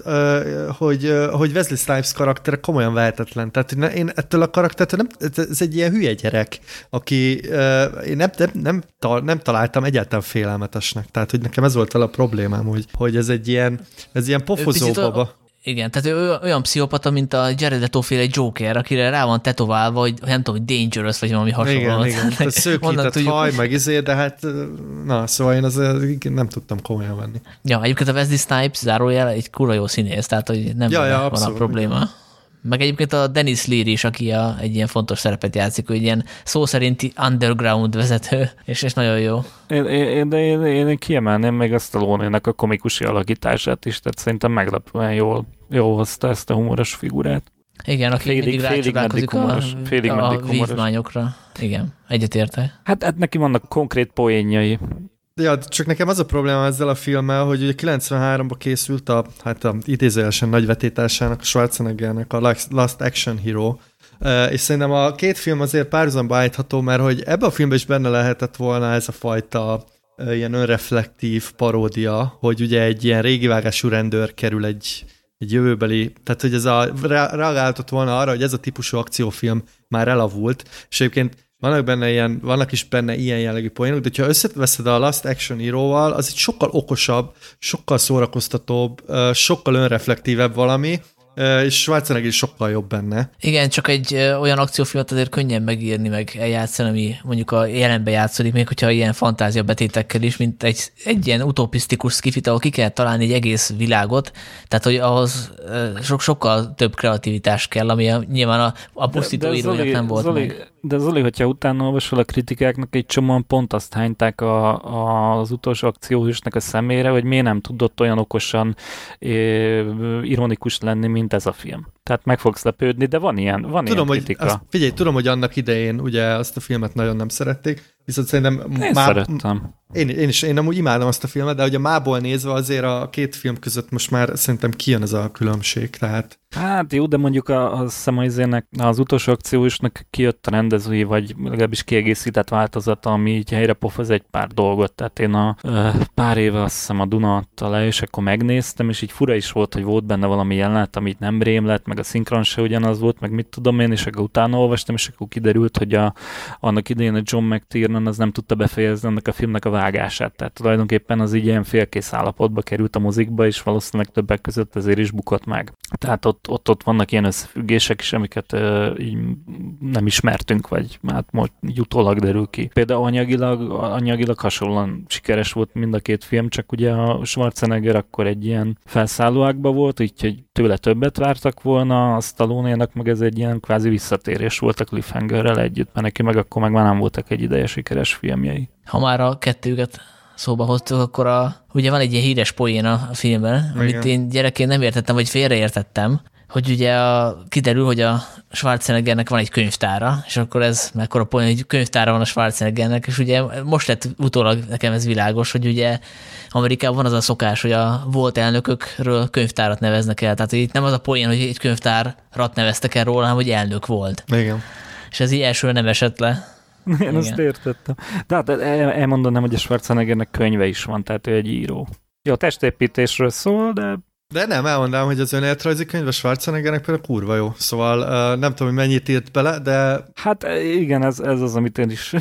hogy Wesley Snipes karaktere komolyan vehetetlen, tehát én ettől a karaktertől ez egy ilyen hülye gyerek, aki én nem találtam egyáltalán félelmetesnek, tehát hogy nekem ez volt a problémám, hogy ez ilyen pofozó baba. Igen, tehát ő olyan pszichopata, mint a Jared Leto-féle Joker, akire rá van tetoválva, hogy nem tudom, hogy dangerous, vagy valami hasonló. Igen, tehát szőkített haj, meg de hát szóval én nem tudtam komolyan venni. Ja, egyébként a Wesley Snipes zárójel egy kurva jó színész, tehát hogy nem van a probléma. Igen. Meg egyébként a Dennis Leary is, aki egy ilyen fontos szerepet játszik, hogy ilyen szó szerinti underground vezető, és nagyon jó. Én kiemelném meg a Stallone-nek a komikusi alakítását is, tehát szerintem meglepően jól hozta ezt a humoros figurát. Igen, aki mindig rácsodálkozik a vívmányokra. Igen, egyetértek. Hát neki vannak konkrét poénjai. Ja, csak nekem az a probléma ezzel a filmmel, hogy ugye 93-ban készült a idézőjelesen nagyvetításának, a Schwarzeneggernek a Last Action Hero, és szerintem a két film azért párhuzamba állítható, mert hogy ebben a filmben is benne lehetett volna ez a fajta ilyen önreflektív paródia, hogy ugye egy ilyen régi vágású rendőr kerül egy jövőbeli, tehát hogy ez reagáltott volna arra, hogy ez a típusú akciófilm már elavult, és egyébként vannak is benne ilyen jellegű poénok, de ha összeveszed a Last Action Hero-val, az egy sokkal okosabb, sokkal szórakoztatóbb, sokkal önreflektívebb valami, és Schwarzenegger is sokkal jobb benne. Igen, csak egy olyan akciófilmet azért könnyen megírni, meg eljátszani, ami mondjuk a jelenben játszódik, még hogyha ilyen fantázia betétekkel is, mint egy ilyen utopisztikus skifit, ahol ki kell találni egy egész világot, tehát hogy ahhoz sokkal több kreativitás kell, ami nyilván a pusztító írónak nem volt Zoli, meg. De Zoli, hogyha utána olvasol a kritikáknak, egy csomóan pont azt hányták az utolsó akcióhősnek a szemére, hogy miért nem tudott olyan okosan ironikus lenni, mint ez a film. Tehát meg fogsz lepődni, de van ilyen kritika. Figyelj, tudom, hogy annak idején ugye azt a filmet nagyon nem szerették, viszont szerintem szerettem. Én amúgy imádom azt a filmet, de ugye mából nézve azért a két film között most már szerintem kijön ez a különbség, tehát... Hát jó, de mondjuk az utolsó akciósnak kijött a rendezői, vagy legalábbis kiegészített változata, ami így helyre pofoz egy pár dolgot. Tehát én a pár éve azt hiszem a Duna adta le, és akkor megnéztem, és így fura is volt, hogy volt benne valami jelenet, amit nem rém lett, meg a szinkron se ugyanaz volt, meg mit tudom én, és akkor utána olvastam, és akkor kiderült, hogy annak idején a John McTiernan az nem tudta befejezni annak a filmnek a vágását. Tehát tulajdonképpen az így ilyen félkész állapotba került a mozikba, és valószínűleg többek között ezért is bukott meg. Tehát ott vannak ilyen összefüggések is, amiket így nem ismertünk, vagy hát most így utólag derül ki. Például anyagilag hasonlóan sikeres volt mind a két film, csak ugye a Schwarzenegger akkor egy ilyen felszállóákban volt, úgyhogy tőle többet vártak volna, a Stallone-nak meg ez egy ilyen kvázi visszatérés volt a Cliffhangerrel együtt, mert neki meg akkor meg már nem voltak egy ideje sikeres filmjei. Ha már a kettőket szóba hoztuk, akkor ugye van egy ilyen híres poén a filmben, amit én gyerekként nem értettem, vagy félreértettem, hogy ugye kiderül, hogy a Schwarzeneggernek van egy könyvtára, és akkor ez mekkora poén, hogy könyvtára van a Schwarzeneggernek, és ugye most lett utólag nekem ez világos, hogy ugye Amerikában van az a szokás, hogy a volt elnökökről könyvtárat neveznek el, tehát itt nem az a poén, hogy egy könyvtárat neveztek el róla, hanem hogy elnök volt. Igen. És ez így elsőre nem esett le. Én azt értettem. De hát elmondanám, hogy a Schwarzeneggernek könyve is van, tehát ő egy író. Jó, testépítésről szól, de nem, elmondanám, hogy az önéletrajzi könyv a Schwarzeneggernek például kurva jó. Szóval nem tudom, hogy mennyit írt bele, de... Hát igen, ez az, amit én is...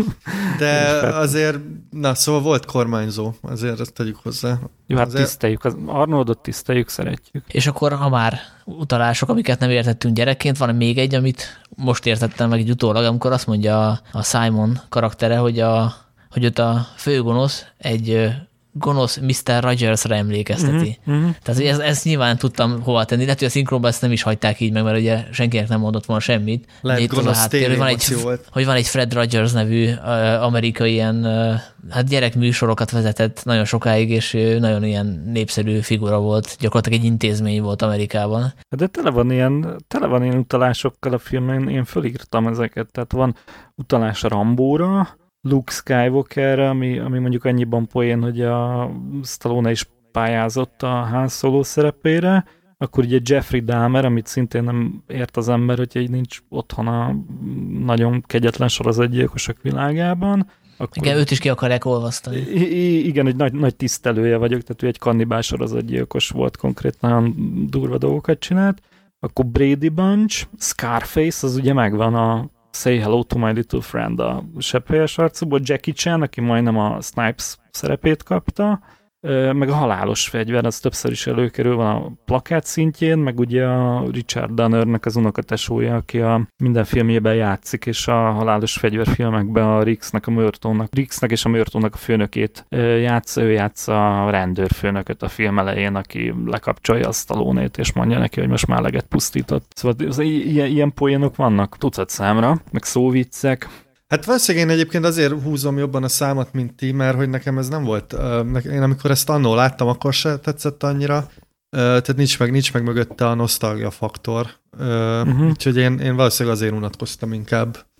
De azért, szóval volt kormányzó, azért ezt tegyük hozzá. Jó, hát tiszteljük, az Arnoldot tiszteljük, szeretjük. És akkor, ha már utalások, amiket nem értettünk gyerekként, van még egy, amit most értettem meg egy utólag, amikor azt mondja a Simon karaktere, hogy őt a főgonosz egy gonosz Mr. Rogers-ra emlékezteti. Tehát ezt nyilván tudtam hova tenni, lehet, hogy a szinkronban ezt nem is hagyták így meg, mert ugye senkinek nem mondott volna semmit. Lehet gonosz hogy van egy Fred Rogers nevű amerikai ilyen gyerekműsorokat vezetett nagyon sokáig, és nagyon ilyen népszerű figura volt, gyakorlatilag egy intézmény volt Amerikában. De tele van ilyen utalásokkal a filmen, én fölírtam ezeket, tehát van utalás a Rambóra, Luke Skywalkerre, ami mondjuk annyiban poén, hogy a Stallone is pályázott a Han Solo szerepére, akkor ugye Jeffrey Dahmer, amit szintén nem ért az ember, hogy így nincs otthon a nagyon kegyetlen sorozatgyilkosok világában. Akkor... Igen, őt is ki akarják olvasztani. Igen, egy nagy tisztelője vagyok, tehát ő egy kannibál sorozatgyilkos volt, konkrétan nagyon durva dolgokat csinált. Akkor Brady Bunch, Scarface, az ugye megvan a Say Hello to My Little Friend a sepphelyes arcúból, Jackie Chan, aki majdnem a Snipes szerepét kapta, meg a Halálos fegyver, az többször is előkerül, van a plakát szintjén, meg ugye a Richard Donnernek az unokatesója, aki a minden filmjében játszik, és a Halálos fegyver filmekben a Riggsnek és a Murtaughnak a főnökét játsza, ő játsza a rendőrfőnököt a film elején, aki lekapcsolja a Stallone-t, és mondja neki, hogy most már eleget pusztított. Szóval ilyen poénok vannak tucat számra, meg szóviccek. Hát valószínűleg én egyébként azért húzom jobban a számot, mint ti, mert hogy nekem ez nem volt. Én amikor ezt annól láttam, akkor se tetszett annyira. Tehát nincs meg mögötte a nosztalgia faktor. Úgyhogy én valószínűleg azért unatkoztam inkább.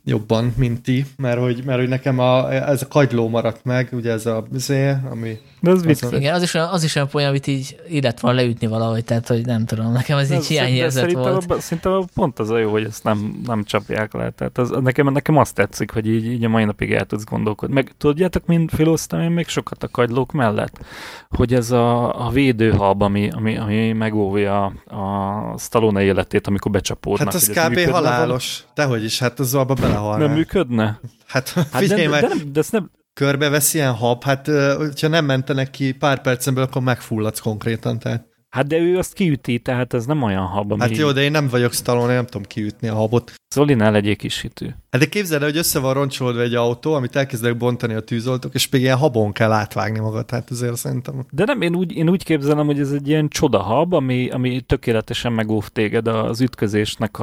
jobban, mint ti, mert hogy nekem ez a kagyló maradt meg, ugye ez a ami... De ez vicces. Igen, az is olyan poén, amit így illet van leütni valahogy, tehát hogy nem tudom, nekem ez így hiányérzet volt. Szerintem pont az a jó, hogy ezt nem csapják le. Tehát nekem azt tetszik, hogy így a mai napig el tudsz gondolkodni. Meg tudjátok, mint filóztam én még sokat a kagylók mellett, hogy ez a védőhab, ami megóvja a Stallone életét, amikor becsapódnak. Hát az kb. Halálos. Dehogy is, hát az abba belehalnál. Nem működne? Hát figyelj meg, de ezt nem... körbevesz ilyen hab, hát ha nem mentenek ki pár percen belül, akkor megfulladsz konkrétan, tehát. Hát de ő azt kiüti, tehát ez nem olyan hab, ami... Hát jó, de én nem vagyok Stallone, nem tudom kiütni a habot. Zolinál legyél kis hitű. Hát de képzeld el, hogy össze van roncsolódva egy autó, amit elkezdenek bontani a tűzoltók, és még ilyen habon kell átvágni magad, hát azért szerintem. De nem, én úgy képzelem, hogy ez egy ilyen csodahab, ami tökéletesen megóv téged az ütközésnek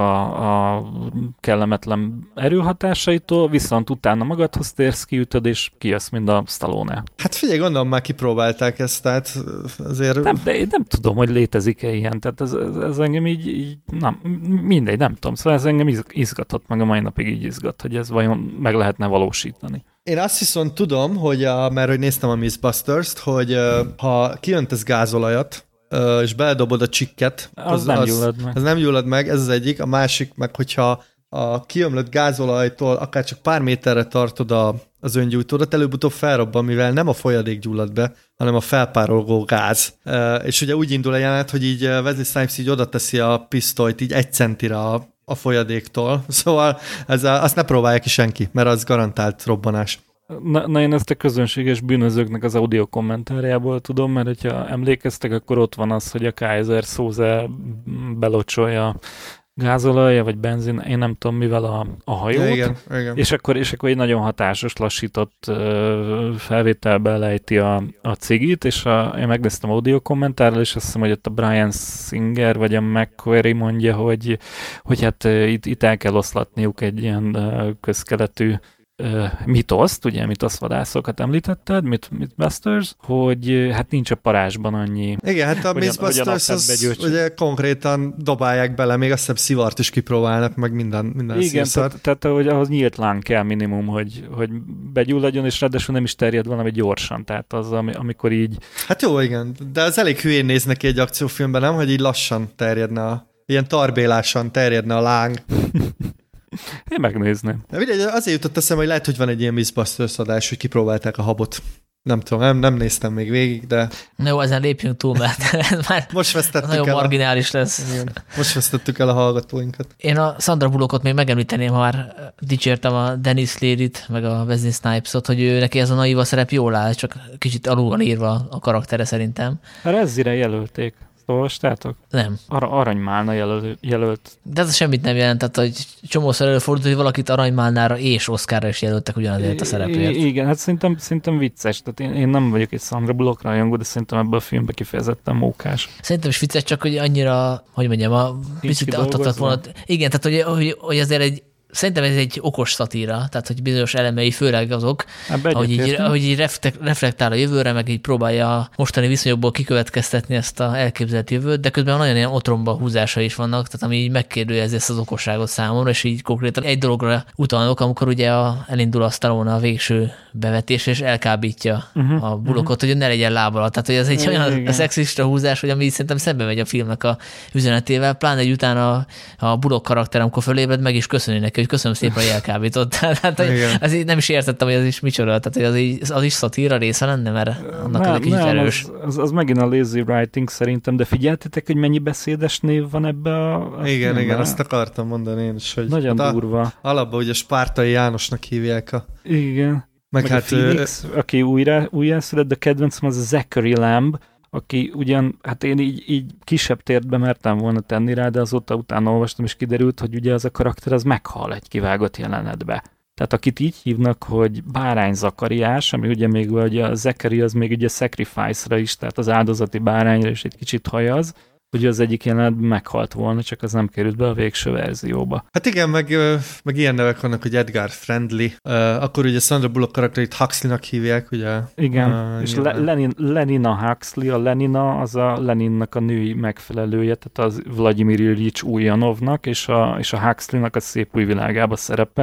a kellemetlen erőhatásaitól, viszont utána magadhoz térsz, kiütöd, és kijössz, mind a Stallone. Hát figyelj, gondolom már kipróbálták ezt, tehát azért... Nem, de én nem tudom, hogy létezik-e ilyen, tehát ez engem így nem, mindegy, nem tudom, szóval ez engem izgatott, meg a mai napig így izgat, hogy ez vajon meg lehetne valósítani. Én azt viszont tudom, hogy mert hogy néztem a Mythbusters-t, hogy ha kiöntesz gázolajat, és beledobod a csikket, az nem gyullad meg. Az nem gyullad meg, ez az egyik. A másik meg, hogyha a kiömlött gázolajtól akár csak pár méterre tartod az öngyújtódat, előbb-utóbb felrobban, mivel nem a folyadék gyullad be, hanem a felpárolgó gáz. És ugye úgy indul a jelenet, hogy így Wesley Snipes így oda teszi a pisztolyt így 1 centire a folyadéktól. Szóval azt ne próbálja ki senki, mert az garantált robbanás. Na én ezt a közönséges bűnözőknek az audio kommentárjából tudom, mert hogyha emlékeztek, akkor ott van az, hogy a Kaiser Soze belocsolja gázolajja, vagy benzin, én nem tudom mivel a hajót, ja, igen. És akkor egy nagyon hatásos, lassított felvételbe lejti a cigit, és én megnéztem audio kommentárral, és azt hiszem, hogy ott a Brian Singer, vagy a McQuarrie mondja, hogy hát itt el kell oszlatniuk egy ilyen közkeletű mitoszt, ugye mitoszvadászokat említetted, Mythbusters, hogy hát nincs a parázsban annyi... Igen, hát a Mythbusters az ugye konkrétan dobálják bele, még azt hiszem szivart is kipróbálnak, meg minden igen, tehát hogy ahhoz nyílt láng kell minimum, hogy begyulladjon, és ráadásul nem is terjed valami gyorsan, tehát az, amikor így... Hát jó, igen, de az elég hülyén néz neki egy akciófilmben, nem? Hogy így lassan terjedne ilyen tarbélásan terjedne a láng. Én megnézném. Azért jutott eszembe, hogy lehet, hogy van egy ilyen Mythbusters adás, hogy kipróbálták a habot. Nem tudom, nem néztem még végig, de... Na jó, ezen lépjünk túl, mert ez már nagyon marginális lesz. Igen, most vesztettük el a hallgatóinkat. Én a Sandra Bullockot még megemlíteném, ha már dicsértem a Dennis Leary-t, meg a Wesley Snipes-ot, hogy ő neki ez a naiva szerep jól áll, csak kicsit alul van írva a karaktere szerintem. A Rezzire jelölték. Olvastátok? Nem. Aranymálna jelölt. De ez semmit nem jelent, tehát hogy csomószor előfordult, hogy valakit Aranymálnára és Oscarra is jelöltek ugyanazért a szerepért. Igen, hát szerintem vicces. Tehát én nem vagyok egy Sandra Bullock rajongó, de szerintem ebben a filmben kifejezetten mókás. Szerintem is vicces, csak hogy annyira, hogy mondjam, picit adhatott volna. Igen, tehát hogy azért szerintem ez egy okos szatíra, tehát hogy bizonyos elemei, főleg azok, hogy így reflektál a jövőre, meg így próbálja a mostani viszonyokból kikövetkeztetni ezt az elképzelt jövőt, de közben nagyon ilyen otromba húzása is vannak, tehát ami így megkérdőjelzi ezt az okosságot számomra, és így konkrétan egy dologra utalok, amikor ugye elindul a Stallone a végső bevetés, és elkábítja a Bullockot, hogy ne legyen láb alatt. Tehát, hogy ez egy olyan szexista húzás, hogy ami szerintem szembe megy a filmnek a üzenetével, pláne egy utána a Bullock karakter, amikor fölébred, meg is köszöni neki, hogy köszönöm szépen, hogy elkábított. Tehát, hogy nem is értettem, hogy ez is micsoda. Tehát, hogy az is szatíra része lenne, mert annak ez egy kicsit erős. Az megint a lazy writing szerintem, de figyeltetek, hogy mennyi beszédes név van ebbe a igen, igen, azt akartam mondani én is, hogy nagyon durva. Alapban ugye Spártai Jánosnak hívják Igen. Meg hát a Phoenix, aki újjászület, de kedvencem az a Zachary Lamb, aki ugyan, hát én így kisebb térbe mertem volna tenni rá, de azóta utána olvastam, és kiderült, hogy ugye az a karakter az meghal egy kivágott jelenetbe. Tehát akit így hívnak, hogy Bárány Zakariás, ami ugye még ugye a Zachary az még ugye Sacrifice-ra is, tehát az áldozati bárányra is egy kicsit hajaz, ugye az egyik jelenetben meghalt volna, csak az nem került be a végső verzióba. Hát igen, meg ilyen nevek vannak, hogy Edgar Friendly, akkor ugye Sandra Bullock karakterét Huxley-nak hívják, ugye? Igen, és Lenina Huxley, a Lenina az a Leninnak a női megfelelője, tehát az Vladimir Ilyich Ulyanovnak, és a Huxley-nak a Szép új világába szerepel,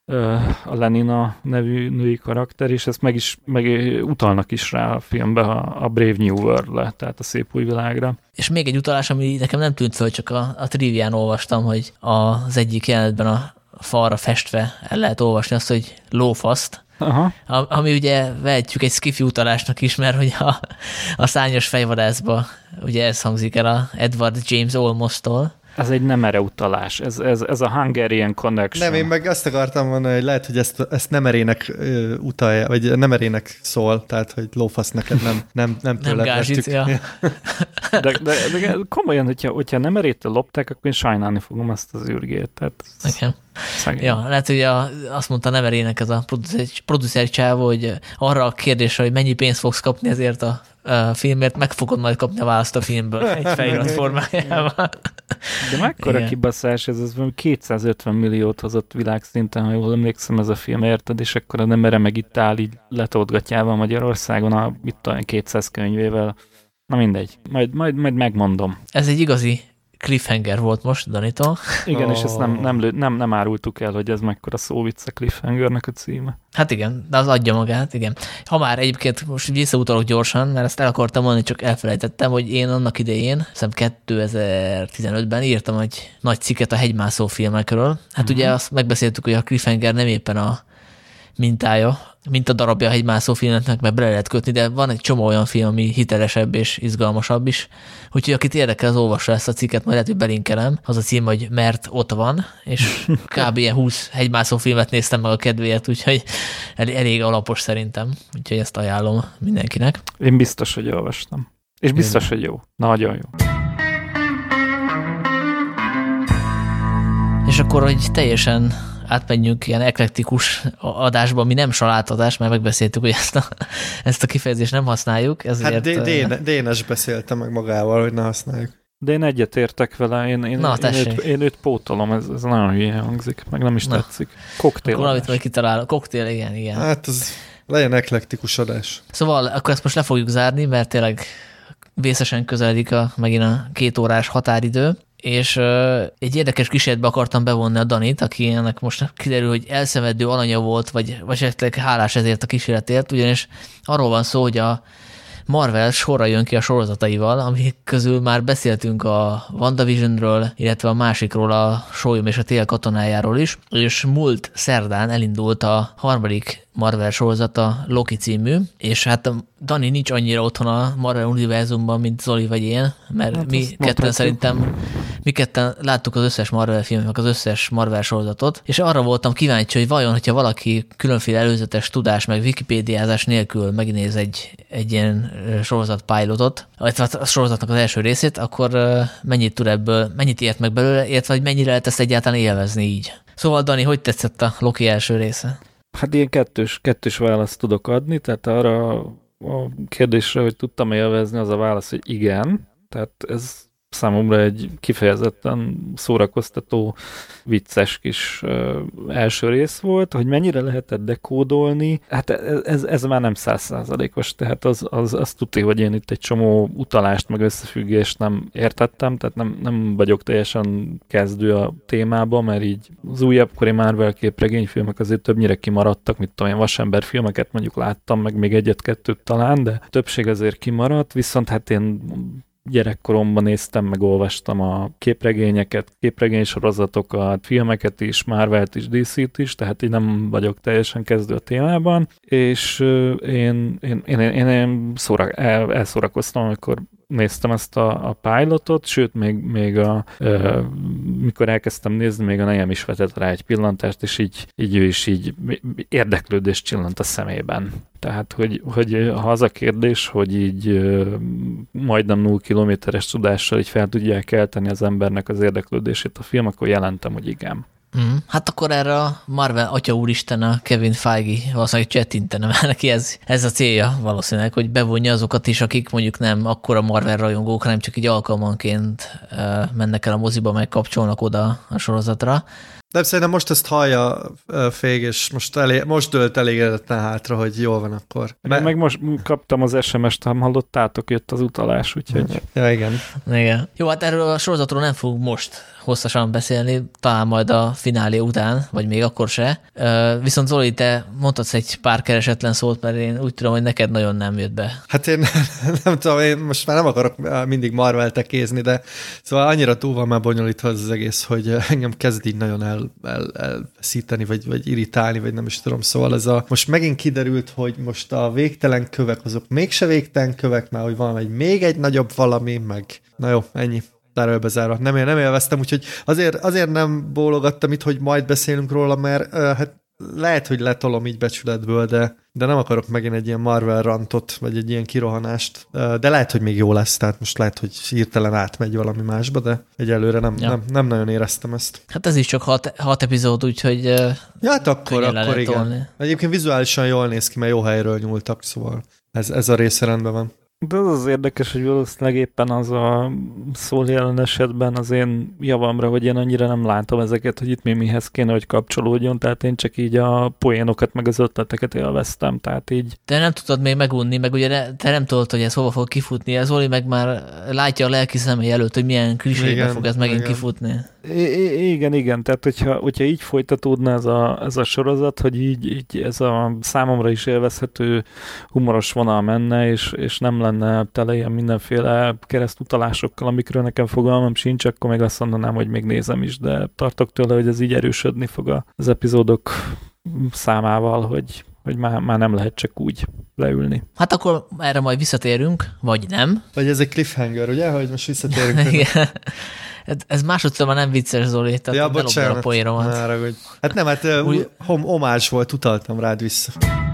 a Lenina nevű női karakter, és ezt meg utalnak is rá a filmbe a Brave New World-le, tehát a szép új világra. És még egy utalás, ami nekem nem tűnt föl, csak a trivián olvastam, hogy az egyik jelenetben a falra festve el lehet olvasni azt, hogy lófaszt, Aha. Ami ugye vehetjük egy skifi utalásnak is, mert hogy a szárnyas fejvadászba ugye ez hangzik el a Edward James Olmos-tól. Ez egy nem erre utalás, ez a Hungarian Connection. Nem, én meg azt akartam mondani, hogy lehet, hogy ezt nem erének utalja, vagy nem erének szól, tehát, hogy lófasz neked nem tőled vettük. Ja. De komolyan, hogyha nem erétől lopták, akkor én sajnálni fogom ezt az űrgét. Tehát ja, lehet, hogy azt mondta Neverének ez a produceri csávó, hogy arra a kérdésre, hogy mennyi pénzt fogsz kapni ezért a filmért, meg fogod majd kapni a választ a filmből egy felirat formájában. De mekkora kibaszás ez 250 milliót hozott világszinten, ha jól emlékszem, ez a film, érted? És akkor nem erre meg itt áll így letódgatjával Magyarországon a 200 könyvével. Na mindegy, majd megmondom. Ez egy igazi cliffhanger volt most Danitól. Igen, és ezt nem árultuk el, hogy ez mekkora szóvic a cliffhangernek a címe. Hát igen, de az adja magát, igen. Ha már egyébként most visszautalok gyorsan, mert ezt el akartam mondani, csak elfelejtettem, hogy én annak idején, hiszem 2015-ben írtam egy nagy cikket a hegymászó filmekről. Hát ugye azt megbeszéltük, hogy a cliffhanger nem éppen a mintája, mint a darabja a hegymászó filmeknek, mert bele lehet kötni, de van egy csomó olyan film, ami hitelesebb és izgalmasabb is. Úgyhogy akit érdekel, az olvassa ezt a cikket, majd lehet, hogy belinkelem. Az a cím, hogy Mert ott van, és kb. Ilyen 20 hegymászó filmet néztem meg a kedvéért, úgyhogy elég alapos szerintem. Úgyhogy ezt ajánlom mindenkinek. Én biztos, hogy olvastam. És biztos, hogy jó. Nagyon jó. És akkor, hogy teljesen átmenjünk ilyen eklektikus adásba, ami nem salátadás, mert megbeszéltük, hogy ezt a kifejezést nem használjuk. Ezért... Hát Dénes beszélte meg magával, hogy ne használjuk. De én egyetértek vele, én őt pótolom, ez nagyon hülye hangzik, meg nem is tetszik. Koktél. Akkor valamit majd kitalál. Koktél, igen. Hát az legyen eklektikus adás. Szóval akkor ezt most le fogjuk zárni, mert tényleg vészesen közeledik megint a 2 órás határidő. És egy érdekes kísérletbe akartam bevonni a Danit, aki ennek most kiderül, hogy elszenvedő alanya volt, vagy esetleg hálás ezért a kísérletért, ugyanis arról van szó, hogy a Marvel sorra jön ki a sorozataival, amik közül már beszéltünk a WandaVisionről, illetve a másikról, a Sólyom és a Tél katonájáról is, és múlt szerdán elindult a 3. Marvel sorozata, Loki című, és hát Dani nincs annyira otthon a Marvel univerzumban, mint Zoli vagy én, mert hát mi ketten szerintem láttuk az összes Marvel filmet, az összes Marvel sorozatot, és arra voltam kíváncsi, hogy vajon, hogyha valaki különféle előzetes tudás, meg wikipédiázás nélkül megnéz egy ilyen sorozat pilotot, illetve a sorozatnak az első részét, akkor mennyit tud ebből, mennyit ért meg belőle, illetve hogy mennyire lehet ezt egyáltalán élvezni így. Szóval Dani, hogy tetszett a Loki első része? Hát ilyen kettős választ tudok adni, tehát arra a kérdésre, hogy tudtam élvezni, az a válasz, hogy igen. Tehát ez számomra egy kifejezetten szórakoztató, vicces kis első rész volt, hogy mennyire lehetett dekódolni. Hát ez már nem 100%-os, tehát az tudja, hogy én itt egy csomó utalást, meg összefüggést nem értettem, tehát nem vagyok teljesen kezdő a témában, mert így az újabbkori Marvel képregényfilmek azért többnyire kimaradtak, mint olyan Vasember filmeket mondjuk láttam, meg még egyet-kettőt talán, de többség azért kimaradt, viszont hát én gyerekkoromban néztem, meg olvastam a képregényeket, képregénysorozatokat, filmeket is, Marvelt is, DC-t is, tehát így nem vagyok teljesen kezdő a témában, és én elszórakoztam, amikor néztem ezt a pilotot, sőt, még mikor elkezdtem nézni, még a nejem is vetett rá egy pillantást, és így ő is így érdeklődést csillant a szemében. Tehát, hogy ha az a kérdés, hogy így majdnem 0 kilométeres tudással így fel tudják kelteni az embernek az érdeklődését a film, akkor jelentem, hogy igen. Hát akkor erre a Marvel atya úristen, a Kevin Feige valószínűleg csettintene, mert neki ez a célja valószínűleg, hogy bevonja azokat is, akik mondjuk nem akkora Marvel rajongók, hanem csak így alkalmanként mennek el a moziba, meg kapcsolnak oda a sorozatra. De szerintem most ezt hallja Fég, és most dölt elégedetten hátra, hogy jól van akkor. Meg most kaptam az SMS-t, ha hallottátok, jött az utalás, úgyhogy... Ja, igen. Igen. Jó, hát erről a sorozatról nem fogunk most hosszasan beszélni, talán majd a finálé után, vagy még akkor se. Viszont Zoli, te mondhatsz egy pár keresetlen szót, mert én úgy tudom, hogy neked nagyon nem jött be. Hát én nem tudom, én most már nem akarok mindig Marvel-t kézni, de szóval annyira túl van már bonyolítva az egész, hogy engem kezd így nagyon elszíteni, vagy irritálni, vagy nem is tudom. Szóval most megint kiderült, hogy most a végtelen kövek, azok mégse végtelen kövek, már hogy van még egy nagyobb valami, meg na jó, ennyi. Bezárva. Nem élveztem, úgyhogy azért nem bólogattam itt, hogy majd beszélünk róla, mert hát lehet, hogy letolom így becsületből, de nem akarok megint egy ilyen Marvel rantot, vagy egy ilyen kirohanást, de lehet, hogy még jó lesz, tehát most lehet, hogy hirtelen átmegy valami másba, de egyelőre nem nagyon éreztem ezt. Hát ez is csak 6 epizód, úgyhogy ja, hát akkor igen. Tolni. Egyébként vizuálisan jól néz ki, mert jó helyről nyúltak, szóval ez a része rendben van. De az érdekes, hogy valószínűleg éppen az a szól jelen esetben az én javamra, hogy én annyira nem látom ezeket, hogy itt mihez kéne, hogy kapcsolódjon, tehát én csak így a poénokat meg az ötleteket élveztem, tehát így. Te nem tudod még megunni, meg ugye te nem tudod, hogy ez hova fog kifutni, ez Zoli meg már látja a lelki szemei előtt, hogy milyen klisébe fog ez megint kifutni. Igen, tehát hogyha így folytatódna ez a sorozat, hogy így ez a számomra is élvezhető humoros vonal menne, és nem lenne tele ilyen mindenféle keresztutalásokkal, amikről nekem fogalmam sincs, akkor meg azt mondanám, hogy még nézem is, de tartok tőle, hogy ez így erősödni fog az epizódok számával, hogy már nem lehet csak úgy leülni. Hát akkor erre majd visszatérünk, vagy nem. Vagy ez egy cliffhanger, ugye, hogy most visszatérünk. Igen. Ez másodszor már nem vicces, Zoli, tehát ja, bocsánat. A poénomat. Hát nem, homás volt, utaltam rád vissza.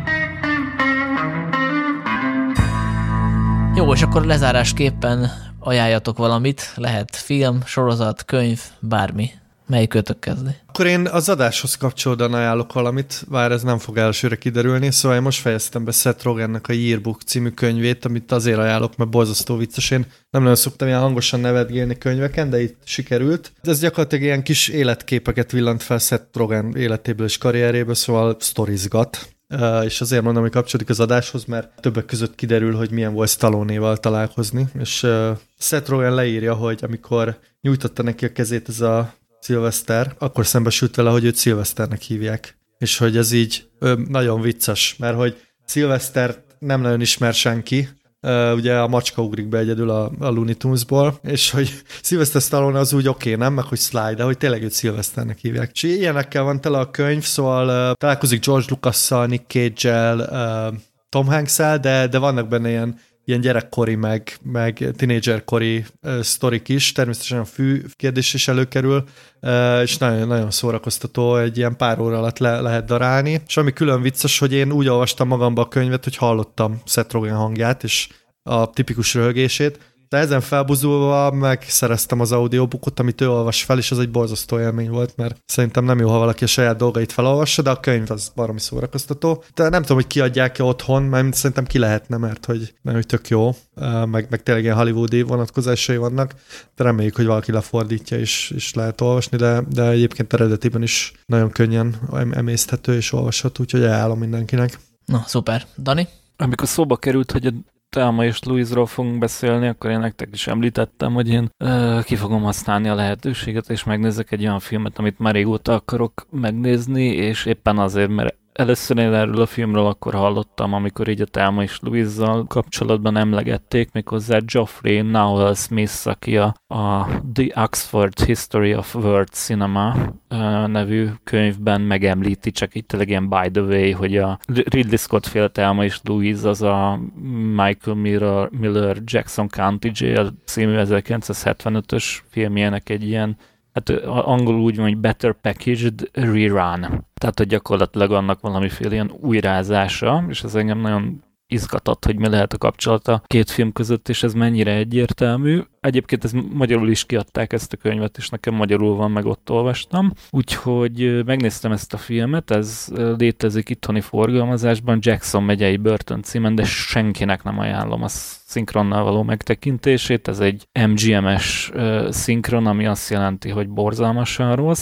Jó, és akkor lezárásképpen ajánljatok valamit, lehet film, sorozat, könyv, bármi. Melyik ötök kezdi? Akkor én az adáshoz kapcsolódóan ajánlok valamit, bár ez nem fog elsőre kiderülni, szóval én most fejeztem be Seth Rogennek a Yearbook című könyvét, amit azért ajánlok, mert borzasztó vicces. Én nem nagyon szoktam ilyen hangosan nevetgélni könyveken, de itt sikerült. Ez gyakorlatilag ilyen kis életképeket villant fel Seth Rogen életéből és karrieréből, szóval sztorizgat. És azért mondom, hogy kapcsolódik az adáshoz, mert többek között kiderül, hogy milyen volt Stallone-val találkozni, és Seth Rogen leírja, hogy amikor nyújtotta neki a kezét ez a Sylvester, akkor szembesült vele, hogy őt Sylvesternek hívják. És hogy ez így nagyon vicces, mert hogy Sylvestert nem nagyon ismer senki, ugye a macska ugrik be egyedül a Looney Tunesból, és hogy Sylvester Stallone az úgy oké, nem? Meg hogy Sly, de hogy tényleg őt Sylvesternek hívják. És ilyenekkel van tele a könyv, szóval találkozik George Lucas-szal, Nick Cage-el, Tom Hanks-el, de vannak benne ilyen gyerekkori, meg tínédzserkori sztorik is, természetesen a fű kérdés is előkerül, és nagyon, nagyon szórakoztató, egy ilyen pár óra alatt lehet darálni. És ami külön vicces, hogy én úgy olvastam magamba a könyvet, hogy hallottam Seth Rogen hangját, és a tipikus röhögését, de ezen felbuzulva megszereztem az audiobookot, amit ő olvas fel, és az egy borzasztó élmény volt, mert szerintem nem jó, ha valaki a saját dolgait felolvassa, de a könyv az baromi szórakoztató. De nem tudom, hogy kiadják-e otthon, mert szerintem ki lehetne, mert hogy tök jó, meg tényleg ilyen hollywoodi vonatkozásai vannak, de reméljük, hogy valaki lefordítja és lehet olvasni, de egyébként eredetiben is nagyon könnyen emészthető és olvasható, úgyhogy ajánlom mindenkinek. Na, szuper. Dani? Amikor szóba került, hogy a Thelma és Louise-ról fogunk beszélni, akkor én nektek is említettem, hogy én ki fogom használni a lehetőséget, és megnézek egy olyan filmet, amit már régóta akarok megnézni, és éppen azért, mert először én erről a filmről akkor hallottam, amikor így a Thelma és Louise-zal kapcsolatban emlegették, méghozzá Geoffrey Nowell Smith, aki a The Oxford History of World Cinema nevű könyvben megemlíti, csak itt tényleg ilyen by the way, hogy a Ridley Scott féle Thelma és Louise az a Michael Miller Jackson County Jail című 1975-ös filmjének egy ilyen, hát angolul úgy van, hogy Better Packaged Rerun. Tehát, hogy gyakorlatilag annak valamiféle ilyen újrázása, és ez engem nagyon izgatott, hogy mi lehet a kapcsolat a két film között, és ez mennyire egyértelmű. Egyébként ez magyarul is kiadták ezt a könyvet, és nekem magyarul van, meg ott olvastam. Úgyhogy megnéztem ezt a filmet, ez létezik itthoni forgalmazásban, Jackson megyei börtön címen, de senkinek nem ajánlom a szinkronnal való megtekintését. Ez egy MGM-es szinkron, ami azt jelenti, hogy borzalmasan rossz,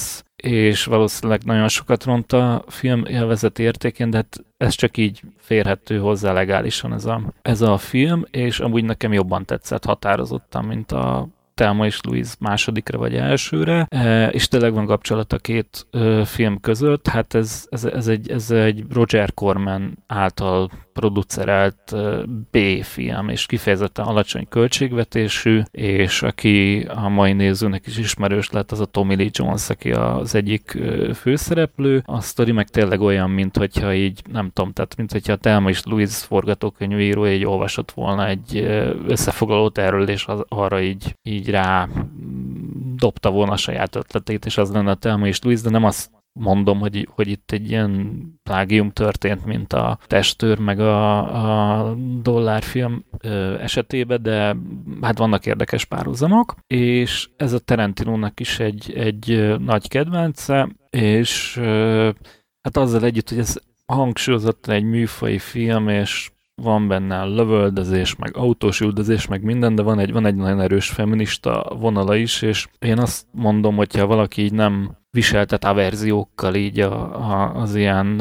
és valószínűleg nagyon sokat ront a film élvezeti értékén, de hát ez csak így férhető hozzá legálisan ez a film, és amúgy nekem jobban tetszett határozottan, mint a Thelma és Louise másodikra vagy elsőre, és tényleg van kapcsolat a két film között. Hát ez egy Roger Corman által producerált B-film, és kifejezetten alacsony költségvetésű, és aki a mai nézőnek is ismerős lett, az a Tommy Lee Jones, aki az egyik főszereplő. A sztori meg tényleg olyan, mint hogyha így, nem tudom, tehát mint hogyha a Thelma és Louise forgatókönyvíró így olvasott volna egy összefoglalót erről, és arra így rá dobta volna a saját ötletét, és az lenne a Thelma és Louise, de nem azt mondom, hogy itt egy ilyen plágium történt, mint a Testőr, meg a dollárfilm esetében, de hát vannak érdekes párhuzamok, és ez a Tarantinónak is egy nagy kedvence, és hát azzal együtt, hogy ez hangsúlyozottan egy műfaji film, és van benne lövöldözés, meg autós üldözés, meg minden, de van egy nagyon erős feminista vonala is, és én azt mondom, hogyha valaki így nem viseltet averziókkal így az ilyen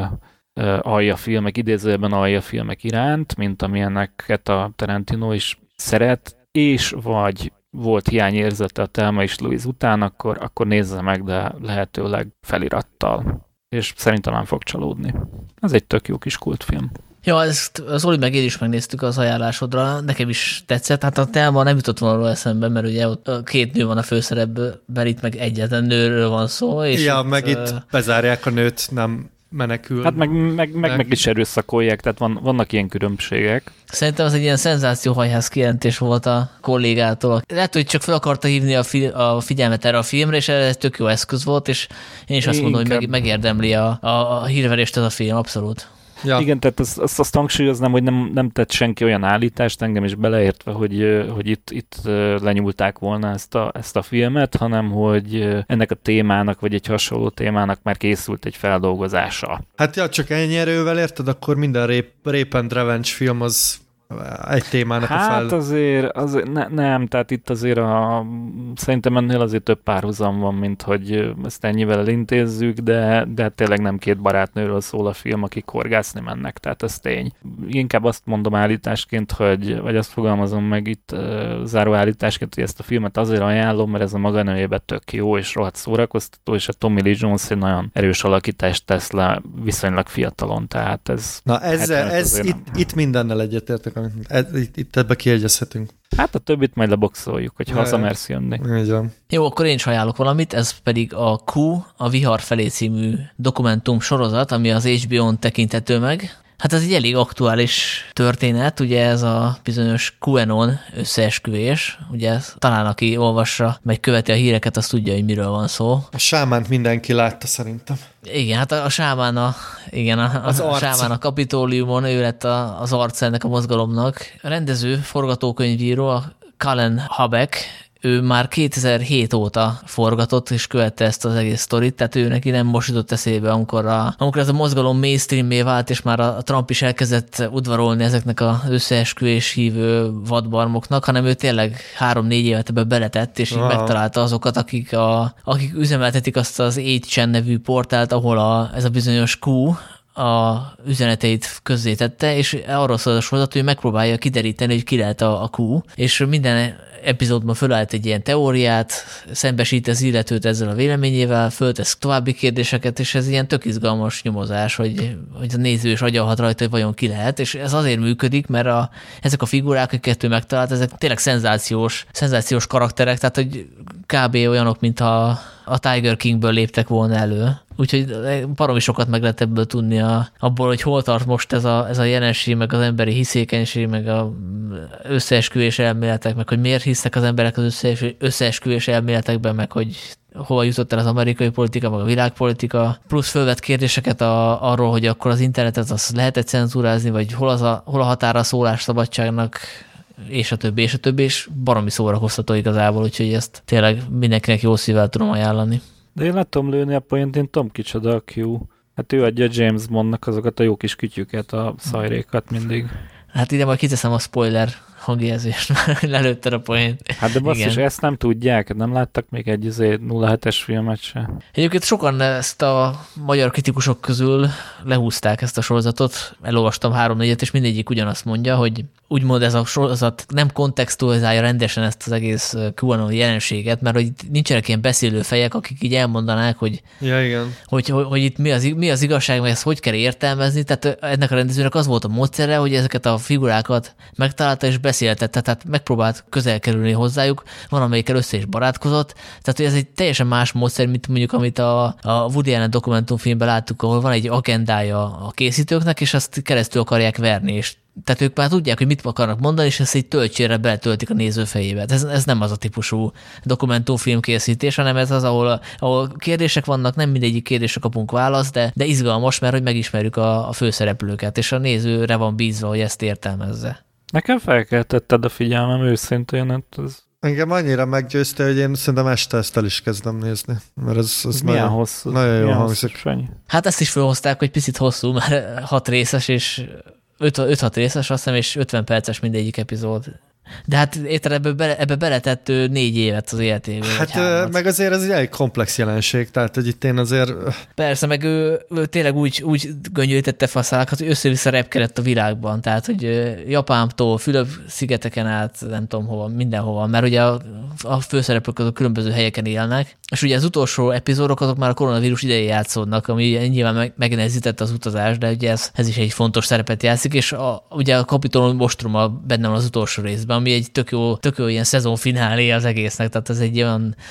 aljafilmek, idézőjelben aljafilmek iránt, mint amilyeneket a Tarantino is szeret, és vagy volt hiányérzete a Thelma és Louise után, akkor nézze meg, de lehetőleg felirattal. És szerintem nem fog csalódni. Ez egy tök jó kis kultfilm. Ja, ezt az Oli meg én is megnéztük az ajánlásodra, nekem is tetszett. Hát a Thelma nem jutott volna eszembe, mert ugye ott két nő van a főszerepben, itt meg egyetlen nőről van szó. És ja, meg itt bezárják a nőt, nem menekül. Hát meg is erőszakolják, tehát vannak ilyen különbségek. Szerintem az egy ilyen szenzációhajház kijelentés volt a kollégától. Lehet, hogy csak fel akarta hívni a figyelmet erre a filmre, és ez tök jó eszköz volt, és én is azt mondom, hogy megérdemli a hírverést ez a film, abszolút. Ja. Igen, tehát azt hangsúlyoznám, hogy nem tett senki olyan állítást, engem is beleértve, hogy itt lenyúlták volna ezt a filmet, hanem hogy ennek a témának, vagy egy hasonló témának már készült egy feldolgozása. Hát ja, csak ennyi erővel érted, akkor minden Rape and Revenge film az egy témának a Hát azért nem, tehát itt azért szerintem ennél azért több párhuzam van, mint hogy ezt ennyivel elintézzük, de tényleg nem két barátnőről szól a film, akik horgászni mennek, tehát ez tény. Inkább azt mondom állításként, vagy azt fogalmazom meg itt záró állításként, hogy ezt a filmet azért ajánlom, mert ez a maga nevében tök jó és rohadt szórakoztató, és a Tommy Lee Jones egy nagyon erős alakítást tesz le viszonylag fiatalon, tehát ez... Na itt mindennel egyetértek, itt ebbe kiegyezhetünk. Hát a többit majd leboxoljuk, hogy hazamersz jönni. Jó, akkor én is ajánlok valamit, ez pedig a Q, a Vihar felé című dokumentum sorozat, ami az HBO-n tekinthető meg. Hát ez egy elég aktuális történet, ugye ez a bizonyos QAnon összeesküvés, ugye talán aki olvassa, meg követi a híreket, az tudja, hogy miről van szó. A sámánt mindenki látta szerintem. Igen, hát a sámán a sámán a Kapitóliumon, ő lett az arca ennek a mozgalomnak. A rendező, forgatókönyvíró, a Colin Habek, ő már 2007 óta forgatott, és követte ezt az egész sztorit, tehát ő neki nem most jutott eszébe, amikor ez a mozgalom mainstream-mé vált, és már a Trump is elkezdett udvarolni ezeknek az összeesküvés hívő vadbarmoknak, hanem ő tényleg 3-4 évet ebbe beletett, és így megtalálta azokat, akik üzemeltetik azt az 8chan nevű portált, ahol ez a bizonyos Q a üzeneteit közzétette, és arról szól a sorozat, hogy megpróbálja kideríteni, hogy ki lehet a Q, és minden epizódban fölállt egy ilyen teóriát, szembesít az illetőt ezzel a véleményével, föltesz további kérdéseket, és ez ilyen tök izgalmas nyomozás, hogy a néző is agyalhat rajta, hogy vajon ki lehet, és ez azért működik, mert ezek a figurák, akiket ő megtalált, ezek tényleg szenzációs karakterek, tehát hogy kb. Olyanok, mint a Tiger Kingből léptek volna elő. Úgyhogy baromi sokat meg lehet ebből tudni abból, hogy hol tart most ez a jelenség, meg az emberi hiszékenység, meg az összeesküvés elméletek, meg hogy miért hisznek az emberek az összeesküvés elméletekben, meg hogy hova jutott el az amerikai politika, meg a világpolitika, plusz fölvet kérdéseket arról, hogy akkor az internetet azt lehet cenzúrázni, vagy hol a határa a szólásszabadságnak, és a többi, és baromi szórakoztató igazából, úgyhogy ezt tényleg mindenkinek jó szívvel tudom ajánlani. De én látom lőni a point, én tudom kicsoda a Q. Hát ő adja James Bondnak azokat a jó kis kütyüket, a szajrékat mindig. Hát ide majd kiteszem a spoiler hangjelzést, már lelőtted a poént. Hát de basszus, ezt nem tudják, nem láttak még egy 07-es filmet se. Egyébként sokan ezt a magyar kritikusok közül lehúzták ezt a sorozatot, elolvastam 3-4-et, és mindegyik ugyanazt mondja, hogy úgymond ez a sorozat nem kontextualizálja rendesen ezt az egész QAnon jelenséget, mert hogy nincsenek ilyen beszélő fejek, akik így elmondanák, hogy, ja, igen. hogy itt mi az igazság, meg ezt hogy kell értelmezni. Tehát ennek a rendezőnek az volt a módszere, hogy ezeket a figurákat megtalálta és beszéltette, tehát megpróbált közel kerülni hozzájuk, van amelyikkel össze is barátkozott. Tehát hogy ez egy teljesen más módszer, mint mondjuk amit a Woody Allen dokumentumfilmben láttuk, ahol van egy agendája a készítőknek, és azt keresztül akarják verni, és tehát ők már tudják, hogy mit akarnak mondani, és ezt egy töltsérre beletöltik a néző fejébe. Ez nem az a típusú dokumentumfilm készítés, hanem ez az, ahol kérdések vannak, nem mindegyik kérdésre kapunk választ, de izgalmas, mert hogy megismerjük a főszereplőket, és a nézőre van bízva, hogy ezt értelmezze. Nekem felkeltetted a figyelmem őszintén. Engem annyira meggyőzte, hogy én szerintem este ezt el is kezdem nézni, mert ez milyen hosszú? Nagyon jól hangzik. Hát ezt is felhozták, hogy picit hosszú, mert 6 részes, és 5-6 részes, azt hiszem, és 50 perces mindegyik epizód. De hát érted, ebbe beletett 4 évet az életéből. Hát meg azért ez egy elég komplex jelenség, tehát hogy itt én azért... Persze, meg ő tényleg úgy göngyölítette fel a szálakat, hogy össze-vissza repkedett a világban, tehát hogy Japántól Fülöp-szigeteken át, nem tudom hova, mindenhova, mert ugye a főszereplők azok különböző helyeken élnek, és ugye az utolsó epizódok azok már a koronavírus idején játszódnak, ami nyilván megnehezítette az utazást, de ugye ez is egy fontos szerepet játszik, és ugye a Kapitolon ostroma benne van az utolsó részben, ami egy tök jó ilyen szezonfinálé az egésznek, tehát ez egy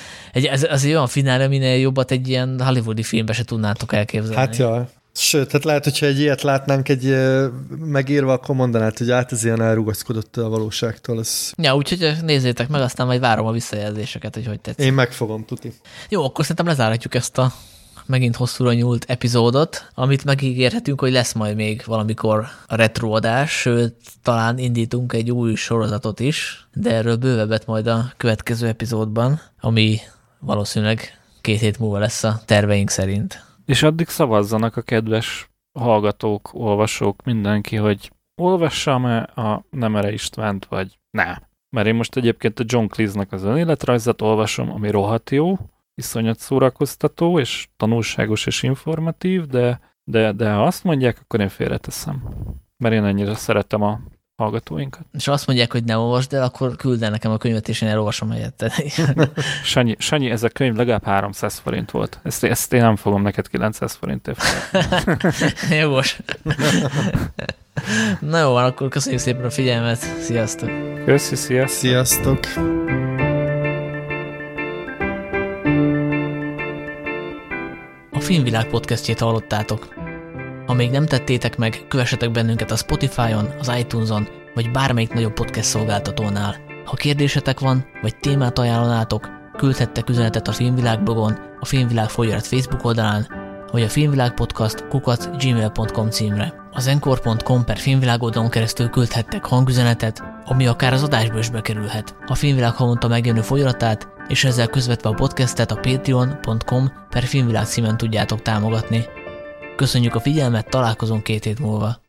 olyan finálé, aminél jobbat egy ilyen hollywoodi filmbe se tudnátok elképzelni. Hát ja. Sőt, hát lehet, hogyha egy ilyet látnánk megírva, akkor mondanád, hogy ez ilyen elrugaszkodott a valóságtól. Ja, úgyhogy nézzétek meg, aztán majd várom a visszajelzéseket, hogy tetszik. Én megfogom, tuti. Jó, akkor szerintem lezárhatjuk ezt a megint hosszúra nyúlt epizódot, amit megígérhetünk, hogy lesz majd még valamikor a retroadás, sőt, talán indítunk egy új sorozatot is, de erről bővebbet majd a következő epizódban, ami valószínűleg 2 hét múlva lesz a terveink szerint. És addig szavazzanak a kedves hallgatók, olvasók, mindenki, hogy olvassam-e a Nemere Istvánt, vagy ne. Mert én most egyébként a John Cleese-nek az önéletrajzát olvasom, ami rohadt jó, iszonyat szórakoztató, és tanulságos és informatív, de ha azt mondják, akkor én félreteszem. Mert én ennyire szeretem a hallgatóinkat. És ha azt mondják, hogy ne olvasd el, akkor küld el nekem a könyvet, és én elolvasom helyette. Sanyi, ez a könyv legalább 300 forint volt. Ezt én nem fogom neked 900 forintért fel. Jogos. Na jó van, akkor köszönjük szépen a figyelmet. Sziasztok! Köszi, sziasztok! Sziasztok! A Filmvilág podcastjét hallottátok. Ha még nem tettétek meg, kövessetek bennünket a Spotify-on, az iTunes-on, vagy bármelyik nagyobb podcast szolgáltatónál. Ha kérdésetek van, vagy témát ajánlanátok, küldhettek üzenetet a Filmvilág blogon, a Filmvilág folyarat Facebook oldalán, vagy a filmvilágpodcast@gmail.com címre. Az encore.com/filmvilág oldalon keresztül küldhettek hangüzenetet, ami akár az adásba is bekerülhet. A Filmvilág havonta megjelenő folyaratát, és ezzel közvetve a podcastet a patreon.com/filmvilág címen tudjátok támogatni. Köszönjük a figyelmet, találkozunk 2 hét múlva.